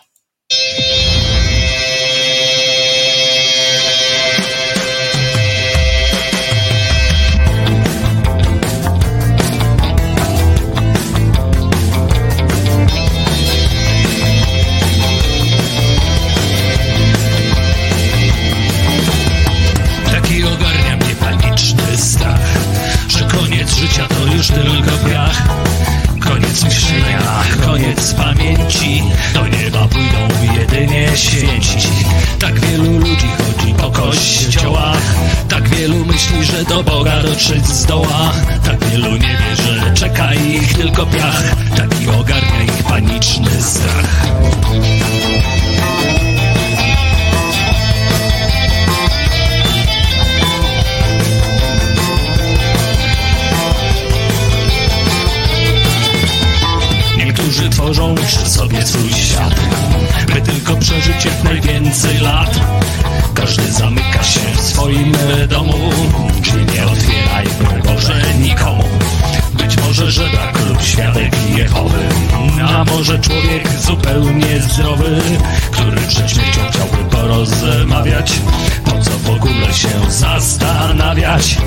Że koniec życia to już tylko piach. Koniec myślenia, koniec pamięci. Do nieba pójdą jedynie święci. Tak wielu ludzi chodzi po kościołach. Tak wielu myśli, że do Boga dotrzeć zdoła. Tak wielu nie wie, że czeka ich tylko piach. Taki ogarnia ich paniczny strach. Niektórzy tworzą przy sobie swój świat, by tylko przeżyć jak najwięcej lat. Każdy zamyka się w swoim domu, drzwi nie otwieraj, Boże, nikomu. Być może żebrak lub świadek Jehowy, a może człowiek zupełnie zdrowy, który przed śmiercią chciałby porozmawiać. Po co w ogóle się zastanawiać?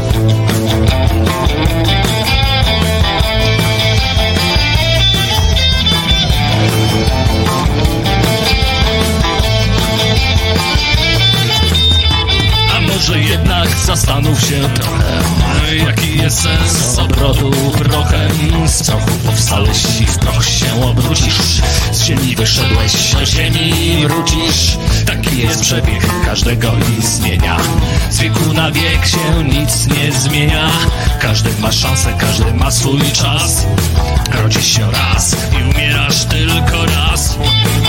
Może jednak zastanów się trochę, jaki jest sens obrotu prochem. Z prochu powstałeś i w proch się obrócisz. Z ziemi wyszedłeś, do ziemi wrócisz. Taki jest przebieg każdego istnienia. Z wieku na wiek się nic nie zmienia. Każdy ma szansę, każdy ma swój czas. Rodzisz się raz i umierasz tylko raz.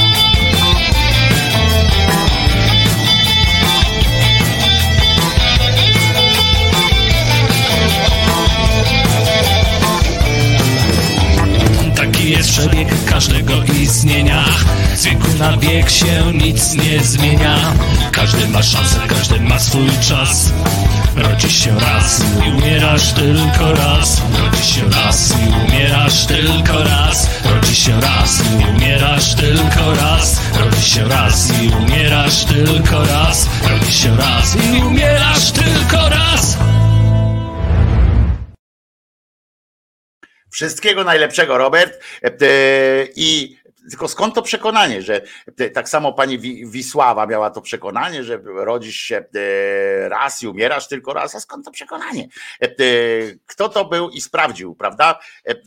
Taki jest przebieg każdego istnienia. Z wieku na wiek się nic nie zmienia. Każdy ma szansę, każdy ma swój czas. Rodzisz się raz i umierasz tylko raz. Rodzisz się raz i umierasz tylko raz. Rodzisz się raz i umierasz tylko raz. Rodzisz się raz i umierasz tylko raz. Rodzisz się raz i umierasz tylko raz. Wszystkiego najlepszego, Robert. I tylko skąd to przekonanie, że tak samo pani Wisława miała to przekonanie, że rodzisz się raz i umierasz tylko raz, a skąd to przekonanie? Kto to był i sprawdził, prawda?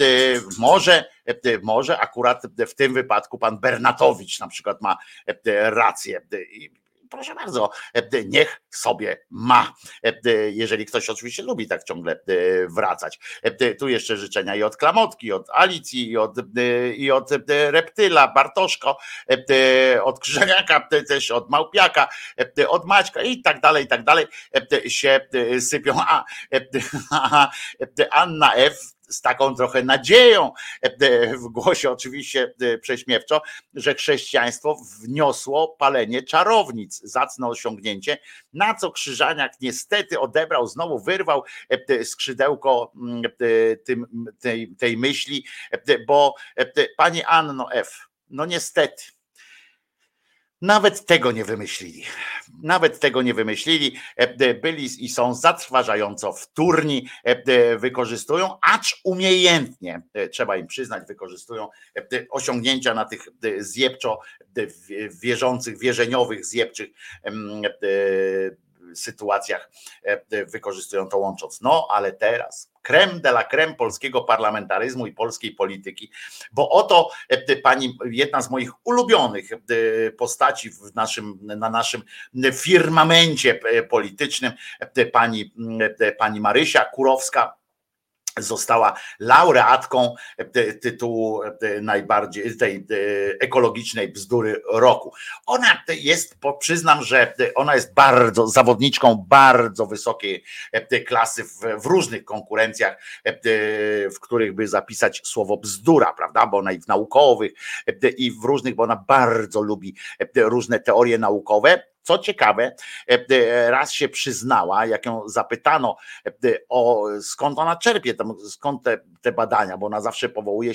Może akurat w tym wypadku pan Bernatowicz na przykład ma rację. Proszę bardzo, niech sobie ma, jeżeli ktoś oczywiście lubi tak ciągle wracać. Tu jeszcze życzenia i od Klamotki, i od Alicji, i od Reptyla, Bartoszko, od Krzyżaniaka, też od Małpiaka, od Maćka i tak dalej się sypią. Anna F. z taką trochę nadzieją w głosie oczywiście prześmiewczo, że chrześcijaństwo wniosło palenie czarownic, zacne osiągnięcie, na co Krzyżaniak niestety odebrał, znowu wyrwał skrzydełko tej myśli, bo pani Anno F., no niestety, nawet tego nie wymyślili. Nawet tego nie wymyślili. Byli i są zatrważająco wtórni, wykorzystują, acz umiejętnie, trzeba im przyznać, wykorzystują osiągnięcia na tych zjebczo wierzących, wierzeniowych, zjebczych sytuacjach wykorzystują to łącząc. No ale teraz crème de la crème polskiego parlamentaryzmu i polskiej polityki, bo oto pani, jedna z moich ulubionych postaci na naszym firmamencie politycznym, pani Marysia Kurowska, została laureatką tytułu najbardziej tej ekologicznej bzdury roku. Ona jest, przyznam, że ona jest bardzo zawodniczką bardzo wysokiej klasy w różnych konkurencjach, w których by zapisać słowo bzdura, prawda? Bo ona i w naukowych, i w różnych, bo ona bardzo lubi różne teorie naukowe. Co ciekawe, raz się przyznała, jak ją zapytano, skąd ona czerpie, skąd te badania, bo ona zawsze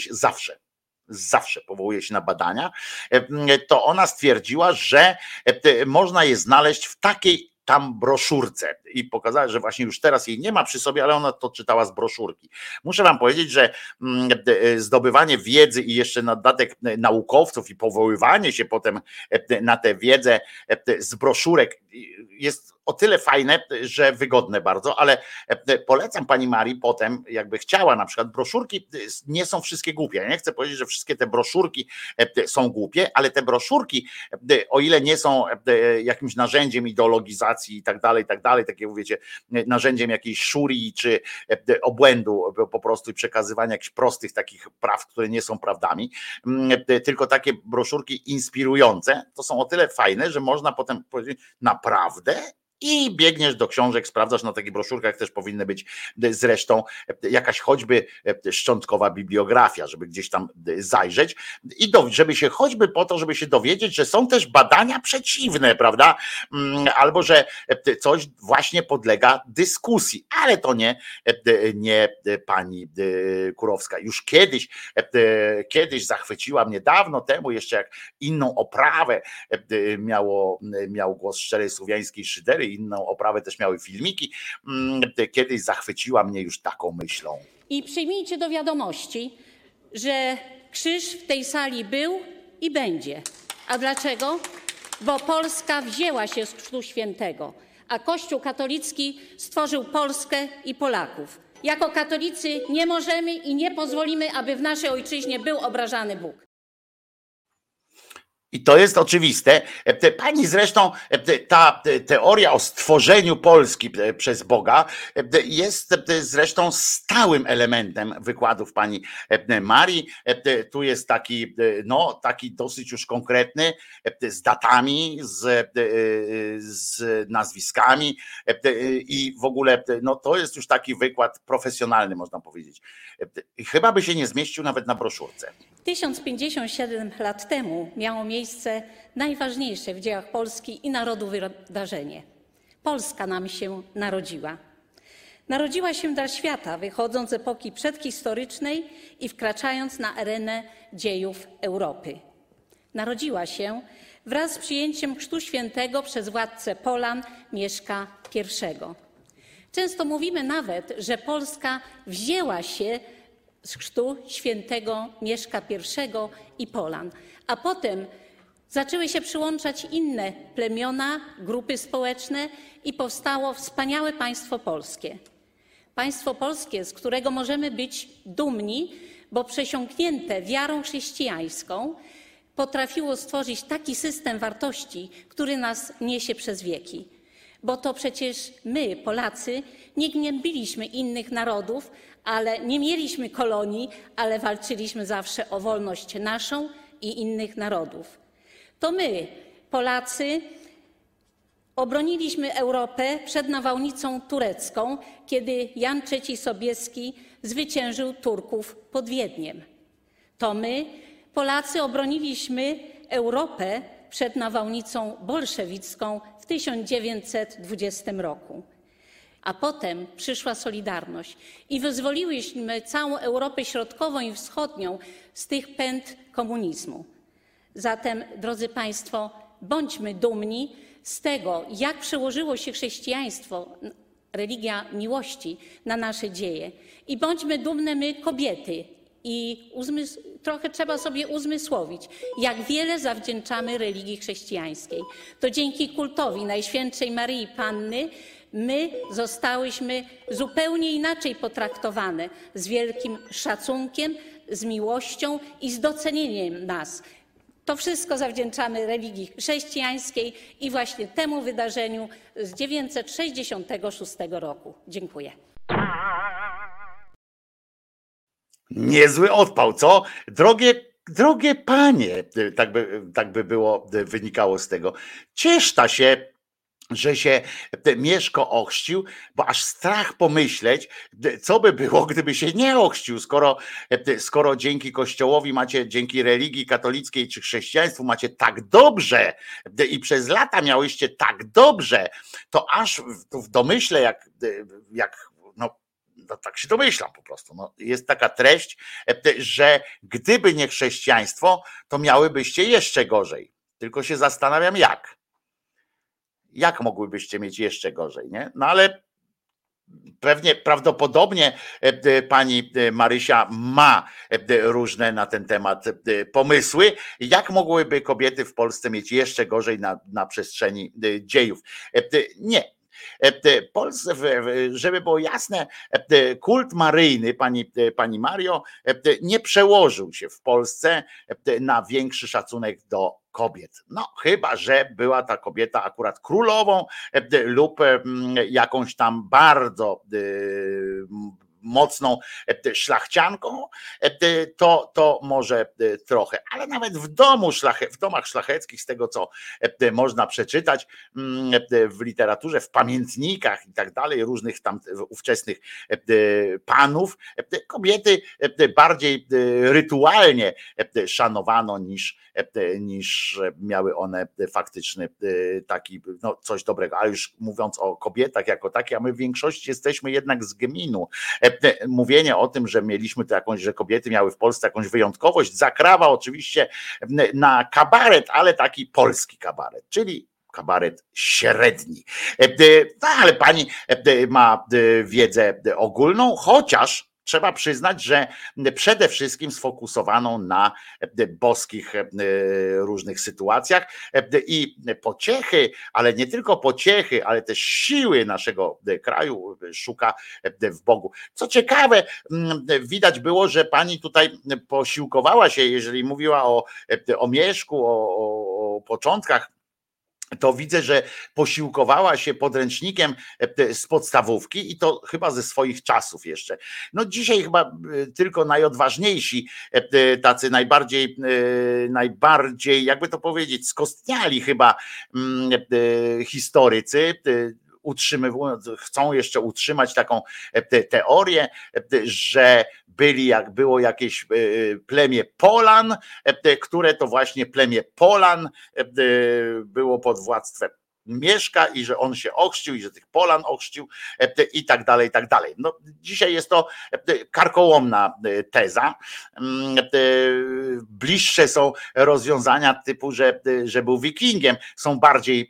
powołuje się na badania, to ona stwierdziła, że można je znaleźć w takiej tam broszurce i pokazała, że właśnie już teraz jej nie ma przy sobie, ale ona to czytała z broszurki. Muszę wam powiedzieć, że zdobywanie wiedzy i jeszcze na dodatek naukowców i powoływanie się potem na tę wiedzę z broszurek jest o tyle fajne, że wygodne bardzo, ale polecam pani Marii potem, jakby chciała, na przykład broszurki nie są wszystkie głupie. Ja nie chcę powiedzieć, że wszystkie te broszurki są głupie, ale te broszurki, o ile nie są jakimś narzędziem ideologizacji i tak dalej, takie wiecie, narzędziem jakiejś szurii czy obłędu po prostu i przekazywania jakichś prostych takich praw, które nie są prawdami, tylko takie broszurki inspirujące, to są o tyle fajne, że można potem powiedzieć, naprawdę? I biegniesz do książek, sprawdzasz, na takich broszurkach też powinny być zresztą jakaś choćby szczątkowa bibliografia, żeby gdzieś tam zajrzeć i żeby się choćby po to, żeby się dowiedzieć, że są też badania przeciwne, prawda? Albo że coś właśnie podlega dyskusji, ale to nie pani Kurowska. Już kiedyś zachwyciła mnie dawno temu, jeszcze jak inną oprawę miał Głos Szczerej Słowiańskiej Szydery, inną oprawę też miały filmiki. Kiedyś zachwyciła mnie już taką myślą. I przyjmijcie do wiadomości, że krzyż w tej sali był i będzie. A dlaczego? Bo Polska wzięła się z Chrztu Świętego, a Kościół katolicki stworzył Polskę i Polaków. Jako katolicy nie możemy i nie pozwolimy, aby w naszej ojczyźnie był obrażany Bóg. I to jest oczywiste. Pani zresztą, ta teoria o stworzeniu Polski przez Boga jest zresztą stałym elementem wykładów pani Marii. Tu jest taki dosyć już konkretny, z datami, z nazwiskami i w ogóle to jest już taki wykład profesjonalny, można powiedzieć. Chyba by się nie zmieścił nawet na broszurce. 1057 lat temu miało miejsce najważniejsze w dziejach Polski i narodu wydarzenie. Polska nam się narodziła. Narodziła się dla świata, wychodząc z epoki przedhistorycznej i wkraczając na arenę dziejów Europy. Narodziła się wraz z przyjęciem Chrztu Świętego przez władcę Polan Mieszka I. Często mówimy nawet, że Polska wzięła się z Chrztu Świętego Mieszka I i Polan, a potem zaczęły się przyłączać inne plemiona, grupy społeczne i powstało wspaniałe państwo polskie. Państwo polskie, z którego możemy być dumni, bo przesiąknięte wiarą chrześcijańską potrafiło stworzyć taki system wartości, który nas niesie przez wieki. Bo to przecież my, Polacy, nie gnębiliśmy innych narodów, ale nie mieliśmy kolonii, ale walczyliśmy zawsze o wolność naszą i innych narodów. To my, Polacy, obroniliśmy Europę przed nawałnicą turecką, kiedy Jan III Sobieski zwyciężył Turków pod Wiedniem. To my, Polacy, obroniliśmy Europę przed nawałnicą bolszewicką w 1920 roku. A potem przyszła Solidarność i wyzwoliłyśmy całą Europę Środkową i Wschodnią z tych pęd komunizmu. Zatem, drodzy Państwo, bądźmy dumni z tego, jak przełożyło się chrześcijaństwo, religia miłości na nasze dzieje. I bądźmy dumne my, kobiety, i trochę trzeba sobie uzmysłowić, jak wiele zawdzięczamy religii chrześcijańskiej. To dzięki kultowi Najświętszej Maryi Panny my zostałyśmy zupełnie inaczej potraktowane, z wielkim szacunkiem, z miłością i z docenieniem nas. To wszystko zawdzięczamy religii chrześcijańskiej i właśnie temu wydarzeniu z 966 roku. Dziękuję. Niezły odpał, co? Drogie panie, tak by było, wynikało z tego. Cieszta się, że się Mieszko ochrzcił, bo aż strach pomyśleć, co by było, gdyby się nie ochrzcił, skoro dzięki Kościołowi macie, dzięki religii katolickiej czy chrześcijaństwu macie tak dobrze i przez lata miałyście tak dobrze, to aż w domyśle, jak no tak się domyślam po prostu. No, jest taka treść, że gdyby nie chrześcijaństwo, to miałybyście jeszcze gorzej. Tylko się zastanawiam jak. Jak mogłybyście mieć jeszcze gorzej, nie? No ale prawdopodobnie pani Marysia ma różne na ten temat pomysły. Jak mogłyby kobiety w Polsce mieć jeszcze gorzej na przestrzeni dziejów? Nie. Polsce, żeby było jasne, kult maryjny pani Mario nie przełożył się w Polsce na większy szacunek do kobiet. No chyba, że była ta kobieta akurat królową lub jakąś tam bardzo mocną szlachcianką, to może trochę, ale nawet w domach szlacheckich, z tego co można przeczytać w literaturze, w pamiętnikach i tak dalej, różnych tam ówczesnych panów, kobiety bardziej rytualnie szanowano niż miały one faktyczny taki, no coś dobrego. Ale już mówiąc o kobietach jako takie, a my w większości jesteśmy jednak z gminu. Mówienie o tym, że mieliśmy to jakąś, że kobiety miały w Polsce jakąś wyjątkowość, zakrawa oczywiście na kabaret, ale taki polski kabaret, czyli kabaret średni. No, ale pani ma wiedzę ogólną, chociaż trzeba przyznać, że przede wszystkim sfokusowaną na boskich różnych sytuacjach i pociechy, ale nie tylko pociechy, ale też siły naszego kraju szuka w Bogu. Co ciekawe, widać było, że pani tutaj posiłkowała się, jeżeli mówiła o Mieszku, o początkach, to widzę, że posiłkowała się podręcznikiem z podstawówki i to chyba ze swoich czasów jeszcze. No dzisiaj chyba tylko najodważniejsi, tacy najbardziej, jakby to powiedzieć, skostniali chyba historycy, chcą jeszcze utrzymać taką teorię, że było jakieś plemię Polan, które to właśnie plemię Polan było pod władztwem Mieszka i że on się ochrzcił i że tych Polan ochrzcił i tak dalej, i tak dalej. No, dzisiaj jest to karkołomna teza. Bliższe są rozwiązania typu, że był wikingiem, są bardziej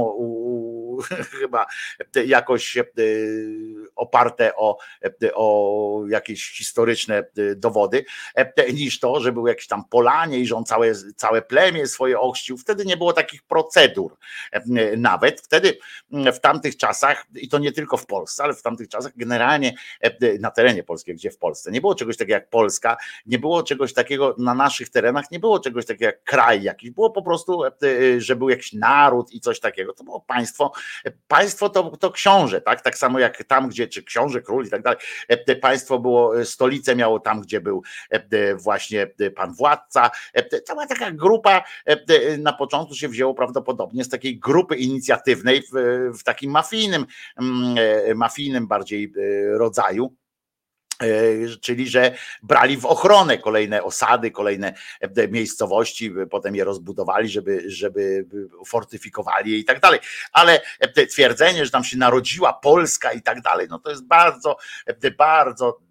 chyba jakoś oparte o jakieś historyczne dowody, niż to, że był jakiś tam Polanie i że on całe plemię swoje ochrzcił. Wtedy nie było takich procedur nawet. Wtedy w tamtych czasach, i to nie tylko w Polsce, ale w tamtych czasach generalnie na terenie polskim, gdzie w Polsce, nie było czegoś takiego jak Polska, nie było czegoś takiego na naszych terenach, nie było czegoś takiego jak kraj jakiś, było po prostu, że był jakiś naród i coś takiego, to było państwo. Państwo to książę, tak? Tak samo jak tam, gdzie, czy książę, król i tak dalej. Państwo było, stolicę miało tam, gdzie był właśnie pan władca. To była taka grupa, na początku się wzięło prawdopodobnie z takiej grupy inicjatywnej w takim mafijnym bardziej rodzaju. Czyli że brali w ochronę kolejne osady, kolejne miejscowości, potem je rozbudowali, żeby fortyfikowali je i tak dalej. Ale twierdzenie, że tam się narodziła Polska i tak dalej, no to jest bardzo, bardzo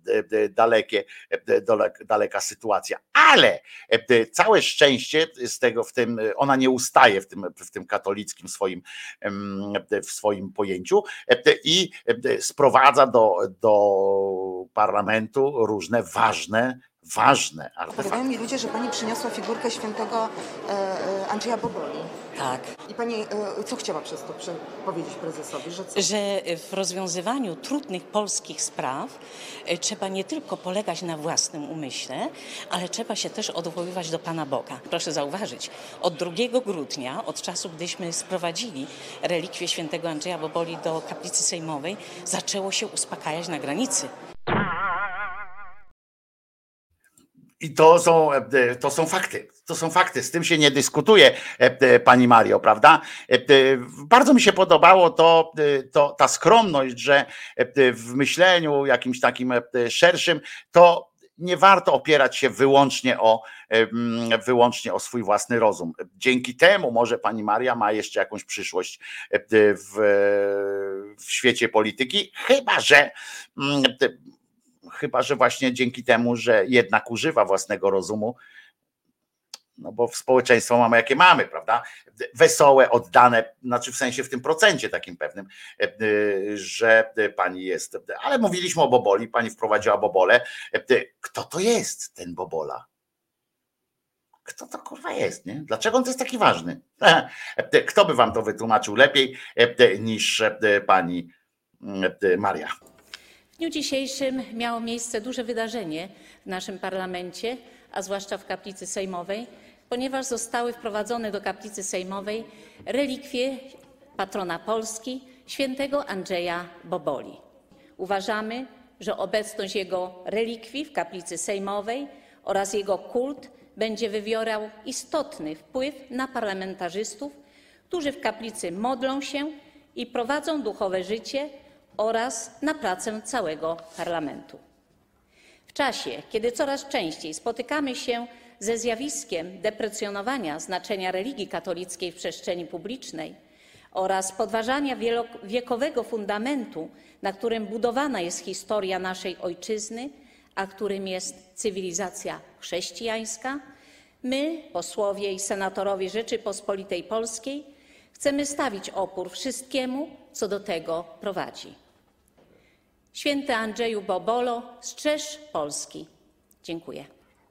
daleka sytuacja. Ale całe szczęście z tego, ona nie ustaje w tym katolickim w swoim pojęciu i sprowadza do parlamentu różne ważne Powiadają artefakty. mi ludzie, że pani przyniosła figurkę świętego Andrzeja Boboli. Tak. I pani co chciała przez to powiedzieć prezesowi, że co? Że w rozwiązywaniu trudnych polskich spraw trzeba nie tylko polegać na własnym umyśle, ale trzeba się też odwoływać do Pana Boga. Proszę zauważyć, od 2 grudnia, od czasu, gdyśmy sprowadzili relikwie świętego Andrzeja Boboli do kaplicy sejmowej, zaczęło się uspokajać na granicy. I to są fakty. To są fakty. Z tym się nie dyskutuje, pani Mario, prawda? Bardzo mi się podobało ta skromność, że w myśleniu jakimś takim szerszym to nie warto opierać się wyłącznie o swój własny rozum. Dzięki temu może pani Maria ma jeszcze jakąś przyszłość w świecie polityki, chyba że właśnie dzięki temu, że jednak używa własnego rozumu, no bo w społeczeństwo mamy jakie mamy, prawda? Wesołe, oddane, znaczy w sensie w tym procencie takim pewnym, że pani jest. Ale mówiliśmy o Boboli, pani wprowadziła Bobolę. Kto to jest ten Bobola? Kto to kurwa jest, nie? Dlaczego on to jest taki ważny? Kto by wam to wytłumaczył lepiej niż pani Maria? W dniu dzisiejszym miało miejsce duże wydarzenie w naszym parlamencie, a zwłaszcza w kaplicy sejmowej, ponieważ zostały wprowadzone do kaplicy sejmowej relikwie patrona Polski, świętego Andrzeja Boboli. Uważamy, że obecność jego relikwii w kaplicy sejmowej oraz jego kult będzie wywierał istotny wpływ na parlamentarzystów, którzy w kaplicy modlą się i prowadzą duchowe życie oraz na pracę całego parlamentu. W czasie, kiedy coraz częściej spotykamy się ze zjawiskiem deprecjonowania znaczenia religii katolickiej w przestrzeni publicznej oraz podważania wielowiekowego fundamentu, na którym budowana jest historia naszej ojczyzny, a którym jest cywilizacja chrześcijańska, my, posłowie i senatorowie Rzeczypospolitej Polskiej, chcemy stawić opór wszystkiemu, co do tego prowadzi. Święty Andrzeju Bobolo, strzeż Polski. Dziękuję.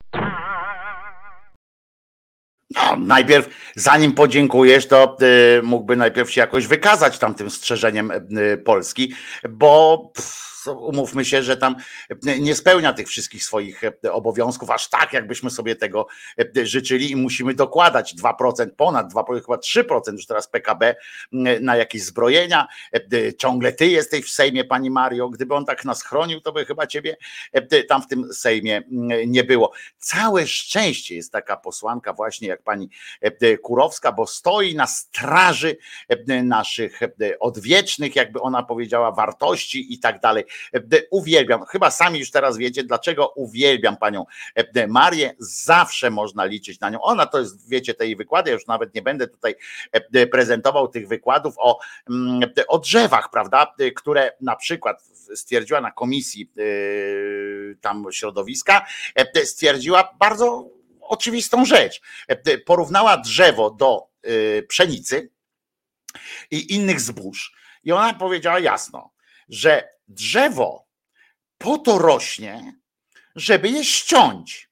No, najpierw, zanim podziękujesz, to mógłby najpierw się jakoś wykazać tam tym strzeżeniem Polski, bo umówmy się, że tam nie spełnia tych wszystkich swoich obowiązków, aż tak, jakbyśmy sobie tego życzyli i musimy dokładać 2%, ponad 2%, chyba 3% już teraz PKB na jakieś zbrojenia. Ciągle ty jesteś w Sejmie, pani Mario. Gdyby on tak nas chronił, to by chyba ciebie tam w tym Sejmie nie było. Całe szczęście jest taka posłanka właśnie jak pani Kurowska, bo stoi na straży naszych odwiecznych, jakby ona powiedziała, wartości i tak dalej. Uwielbiam, chyba sami już teraz wiecie, dlaczego uwielbiam panią Marię, zawsze można liczyć na nią. Ona to jest, wiecie, te jej wykłady, ja już nawet nie będę tutaj prezentował tych wykładów o drzewach, prawda, które na przykład stwierdziła na komisji tam środowiska, stwierdziła bardzo oczywistą rzecz. Porównała drzewo do pszenicy i innych zbóż i ona powiedziała jasno, że drzewo po to rośnie, żeby je ściąć.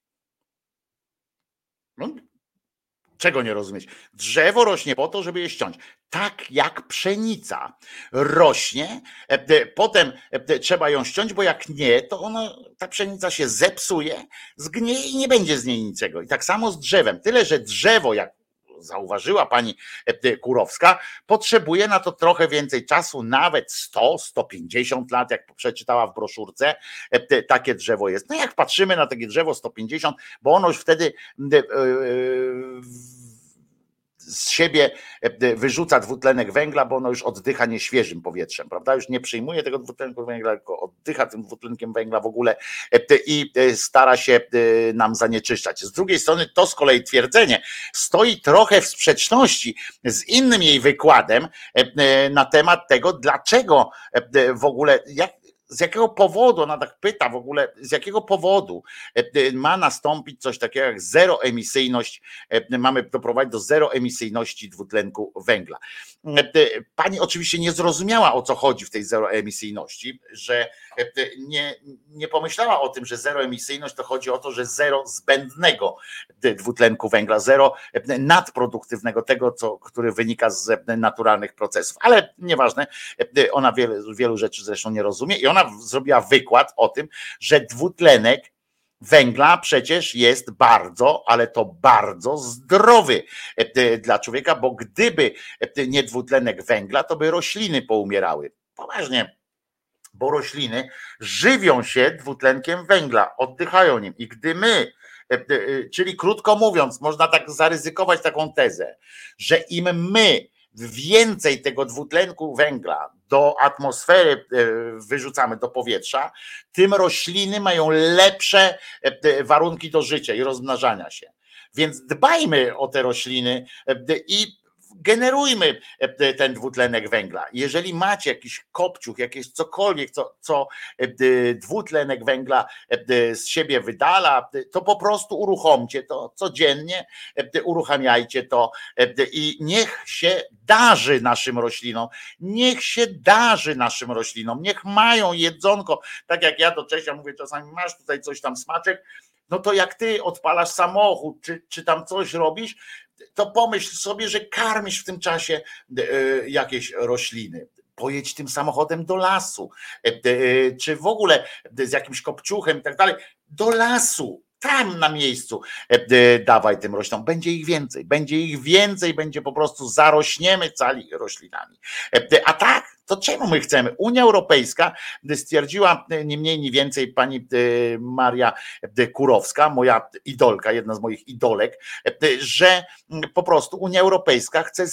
No, czego nie rozumieć? Drzewo rośnie po to, żeby je ściąć. Tak jak pszenica rośnie, potem trzeba ją ściąć, bo jak nie, to ta pszenica się zepsuje, zgnieje i nie będzie z niej niczego. I tak samo z drzewem. Tyle, że drzewo, jak zauważyła pani Kurowska, potrzebuje na to trochę więcej czasu, nawet 100-150 lat, jak przeczytała w broszurce, takie drzewo jest. No jak patrzymy na takie drzewo 150, bo ono już wtedy z siebie wyrzuca dwutlenek węgla, bo ono już oddycha nieświeżym powietrzem, prawda? Już nie przyjmuje tego dwutlenku węgla, tylko oddycha tym dwutlenkiem węgla w ogóle i stara się nam zanieczyszczać. Z drugiej strony to z kolei twierdzenie stoi trochę w sprzeczności z innym jej wykładem na temat tego, dlaczego w ogóle, z jakiego powodu, ona tak pyta w ogóle, z jakiego powodu ma nastąpić coś takiego jak zeroemisyjność, mamy doprowadzić do zeroemisyjności dwutlenku węgla. Pani oczywiście nie zrozumiała, o co chodzi w tej zeroemisyjności, że nie pomyślała o tym, że zeroemisyjność to chodzi o to, że zero zbędnego dwutlenku węgla, zero nadproduktywnego, tego, który wynika z naturalnych procesów. Ale nieważne, ona wielu rzeczy zresztą nie rozumie i ona zrobiła wykład o tym, że dwutlenek węgla przecież jest bardzo, ale to bardzo zdrowy dla człowieka, bo gdyby nie dwutlenek węgla, to by rośliny poumierały. Poważnie, bo rośliny żywią się dwutlenkiem węgla, oddychają nim i gdy my, czyli krótko mówiąc, można tak zaryzykować taką tezę, że im my więcej tego dwutlenku węgla do atmosfery wyrzucamy do powietrza, tym rośliny mają lepsze warunki do życia i rozmnażania się. Więc dbajmy o te rośliny i generujmy ten dwutlenek węgla. Jeżeli macie jakiś kopciuch, jakieś cokolwiek, co dwutlenek węgla z siebie wydala, to po prostu uruchomcie to codziennie, uruchamiajcie to i niech się darzy naszym roślinom, niech mają jedzonko, tak jak ja do Czesia mówię czasami, masz tutaj coś tam smaczek, no to jak ty odpalasz samochód, czy tam coś robisz, to pomyśl sobie, że karmisz w tym czasie jakieś rośliny. Pojedź tym samochodem do lasu, czy w ogóle z jakimś kopciuchem i tak dalej, do lasu, tam na miejscu dawaj tym roślinom. Będzie ich więcej, będzie po prostu zarośniemy cali roślinami. A tak, to czemu my chcemy? Unia Europejska stwierdziła nie mniej, nie więcej pani Maria Kurowska, moja idolka, jedna z moich idolek, że po prostu Unia Europejska chce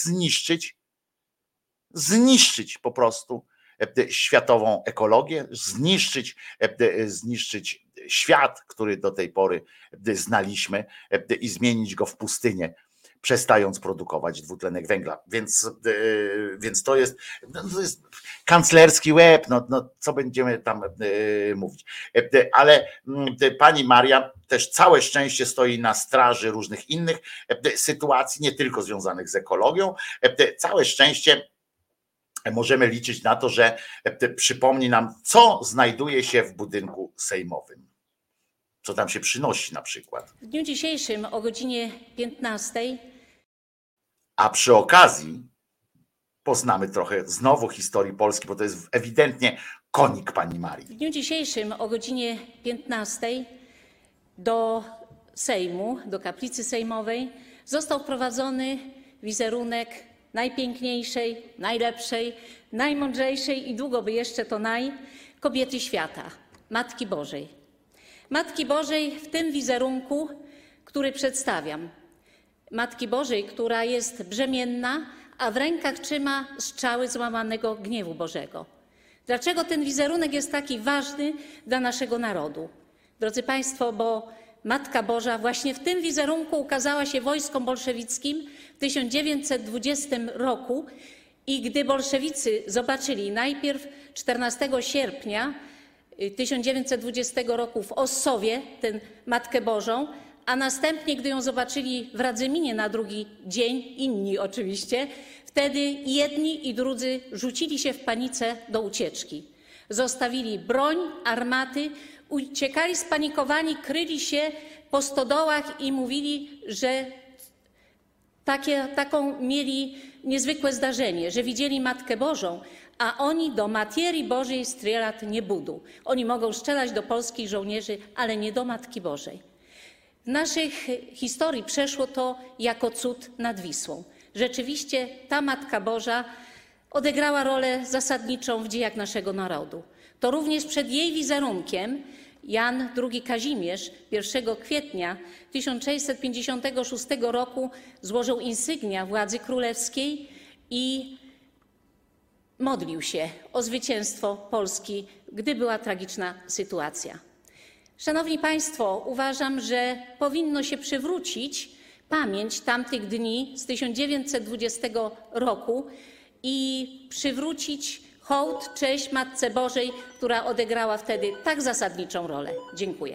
zniszczyć po prostu światową ekologię, zniszczyć świat, który do tej pory znaliśmy i zmienić go w pustynię, przestając produkować dwutlenek węgla. Więc to jest kanclerski łeb, no co będziemy tam mówić. Ale pani Maria też całe szczęście stoi na straży różnych innych sytuacji, nie tylko związanych z ekologią. Całe szczęście możemy liczyć na to, że przypomni nam, co znajduje się w budynku sejmowym. Co tam się przynosi na przykład. W dniu dzisiejszym o godzinie 15. A przy okazji poznamy trochę znowu historii Polski, bo to jest ewidentnie konik pani Marii. W dniu dzisiejszym o godzinie 15 do Sejmu, do kaplicy sejmowej został wprowadzony wizerunek najpiękniejszej, najlepszej, najmądrzejszej i długo by jeszcze to kobiety świata, Matki Bożej. Matki Bożej w tym wizerunku, który przedstawiam. Matki Bożej, która jest brzemienna, a w rękach trzyma strzały złamanego gniewu Bożego. Dlaczego ten wizerunek jest taki ważny dla naszego narodu? Drodzy Państwo, bo Matka Boża właśnie w tym wizerunku ukazała się wojskom bolszewickim w 1920 roku i gdy bolszewicy zobaczyli najpierw 14 sierpnia 1920 roku w Ossowie tę Matkę Bożą, a następnie, gdy ją zobaczyli w Radzyminie na drugi dzień, inni oczywiście, wtedy jedni i drudzy rzucili się w panice do ucieczki. Zostawili broń, armaty, uciekali spanikowani, kryli się po stodołach i mówili, że taką mieli niezwykłe zdarzenie, że widzieli Matkę Bożą, a oni do Matierii Bożej strzelat nie budu. Oni mogą strzelać do polskich żołnierzy, ale nie do Matki Bożej. W naszej historii przeszło to jako cud nad Wisłą. Rzeczywiście ta Matka Boża odegrała rolę zasadniczą w dziejach naszego narodu. To również przed jej wizerunkiem Jan II Kazimierz 1 kwietnia 1656 roku złożył insygnia władzy królewskiej i modlił się o zwycięstwo Polski, gdy była tragiczna sytuacja. Szanowni Państwo, uważam, że powinno się przywrócić pamięć tamtych dni z 1920 roku i przywrócić Hołd, cześć Matce Bożej, która odegrała wtedy tak zasadniczą rolę. Dziękuję.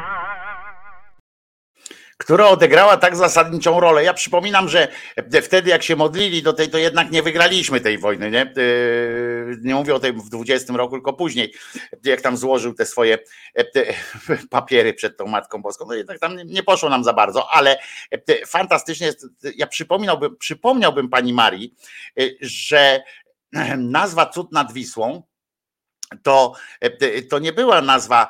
Która odegrała tak zasadniczą rolę. Ja przypominam, że wtedy jak się modlili do tej, to jednak nie wygraliśmy tej wojny, nie? Nie mówię o tym w 20 roku, tylko później, jak tam złożył te swoje papiery przed tą Matką Boską, no jednak tam nie poszło nam za bardzo, ale fantastycznie jest, ja przypomniałbym pani Marii, że nazwa Cud nad Wisłą to nie była nazwa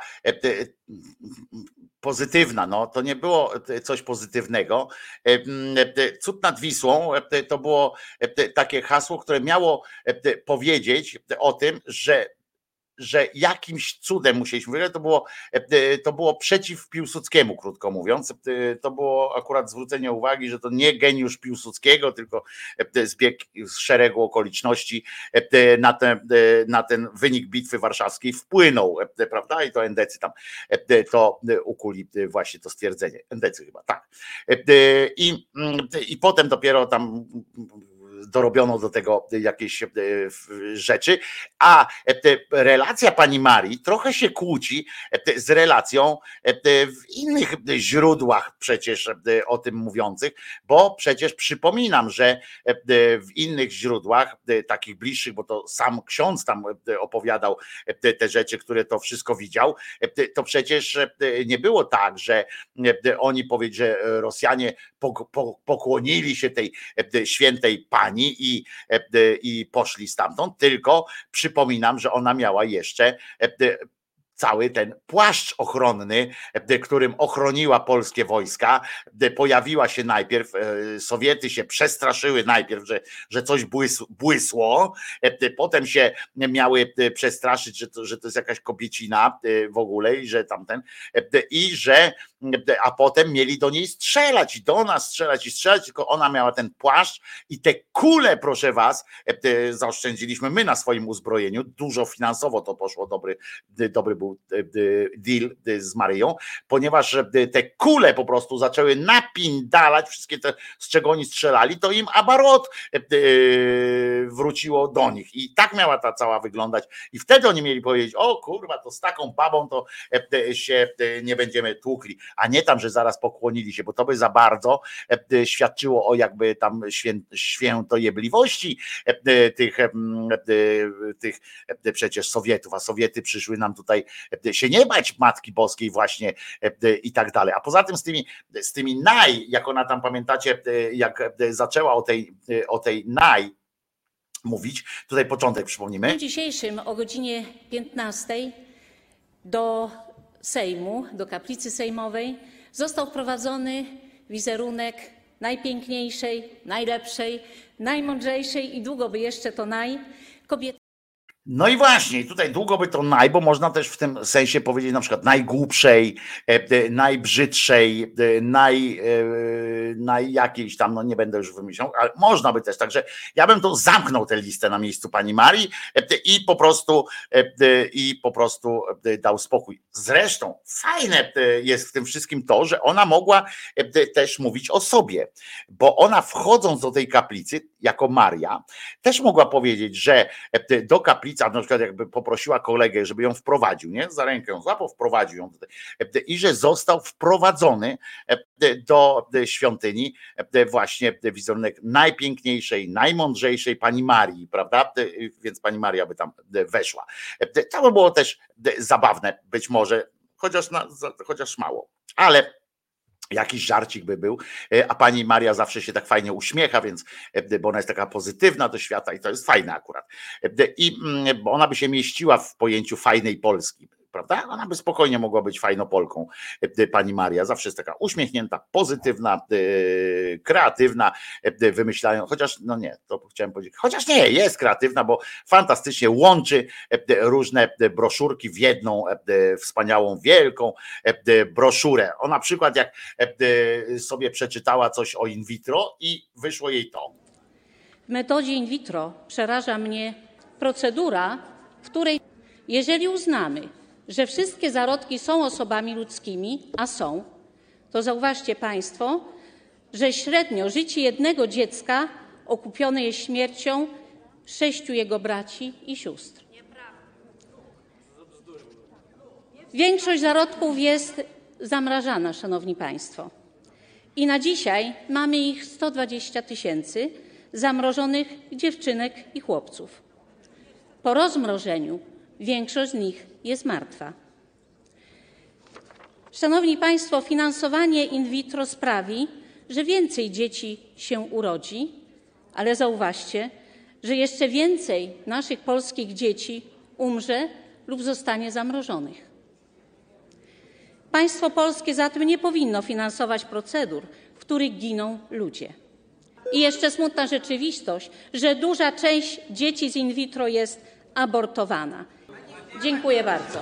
pozytywna, no to nie było coś pozytywnego. Cud nad Wisłą to było takie hasło, które miało powiedzieć o tym, że jakimś cudem musieliśmy wygrać. To było przeciw Piłsudskiemu, krótko mówiąc. To było akurat zwrócenie uwagi, że to nie geniusz Piłsudskiego, tylko zbieg z szeregu okoliczności na ten wynik Bitwy Warszawskiej wpłynął, prawda? I to endecy tam to ukuli właśnie to stwierdzenie. Endecy chyba, tak. I potem dopiero tam dorobiono do tego jakieś rzeczy, a relacja pani Marii trochę się kłóci z relacją w innych źródłach przecież o tym mówiących, bo przecież przypominam, że w innych źródłach takich bliższych, bo to sam ksiądz tam opowiadał te rzeczy, które to wszystko widział, to przecież nie było tak, że oni powiedzieli, że Rosjanie pokłonili się tej świętej pani i poszli stamtąd, tylko przypominam, że ona miała jeszcze cały ten płaszcz ochronny, którym ochroniła polskie wojska. Pojawiła się najpierw, Sowiety się przestraszyły najpierw, że coś błysło, potem się miały przestraszyć, że to jest jakaś kobiecina w ogóle i że tamten, a potem mieli do niej strzelać i do nas strzelać, tylko ona miała ten płaszcz i te kule, proszę was, zaoszczędziliśmy my na swoim uzbrojeniu, dużo finansowo to poszło, dobry był deal z Maryją, ponieważ te kule po prostu zaczęły napindalać wszystkie te, z czego oni strzelali, to im abarot wróciło do nich i tak miała ta cała wyglądać i wtedy oni mieli powiedzieć, o kurwa, to z taką babą to się nie będziemy tłukli, a nie tam, że zaraz pokłonili się, bo to by za bardzo świadczyło o jakby tam świętojebliwości tych przecież Sowietów, a Sowiety przyszły nam tutaj się nie bać Matki Boskiej właśnie i tak dalej. A poza tym z tymi jak ona tam pamiętacie, jak zaczęła o tej mówić, tutaj początek przypomnimy. W dniu dzisiejszym o godzinie 15 do Sejmu, do kaplicy sejmowej został wprowadzony wizerunek najpiękniejszej, najlepszej, najmądrzejszej i długo by jeszcze to kobiety. No i właśnie, tutaj długo by to bo można też w tym sensie powiedzieć na przykład najgłupszej, najbrzydszej, jakiejś tam, no nie będę już wymyślał, ale można by też, także ja bym tu zamknął tę listę na miejscu pani Marii i po prostu dał spokój. Zresztą fajne jest w tym wszystkim to, że ona mogła też mówić o sobie, bo ona wchodząc do tej kaplicy jako Maria też mogła powiedzieć, że do kaplicy, na przykład jakby poprosiła kolegę, żeby ją wprowadził, nie? Za rękę ją złapał, wprowadził ją i że został wprowadzony do świątyni właśnie wizerunek najpiękniejszej, najmądrzejszej pani Marii, prawda? Więc pani Maria by tam weszła. To by było też zabawne być może, chociaż mało, ale jakiś żarcik by był, a pani Maria zawsze się tak fajnie uśmiecha, więc bo ona jest taka pozytywna do świata i to jest fajne akurat. Bo ona by się mieściła w pojęciu fajnej Polski, prawda? Ona by spokojnie mogła być fajną Polką, pani Maria. Zawsze jest taka uśmiechnięta, pozytywna, kreatywna, wymyślają, chociaż no nie, to chciałem powiedzieć, chociaż nie, jest kreatywna, bo fantastycznie łączy różne broszurki w jedną wspaniałą, wielką broszurę. O na przykład jak sobie przeczytała coś o in vitro i wyszło jej to. W metodzie in vitro przeraża mnie procedura, w której jeżeli uznamy, że wszystkie zarodki są osobami ludzkimi, a są, to zauważcie państwo, że średnio życie jednego dziecka okupione jest śmiercią 6 jego braci i sióstr. Większość zarodków jest zamrażana, szanowni państwo. I na dzisiaj mamy ich 120 000 zamrożonych dziewczynek i chłopców. Po rozmrożeniu większość z nich jest martwa. Szanowni państwo, finansowanie in vitro sprawi, że więcej dzieci się urodzi, ale zauważcie, że jeszcze więcej naszych polskich dzieci umrze lub zostanie zamrożonych. Państwo polskie zatem nie powinno finansować procedur, w których giną ludzie. I jeszcze smutna rzeczywistość, że duża część dzieci z in vitro jest abortowana. Dziękuję bardzo.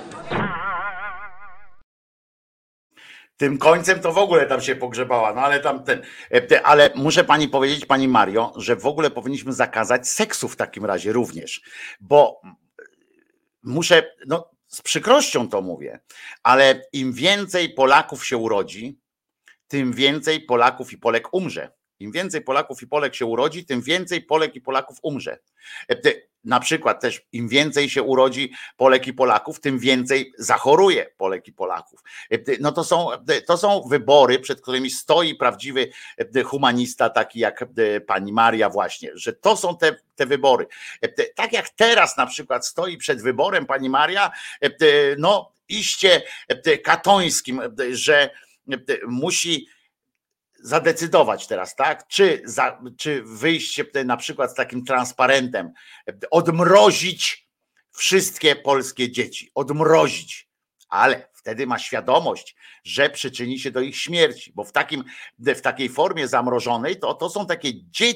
Tym końcem to w ogóle tam się pogrzebała, no ale ale muszę pani powiedzieć, pani Mario, że w ogóle powinniśmy zakazać seksu w takim razie również, bo muszę, no z przykrością to mówię, ale im więcej Polaków się urodzi, tym więcej Polaków i Polek umrze. Im więcej Polaków i Polek się urodzi, tym więcej Polek i Polaków umrze. Na przykład też im więcej się urodzi Polek i Polaków, tym więcej zachoruje Polek i Polaków. No to są wybory, przed którymi stoi prawdziwy humanista, taki jak pani Maria właśnie, że to są te wybory. Tak jak teraz na przykład stoi przed wyborem pani Maria, no iście katońskim, że musi zadecydować teraz, tak? Czy wyjść na przykład z takim transparentem, odmrozić wszystkie polskie dzieci, odmrozić, ale wtedy ma świadomość, że przyczyni się do ich śmierci, bo w takiej formie zamrożonej to są takie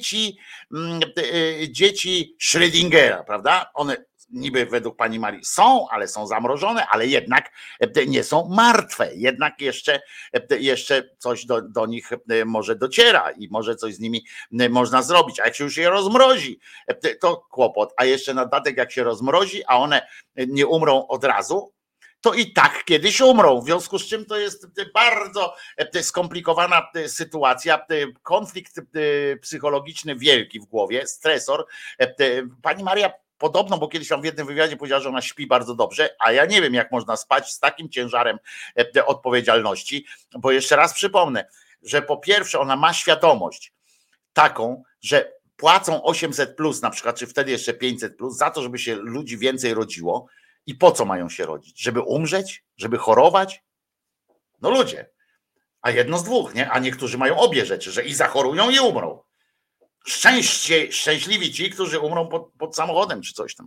dzieci Schrödingera, prawda? One niby według pani Marii są, ale są zamrożone, ale jednak nie są martwe. Jednak jeszcze coś do nich może dociera i może coś z nimi można zrobić. A jak się już je rozmrozi, to kłopot. A jeszcze na dodatek jak się rozmrozi, a one nie umrą od razu, to i tak kiedyś umrą. W związku z czym to jest bardzo skomplikowana sytuacja, konflikt psychologiczny wielki w głowie, stresor. Pani Maria podobno, bo kiedyś tam w jednym wywiadzie powiedziała, że ona śpi bardzo dobrze, a ja nie wiem, jak można spać z takim ciężarem odpowiedzialności, bo jeszcze raz przypomnę, że po pierwsze ona ma świadomość taką, że płacą 800 plus na przykład, czy wtedy jeszcze 500 plus za to, żeby się ludzi więcej rodziło. I po co mają się rodzić? Żeby umrzeć? Żeby chorować? No ludzie. A jedno z dwóch, nie? A niektórzy mają obie rzeczy, że i zachorują, i umrą. Szczęśliwi ci, którzy umrą pod samochodem czy coś tam.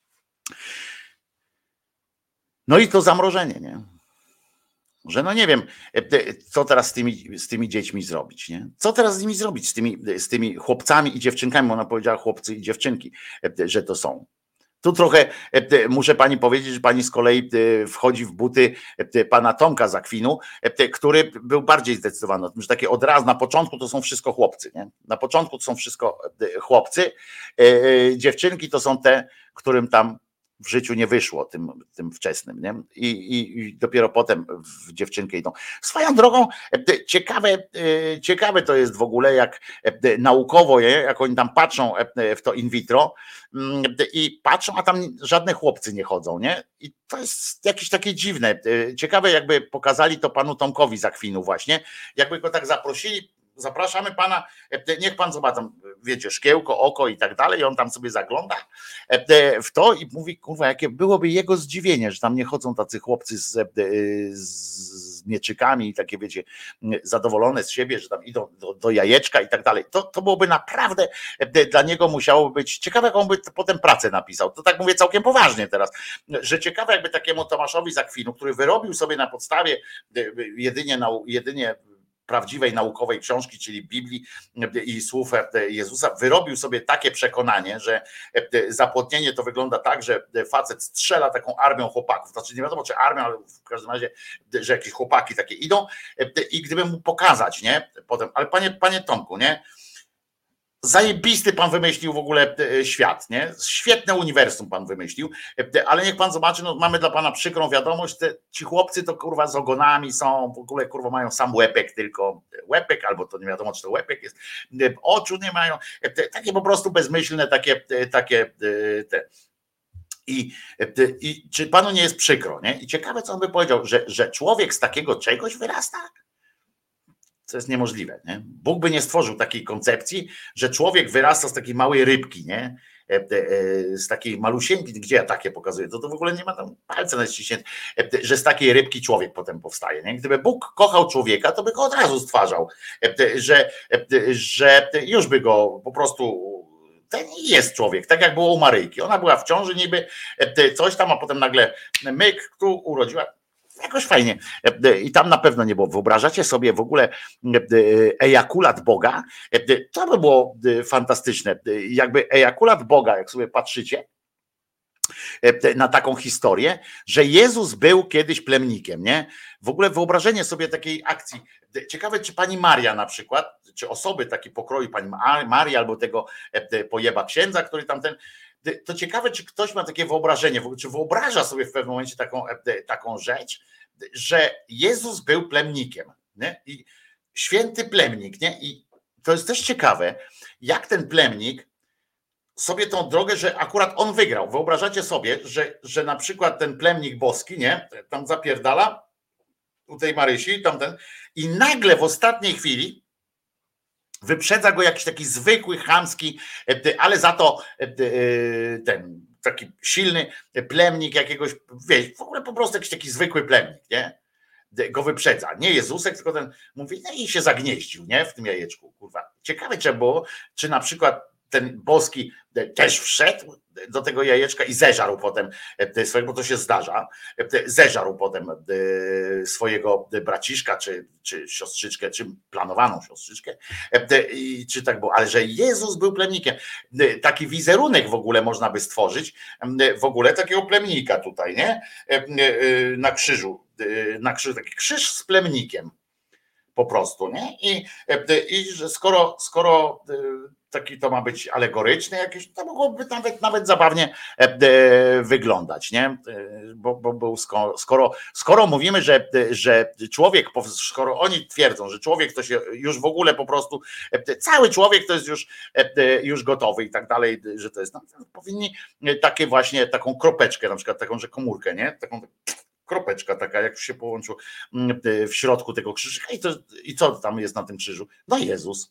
No i to zamrożenie, nie? Że no nie wiem, co teraz z tymi dziećmi zrobić, nie? Co teraz z nimi zrobić, z tymi chłopcami i dziewczynkami? Ona powiedziała chłopcy i dziewczynki, że to są. Tu trochę muszę pani powiedzieć, że pani z kolei wchodzi w buty pana Tomka z Akwinu, który był bardziej zdecydowany o tym, że takie od razu na początku to są wszystko chłopcy, nie? Na początku to są wszystko chłopcy, dziewczynki to są te, którym tam w życiu nie wyszło, tym wczesnym, nie? I dopiero potem w dziewczynkę idą. Swoją drogą ciekawe to jest w ogóle, jak naukowo, jak oni tam patrzą w to in vitro i patrzą, a tam żadne chłopcy nie chodzą, nie? I to jest jakieś takie dziwne. Ciekawe, jakby pokazali to panu Tomkowi z Akwinu właśnie, jakby go tak zaprosili, zapraszamy pana, niech pan zobaczy, wiecie, szkiełko, oko i tak dalej, i on tam sobie zagląda w to i mówi, kurwa, jakie byłoby jego zdziwienie, że tam nie chodzą tacy chłopcy z mieczykami i takie, wiecie, zadowolone z siebie, że tam idą do jajeczka i tak dalej. To byłoby naprawdę, dla niego musiało być, ciekawe, jak on by potem pracę napisał, to tak mówię całkiem poważnie teraz, że ciekawe, jakby takiemu Tomaszowi z Akwinu, który wyrobił sobie na podstawie jedynie prawdziwej naukowej książki, czyli Biblii i słów Jezusa, wyrobił sobie takie przekonanie, że zapłodnienie to wygląda tak, że facet strzela taką armią chłopaków, znaczy nie wiadomo czy armią, ale w każdym razie, że jakieś chłopaki takie idą i gdyby mu pokazać, nie, potem, ale panie Tomku, nie, Zajebisty pan wymyślił w ogóle świat, nie? Świetne uniwersum pan wymyślił, ale niech pan zobaczy, no mamy dla pana przykrą wiadomość, ci chłopcy to kurwa z ogonami są, w ogóle kurwa mają sam łepek tylko, łepek, albo to nie wiadomo czy to łepek jest, oczu nie mają, takie po prostu bezmyślne, takie te. I czy panu nie jest przykro, nie? I ciekawe co on by powiedział, że człowiek z takiego czegoś wyrasta? Co jest niemożliwe, nie? Bóg by nie stworzył takiej koncepcji, że człowiek wyrasta z takiej małej rybki, nie? Z takiej malusieńki, gdzie ja takie pokazuję, to w ogóle nie ma tam palca na ściśnięte, że z takiej rybki człowiek potem powstaje, nie? Gdyby Bóg kochał człowieka, to by go od razu stwarzał, że już by go po prostu, ten jest człowiek, tak jak było u Maryjki, ona była w ciąży niby, coś tam, a potem nagle myk, tu urodziła. Jakoś fajnie. I tam na pewno nie było. Wyobrażacie sobie w ogóle ejakulat Boga? To by było fantastyczne. Jakby ejakulat Boga, jak sobie patrzycie na taką historię, że Jezus był kiedyś plemnikiem, nie? W ogóle wyobrażenie sobie takiej akcji. Ciekawe, czy pani Maria na przykład, czy osoby takiej pokroju pani Maria albo tego pojeba księdza, który tamten. To ciekawe, czy ktoś ma takie wyobrażenie, czy wyobraża sobie w pewnym momencie taką rzecz, że Jezus był plemnikiem, nie? I święty plemnik, nie? I to jest też ciekawe, jak ten plemnik sobie tą drogę, że akurat on wygrał. Wyobrażacie sobie, że na przykład ten plemnik boski, nie? Tam zapierdala u tej Marysi, tamten, i nagle w ostatniej chwili wyprzedza go jakiś taki zwykły, chamski, ale za to ten taki silny plemnik jakiegoś, wiesz, w ogóle po prostu jakiś taki zwykły plemnik, nie? Go wyprzedza. Nie Jezusek, tylko ten mówi, no i się zagnieździł, nie? W tym jajeczku, kurwa. Ciekawe trzeba było, czy na przykład ten boski też wszedł do tego jajeczka i zeżarł potem swojego, bo to się zdarza, zeżarł potem swojego braciszka, czy siostrzyczkę, czy planowaną siostrzyczkę, czy tak było, ale że Jezus był plemnikiem. Taki wizerunek w ogóle można by stworzyć, w ogóle takiego plemnika tutaj, nie? Na krzyżu, taki krzyż z plemnikiem po prostu, nie? I że skoro taki to ma być alegoryczny jakiś, to mogłoby nawet zabawnie wyglądać, nie? Bo był skoro mówimy, że człowiek, skoro oni twierdzą, że człowiek to się już w ogóle po prostu, cały człowiek to jest już gotowy i tak dalej, że to jest, no, powinni takie właśnie, taką kropeczkę, na przykład taką, że komórkę, nie? Taką kropeczka taka, jak się połączył w środku tego krzyżyka i co tam jest na tym krzyżu? No Jezus.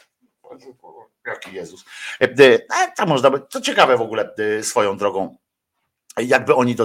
Jaki Jezus. To można by, to ciekawe w ogóle swoją drogą, jakby oni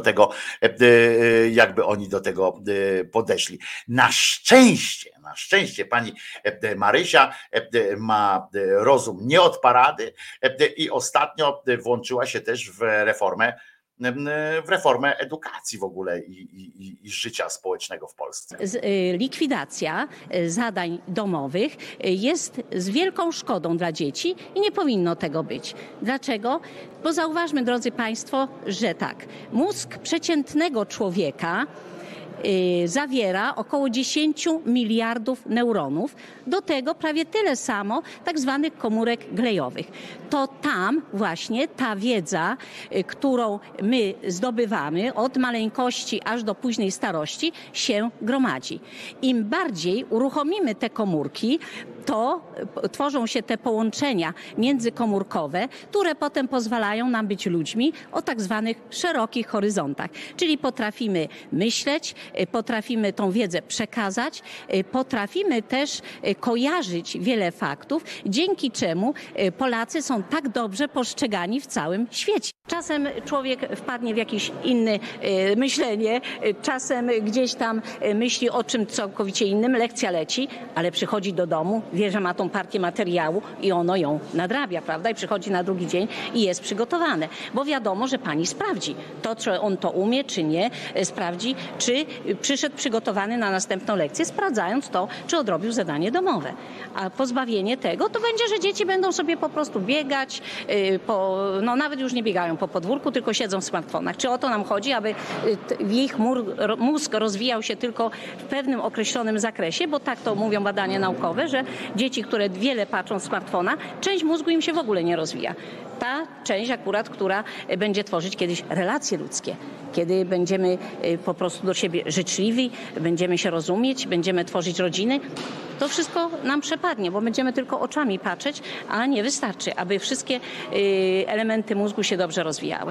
do tego podeszli. Na szczęście pani Marysia ma rozum nie od parady i ostatnio włączyła się też w reformę edukacji w ogóle i życia społecznego w Polsce. Likwidacja zadań domowych jest z wielką szkodą dla dzieci i nie powinno tego być. Dlaczego? Bo zauważmy, drodzy Państwo, że tak, mózg przeciętnego człowieka zawiera około 10 miliardów neuronów, do tego prawie tyle samo tak zwanych komórek glejowych. To tam właśnie ta wiedza, którą my zdobywamy od maleńkości aż do późnej starości, się gromadzi. Im bardziej uruchomimy te komórki, to tworzą się te połączenia międzykomórkowe, które potem pozwalają nam być ludźmi o tak zwanych szerokich horyzontach. Czyli potrafimy myśleć, potrafimy tą wiedzę przekazać, potrafimy też kojarzyć wiele faktów, dzięki czemu Polacy są tak dobrze postrzegani w całym świecie. Czasem człowiek wpadnie w jakieś inne myślenie, czasem gdzieś tam myśli o czym całkowicie innym, lekcja leci, ale przychodzi do domu, wie, że ma tą partię materiału i ono ją nadrabia, prawda? I przychodzi na drugi dzień i jest przygotowane, bo wiadomo, że pani sprawdzi to, czy on to umie, czy nie, sprawdzi, czy przyszedł przygotowany na następną lekcję, sprawdzając to, czy odrobił zadanie domowe. A pozbawienie tego to będzie, że dzieci będą sobie po prostu biegać, no nawet już nie biegają po podwórku, tylko siedzą w smartfonach. Czy o to nam chodzi, aby ich mózg rozwijał się tylko w pewnym określonym zakresie, bo tak to mówią badania naukowe, że dzieci, które wiele patrzą w smartfona, część mózgu im się w ogóle nie rozwija. Ta część akurat, która będzie tworzyć kiedyś relacje ludzkie, kiedy będziemy po prostu do siebie życzliwi, będziemy się rozumieć, będziemy tworzyć rodziny, to wszystko nam przepadnie, bo będziemy tylko oczami patrzeć, a nie wystarczy, aby wszystkie elementy mózgu się dobrze rozwijały.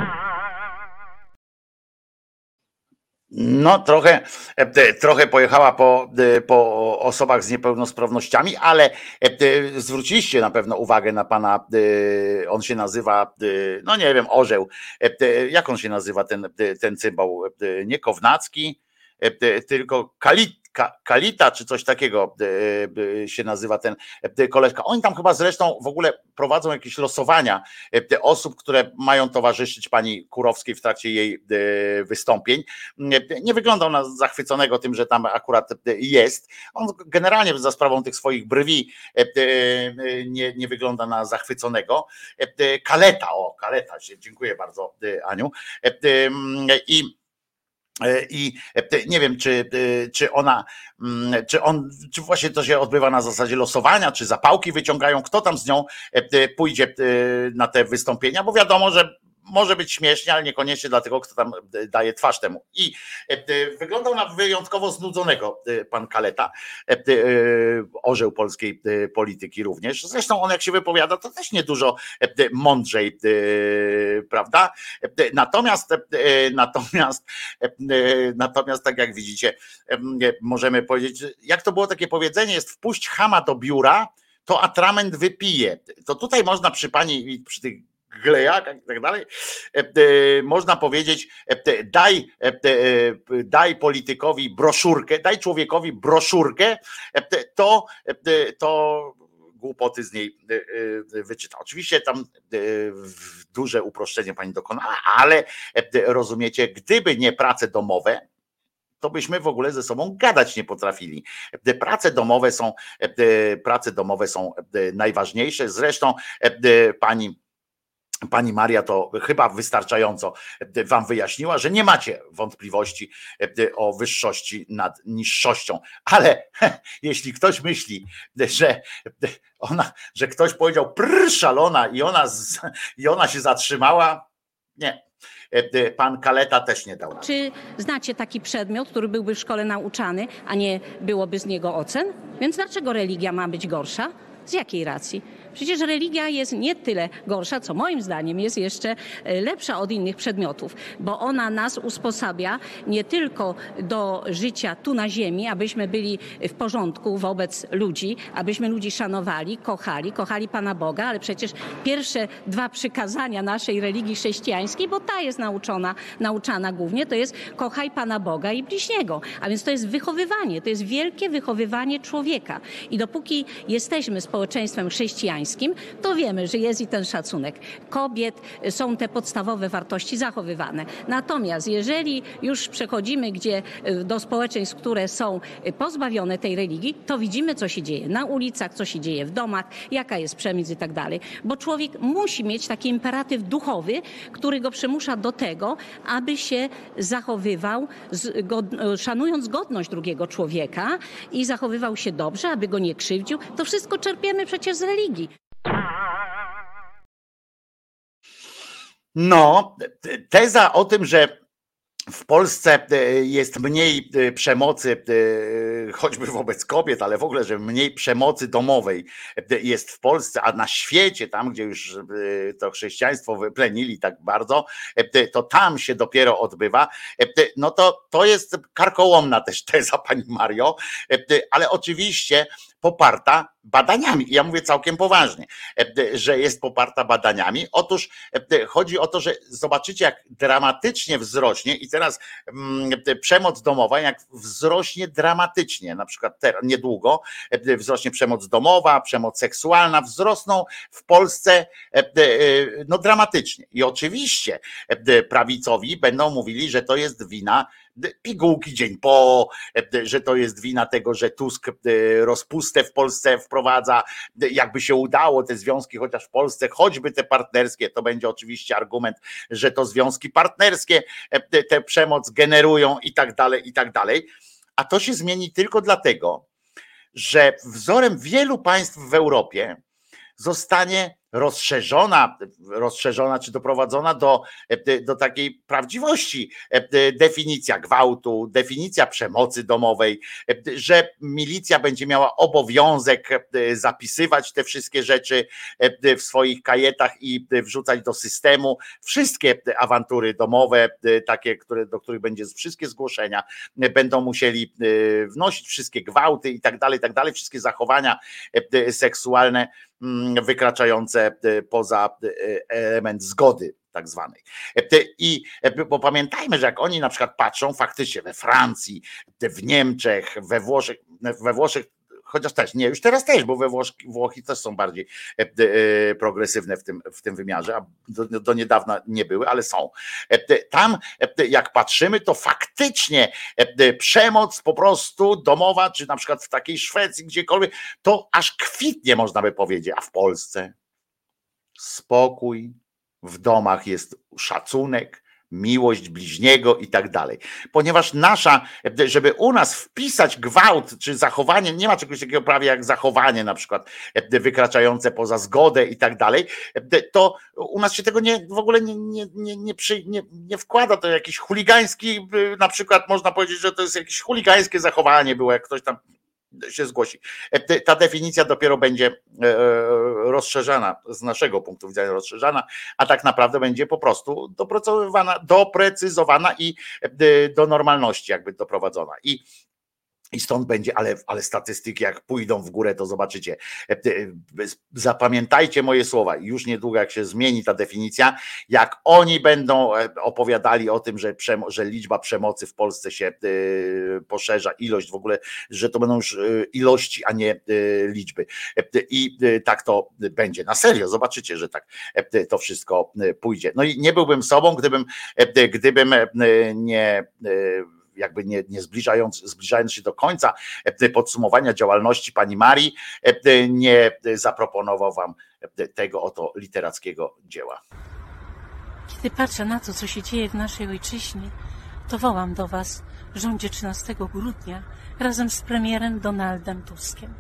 No trochę pojechała po osobach z niepełnosprawnościami, ale zwróciliście na pewno uwagę na pana, on się nazywa, no nie wiem, Orzeł, jak on się nazywa ten cymbał, nie Kownacki, tylko Kalita czy coś takiego się nazywa ten koleżka. Oni tam chyba zresztą w ogóle prowadzą jakieś losowania osób, które mają towarzyszyć pani Kurowskiej w trakcie jej wystąpień. Nie wyglądał na zachwyconego tym, że tam akurat jest. On generalnie za sprawą tych swoich brwi nie wygląda na zachwyconego. Kaleta, dziękuję bardzo, Aniu. I nie wiem, czy właśnie to się odbywa na zasadzie losowania, czy zapałki wyciągają, kto tam z nią pójdzie na te wystąpienia, bo wiadomo, że może być śmiesznie, ale niekoniecznie dlatego, kto tam daje twarz temu. I wyglądał na wyjątkowo znudzonego pan Kaleta, orzeł polskiej polityki również. Zresztą on jak się wypowiada, to też niedużo mądrzej, prawda? Natomiast tak jak widzicie, możemy powiedzieć, jak to było takie powiedzenie, jest wpuść chama do biura, to atrament wypije. To tutaj można przy tych glejakach i tak dalej, można powiedzieć, daj politykowi broszurkę, daj człowiekowi broszurkę, to głupoty z niej wyczyta. Oczywiście tam duże uproszczenie pani dokonała, ale rozumiecie, gdyby nie prace domowe, to byśmy w ogóle ze sobą gadać nie potrafili. Prace domowe są najważniejsze. Zresztą Pani Maria to chyba wystarczająco wam wyjaśniła, że nie macie wątpliwości o wyższości nad niższością. Ale jeśli ktoś myśli, że ktoś powiedział prr, szalona i ona się zatrzymała, nie. Pan Kaleta też nie dał. Czy znacie taki przedmiot, który byłby w szkole nauczany, a nie byłoby z niego ocen? Więc dlaczego religia ma być gorsza? Z jakiej racji? Przecież religia jest nie tyle gorsza, co moim zdaniem jest jeszcze lepsza od innych przedmiotów, bo ona nas usposabia nie tylko do życia tu na ziemi, abyśmy byli w porządku wobec ludzi, abyśmy ludzi szanowali, kochali Pana Boga, ale przecież pierwsze 2 przykazania naszej religii chrześcijańskiej, bo ta jest nauczana głównie, to jest kochaj Pana Boga i bliźniego. A więc to jest wychowywanie, to jest wielkie wychowywanie człowieka. I dopóki jesteśmy społeczeństwem chrześcijańskim, to wiemy, że jest i ten szacunek kobiet, są te podstawowe wartości zachowywane. Natomiast jeżeli już przechodzimy do społeczeństw, które są pozbawione tej religii, to widzimy, co się dzieje na ulicach, co się dzieje w domach, jaka jest przemoc i tak dalej. Bo człowiek musi mieć taki imperatyw duchowy, który go przymusza do tego, aby się zachowywał, szanując godność drugiego człowieka i zachowywał się dobrze, aby go nie krzywdził. To wszystko czerpiemy przecież z religii. No, teza o tym, że w Polsce jest mniej przemocy, choćby wobec kobiet, ale w ogóle, że mniej przemocy domowej jest w Polsce, a na świecie, tam gdzie już to chrześcijaństwo wyplenili tak bardzo, to tam się dopiero odbywa, no to jest karkołomna też teza, pani Mario, ale oczywiście poparta badaniami. Ja mówię całkiem poważnie, że jest poparta badaniami. Otóż chodzi o to, że zobaczycie, jak dramatycznie wzrośnie i teraz przemoc domowa, jak wzrośnie dramatycznie, na przykład teraz, niedługo wzrośnie przemoc domowa, przemoc seksualna, wzrosną w Polsce no dramatycznie. I oczywiście prawicowi będą mówili, że to jest wina pigułki dzień po, że to jest wina tego, że Tusk rozpustę w Polsce wprowadza, jakby się udało te związki, chociaż w Polsce, choćby te partnerskie, to będzie oczywiście argument, że to związki partnerskie tę przemoc generują i tak dalej, a to się zmieni tylko dlatego, że wzorem wielu państw w Europie zostanie rozszerzona czy doprowadzona do takiej prawdziwości definicja gwałtu, definicja przemocy domowej, że milicja będzie miała obowiązek zapisywać te wszystkie rzeczy w swoich kajetach i wrzucać do systemu wszystkie awantury domowe, takie, do których będzie wszystkie zgłoszenia, będą musieli wnosić wszystkie gwałty i tak dalej, wszystkie zachowania seksualne wykraczające poza element zgody tak zwanej. Bo pamiętajmy, że jak oni na przykład patrzą faktycznie we Francji, w Niemczech, we Włoszech, chociaż też nie, już teraz też, bo Włochy też są bardziej progresywne w tym wymiarze, a do niedawna nie były, ale są. Tam jak patrzymy, to faktycznie przemoc po prostu domowa, czy na przykład w takiej Szwecji, gdziekolwiek, to aż kwitnie, można by powiedzieć, a w Polsce spokój, w domach jest szacunek, miłość bliźniego i tak dalej. Ponieważ żeby u nas wpisać gwałt czy zachowanie, nie ma czegoś takiego prawie jak zachowanie na przykład wykraczające poza zgodę i tak dalej, to u nas się tego w ogóle nie wkłada, to jakiś chuligański, na przykład można powiedzieć, że to jest jakieś chuligańskie zachowanie było, jak ktoś tam się zgłosi. Ta definicja dopiero będzie rozszerzana, z naszego punktu widzenia rozszerzana, a tak naprawdę będzie po prostu doprecyzowana i do normalności jakby doprowadzona. I stąd będzie, ale statystyki jak pójdą w górę, to zobaczycie. Zapamiętajcie moje słowa. Już niedługo jak się zmieni ta definicja, jak oni będą opowiadali o tym, że liczba przemocy w Polsce się poszerza, ilość w ogóle, że to będą już ilości, a nie liczby. I tak to będzie. Na serio, zobaczycie, że tak to wszystko pójdzie. No i nie byłbym sobą, gdybym nie zbliżając się do końca podsumowania działalności pani Marii, nie zaproponował wam tego oto literackiego dzieła. Kiedy patrzę na to, co się dzieje w naszej ojczyźnie, to wołam do was w rządzie 13 grudnia razem z premierem Donaldem Tuskiem.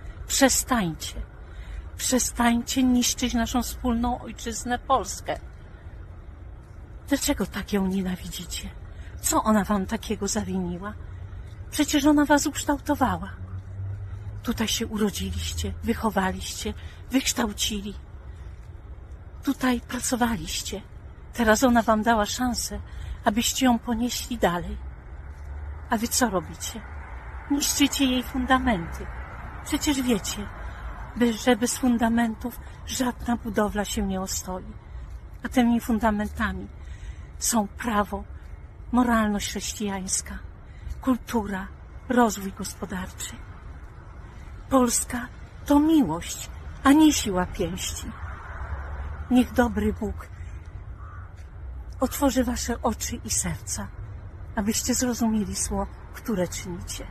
Przestańcie niszczyć naszą wspólną ojczyznę Polskę. Dlaczego tak ją nienawidzicie? Co ona wam takiego zawiniła? Przecież ona was ukształtowała. Tutaj się urodziliście, wychowaliście, wykształcili. Tutaj pracowaliście. Teraz ona wam dała szansę, abyście ją ponieśli dalej. A wy co robicie? Niszczycie jej fundamenty. Przecież wiecie, że bez fundamentów żadna budowla się nie ostoi. A tymi fundamentami są prawo, moralność chrześcijańska, kultura, rozwój gospodarczy. Polska to miłość, a nie siła pięści. Niech dobry Bóg otworzy wasze oczy i serca, abyście zrozumieli zło, które czynicie.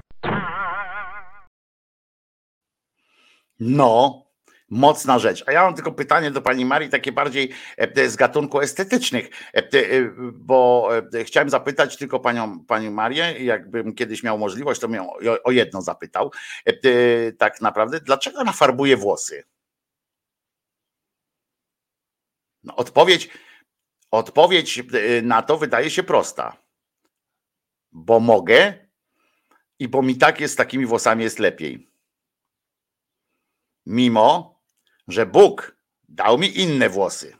No, mocna rzecz. A ja mam tylko pytanie do pani Marii, takie bardziej z gatunku estetycznych, bo chciałem zapytać tylko panią Marię, jakbym kiedyś miał możliwość, to bym ją o jedno zapytał. Tak naprawdę, dlaczego ona farbuje włosy? No, odpowiedź na to wydaje się prosta. Bo mogę i bo mi tak jest, z takimi włosami jest lepiej. Mimo że Bóg dał mi inne włosy,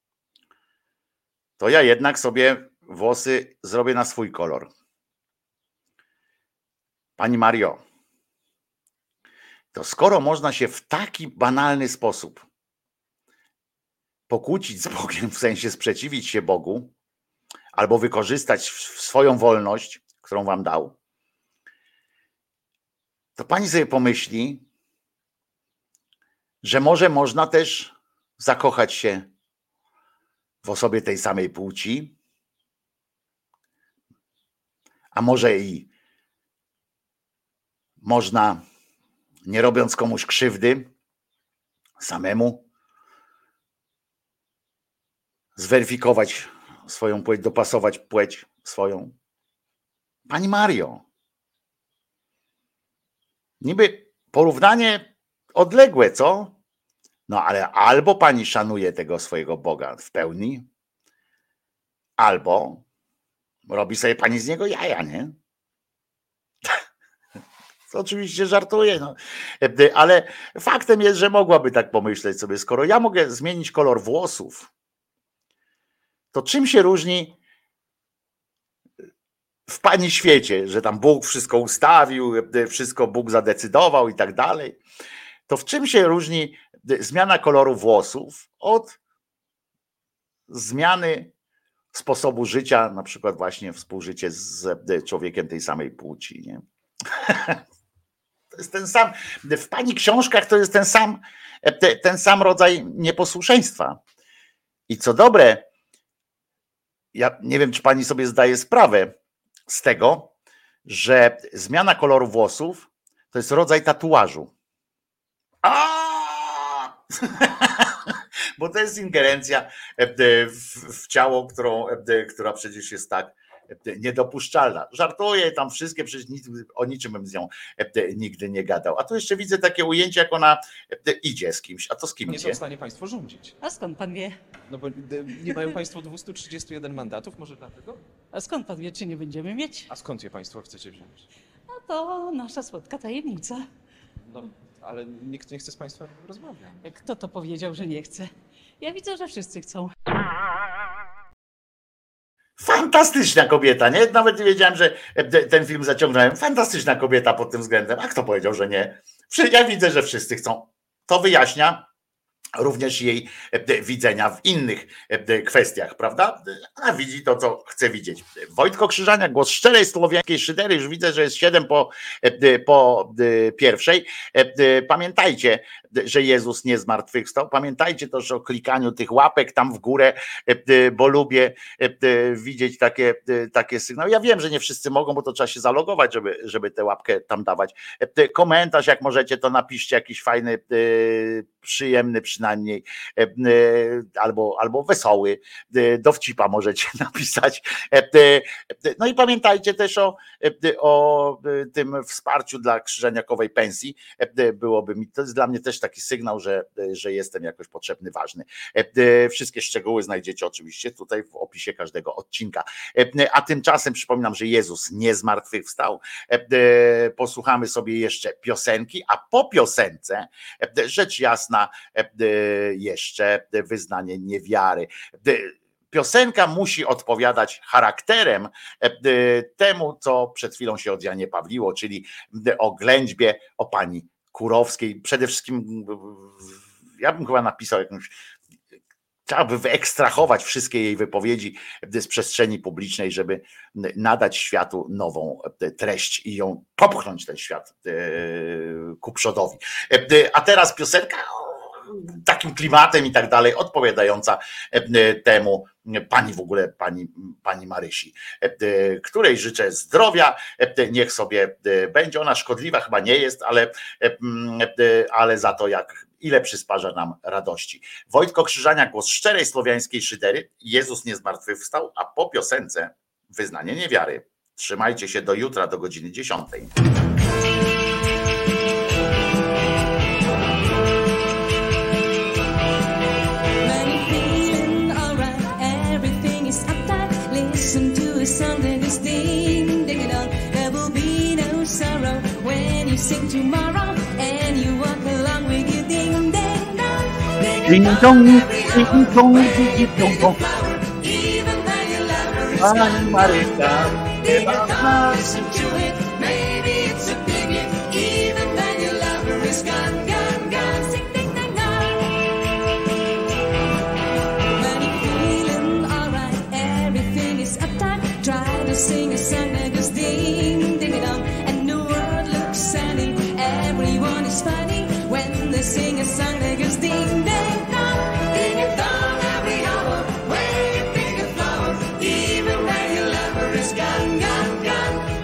to ja jednak sobie włosy zrobię na swój kolor. Pani Mario, to skoro można się w taki banalny sposób pokłócić z Bogiem, w sensie sprzeciwić się Bogu, albo wykorzystać swoją wolność, którą wam dał, to pani sobie pomyśli, że może można też zakochać się w osobie tej samej płci, A może i można, nie robiąc komuś krzywdy, samemu zweryfikować swoją płeć, dopasować płeć swoją. Pani Mario, niby porównanie odległe, co? No ale albo pani szanuje tego swojego Boga w pełni, albo robi sobie pani z niego jaja, nie? To oczywiście żartuję, no. Ale faktem jest, że mogłaby tak pomyśleć sobie, skoro ja mogę zmienić kolor włosów, to czym się różni w pani świecie, że tam Bóg wszystko ustawił, wszystko Bóg zadecydował i tak dalej, to w czym się różni zmiana koloru włosów od zmiany sposobu życia, na przykład właśnie współżycie z człowiekiem tej samej płci, nie? To jest ten sam, w pani książkach to jest ten sam rodzaj nieposłuszeństwa. I co dobre, ja nie wiem, czy pani sobie zdaje sprawę z tego, że zmiana koloru włosów to jest rodzaj tatuażu. Bo to jest ingerencja w ciało, która przecież jest tak niedopuszczalna. Żartuję tam wszystkie, przecież o niczym bym z nią nigdy nie gadał. A tu jeszcze widzę takie ujęcie, jak ona idzie z kimś. A to z kim Nie idzie? są w stanie państwo rządzić. A skąd pan wie? No bo nie mają państwo 231 mandatów, może dlatego? A skąd pan wie, czy nie będziemy mieć? A skąd je państwo chcecie wziąć? No to nasza słodka tajemnica. No, ale nikt nie chce z państwem rozmawiać. Kto to powiedział, że nie chce? Ja widzę, że wszyscy chcą. Fantastyczna kobieta, nie? Nawet nie wiedziałem, że ten film zaciągnąłem. Fantastyczna kobieta pod tym względem. A kto powiedział, że nie? Ja widzę, że wszyscy chcą. To wyjaśnia również jej widzenia w innych kwestiach, prawda? A widzi to, co chce widzieć. Wojtko Krzyżaniak, głos szczerej słowiańskiej szydery. Już widzę, że jest 7 po pierwszej. Pamiętajcie, że Jezus nie zmartwychwstał. Pamiętajcie też o klikaniu tych łapek tam w górę, bo lubię widzieć takie sygnały. Ja wiem, że nie wszyscy mogą, bo to trzeba się zalogować, żeby tę łapkę tam dawać. Komentarz, jak możecie, to napiszcie jakiś fajny, przyjemny przynajmniej, albo wesoły, dowcipa możecie napisać. No i pamiętajcie też o tym wsparciu dla krzyżaniakowej pensji. Byłoby mi, to jest dla mnie też taki sygnał, że jestem jakoś potrzebny, ważny. Wszystkie szczegóły znajdziecie oczywiście tutaj w opisie każdego odcinka. A tymczasem przypominam, że Jezus nie zmartwychwstał. Posłuchamy sobie jeszcze piosenki, a po piosence rzecz jasna jeszcze wyznanie niewiary. Piosenka musi odpowiadać charakterem temu, co przed chwilą się odzianie Pawliło, czyli o ględźbie, o pani Kurowskiej. Przede wszystkim ja bym chyba napisał jakąś, trzeba by wyekstrahować wszystkie jej wypowiedzi z przestrzeni publicznej, żeby nadać światu nową treść i ją popchnąć, ten świat ku przodowi. A teraz piosenka takim klimatem i tak dalej, odpowiadająca temu pani Marysi, której życzę zdrowia, niech sobie będzie. Ona szkodliwa chyba nie jest, ale za to ile przysparza nam radości. Wojtko Krzyżaniak, głos szczerej słowiańskiej szydery. Jezus nie zmartwychwstał, a po piosence wyznanie niewiary. Trzymajcie się do jutra, do godziny 10. Listen to a song that is ding, ding it on. There will be no sorrow when you sing tomorrow and you walk along with your ding, ding, dong. Ding dong, ding dong, ding dong. Even though your lover is Pani gone, Marysia, ding dong, listen to it. Maybe it's a big hit. Even though your lover is gone, gone, gone. Sing ding dong dong. When you're feeling alright, everything is uptight. Try to sing a song that goes ding, ding it on, and the world looks sunny. Everyone is funny when they sing a song that goes ding, ding dong, ding it dong. Every hour, waving a flower, even when your lover is gone, gone, gone.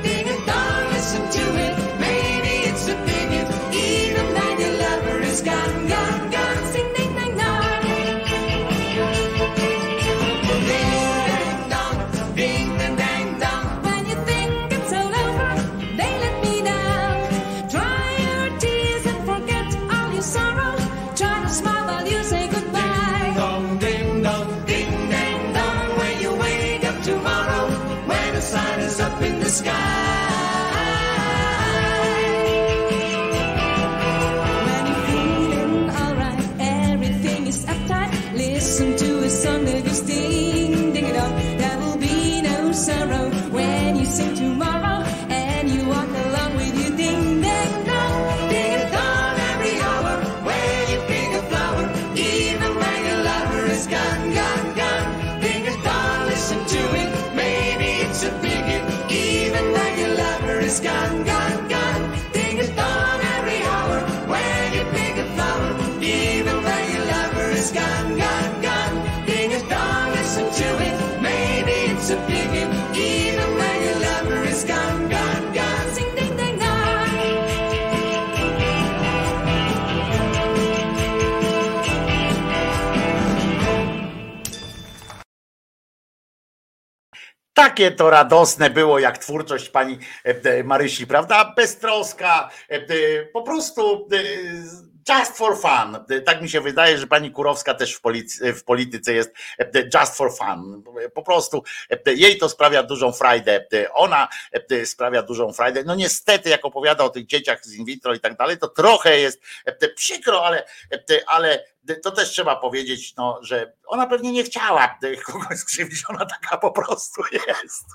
is gone, gone, gone. Ding a dong every hour when you pick a flower. Even when your lover is gone, gone, gone. Ding a dong, listen to it. Maybe it's a picking. Even when your lover is gone, gone, gone. Sing ding ding dong. Takie to radosne było jak twórczość pani Marysi, prawda? Beztroska, po prostu just for fun. Tak mi się wydaje, że pani Kurowska też w polityce jest just for fun. Po prostu jej to sprawia dużą frajdę. Ona sprawia dużą frajdę. No niestety, jak opowiada o tych dzieciach z in vitro i tak dalej, to trochę jest przykro, ale to też trzeba powiedzieć, no, że ona pewnie nie chciała kogoś skrzywdzić, ona taka po prostu jest.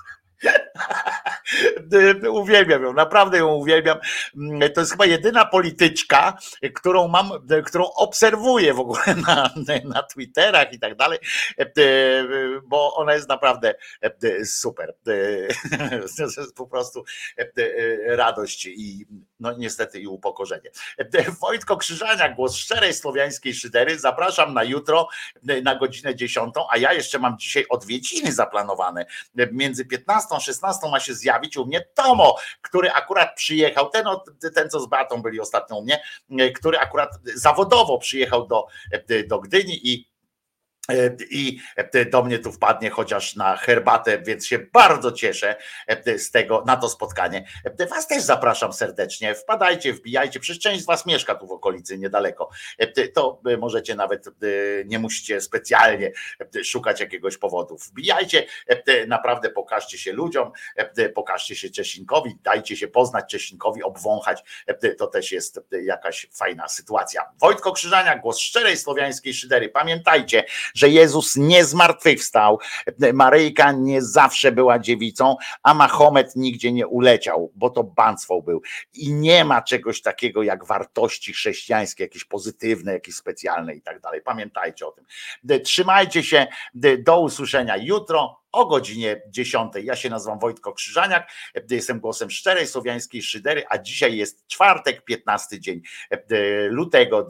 Uwielbiam ją, naprawdę ją uwielbiam. To jest chyba jedyna polityczka, którą obserwuję w ogóle na Twitterach i tak dalej, bo ona jest naprawdę super. To jest po prostu radość i no niestety i upokorzenie. Wojtko Krzyżaniak, głos szczerej słowiańskiej szydery. Zapraszam na jutro na godzinę 10, a ja jeszcze mam dzisiaj odwiedziny zaplanowane. Między 15 a 16 ma się zjawić u mnie Tomo, który akurat przyjechał, ten co z Beatą byli ostatnio u mnie, który akurat zawodowo przyjechał do Gdyni i do mnie tu wpadnie chociaż na herbatę, więc się bardzo cieszę na to spotkanie. Was też zapraszam serdecznie, wpadajcie, wbijajcie, przecież część z was mieszka tu w okolicy niedaleko, to możecie nawet, nie musicie specjalnie szukać jakiegoś powodu, wbijajcie, naprawdę pokażcie się ludziom, pokażcie się Czesinkowi, dajcie się poznać Czesinkowi, obwąchać, to też jest jakaś fajna sytuacja. Wojtko Krzyżaniak, głos szczerej słowiańskiej szydery. Pamiętajcie, że Jezus nie zmartwychwstał, Maryjka nie zawsze była dziewicą, a Mahomet nigdzie nie uleciał, bo to banctwo był. I nie ma czegoś takiego jak wartości chrześcijańskie, jakieś pozytywne, jakieś specjalne i tak dalej. Pamiętajcie o tym. Trzymajcie się, do usłyszenia jutro o godzinie 10. Ja się nazywam Wojtko Krzyżaniak, jestem głosem szczerej słowiańskiej szydery, a dzisiaj jest czwartek, 15 dzień lutego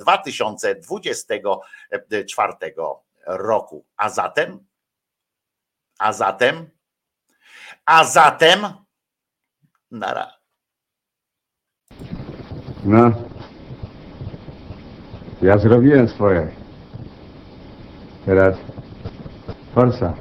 2024 roku. A zatem nara. No, ja zrobiłem swoje. Teraz forsa.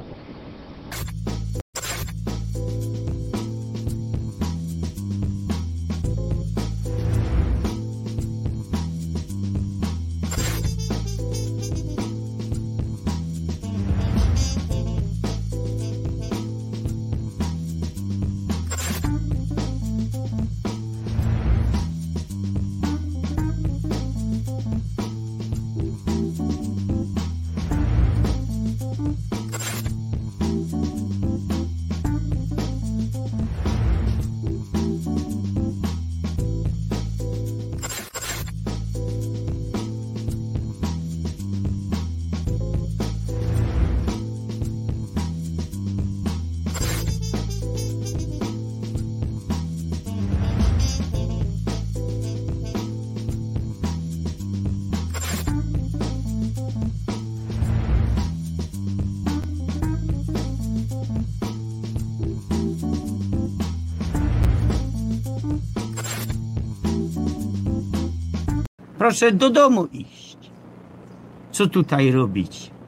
Proszę do domu iść. Co tutaj robić?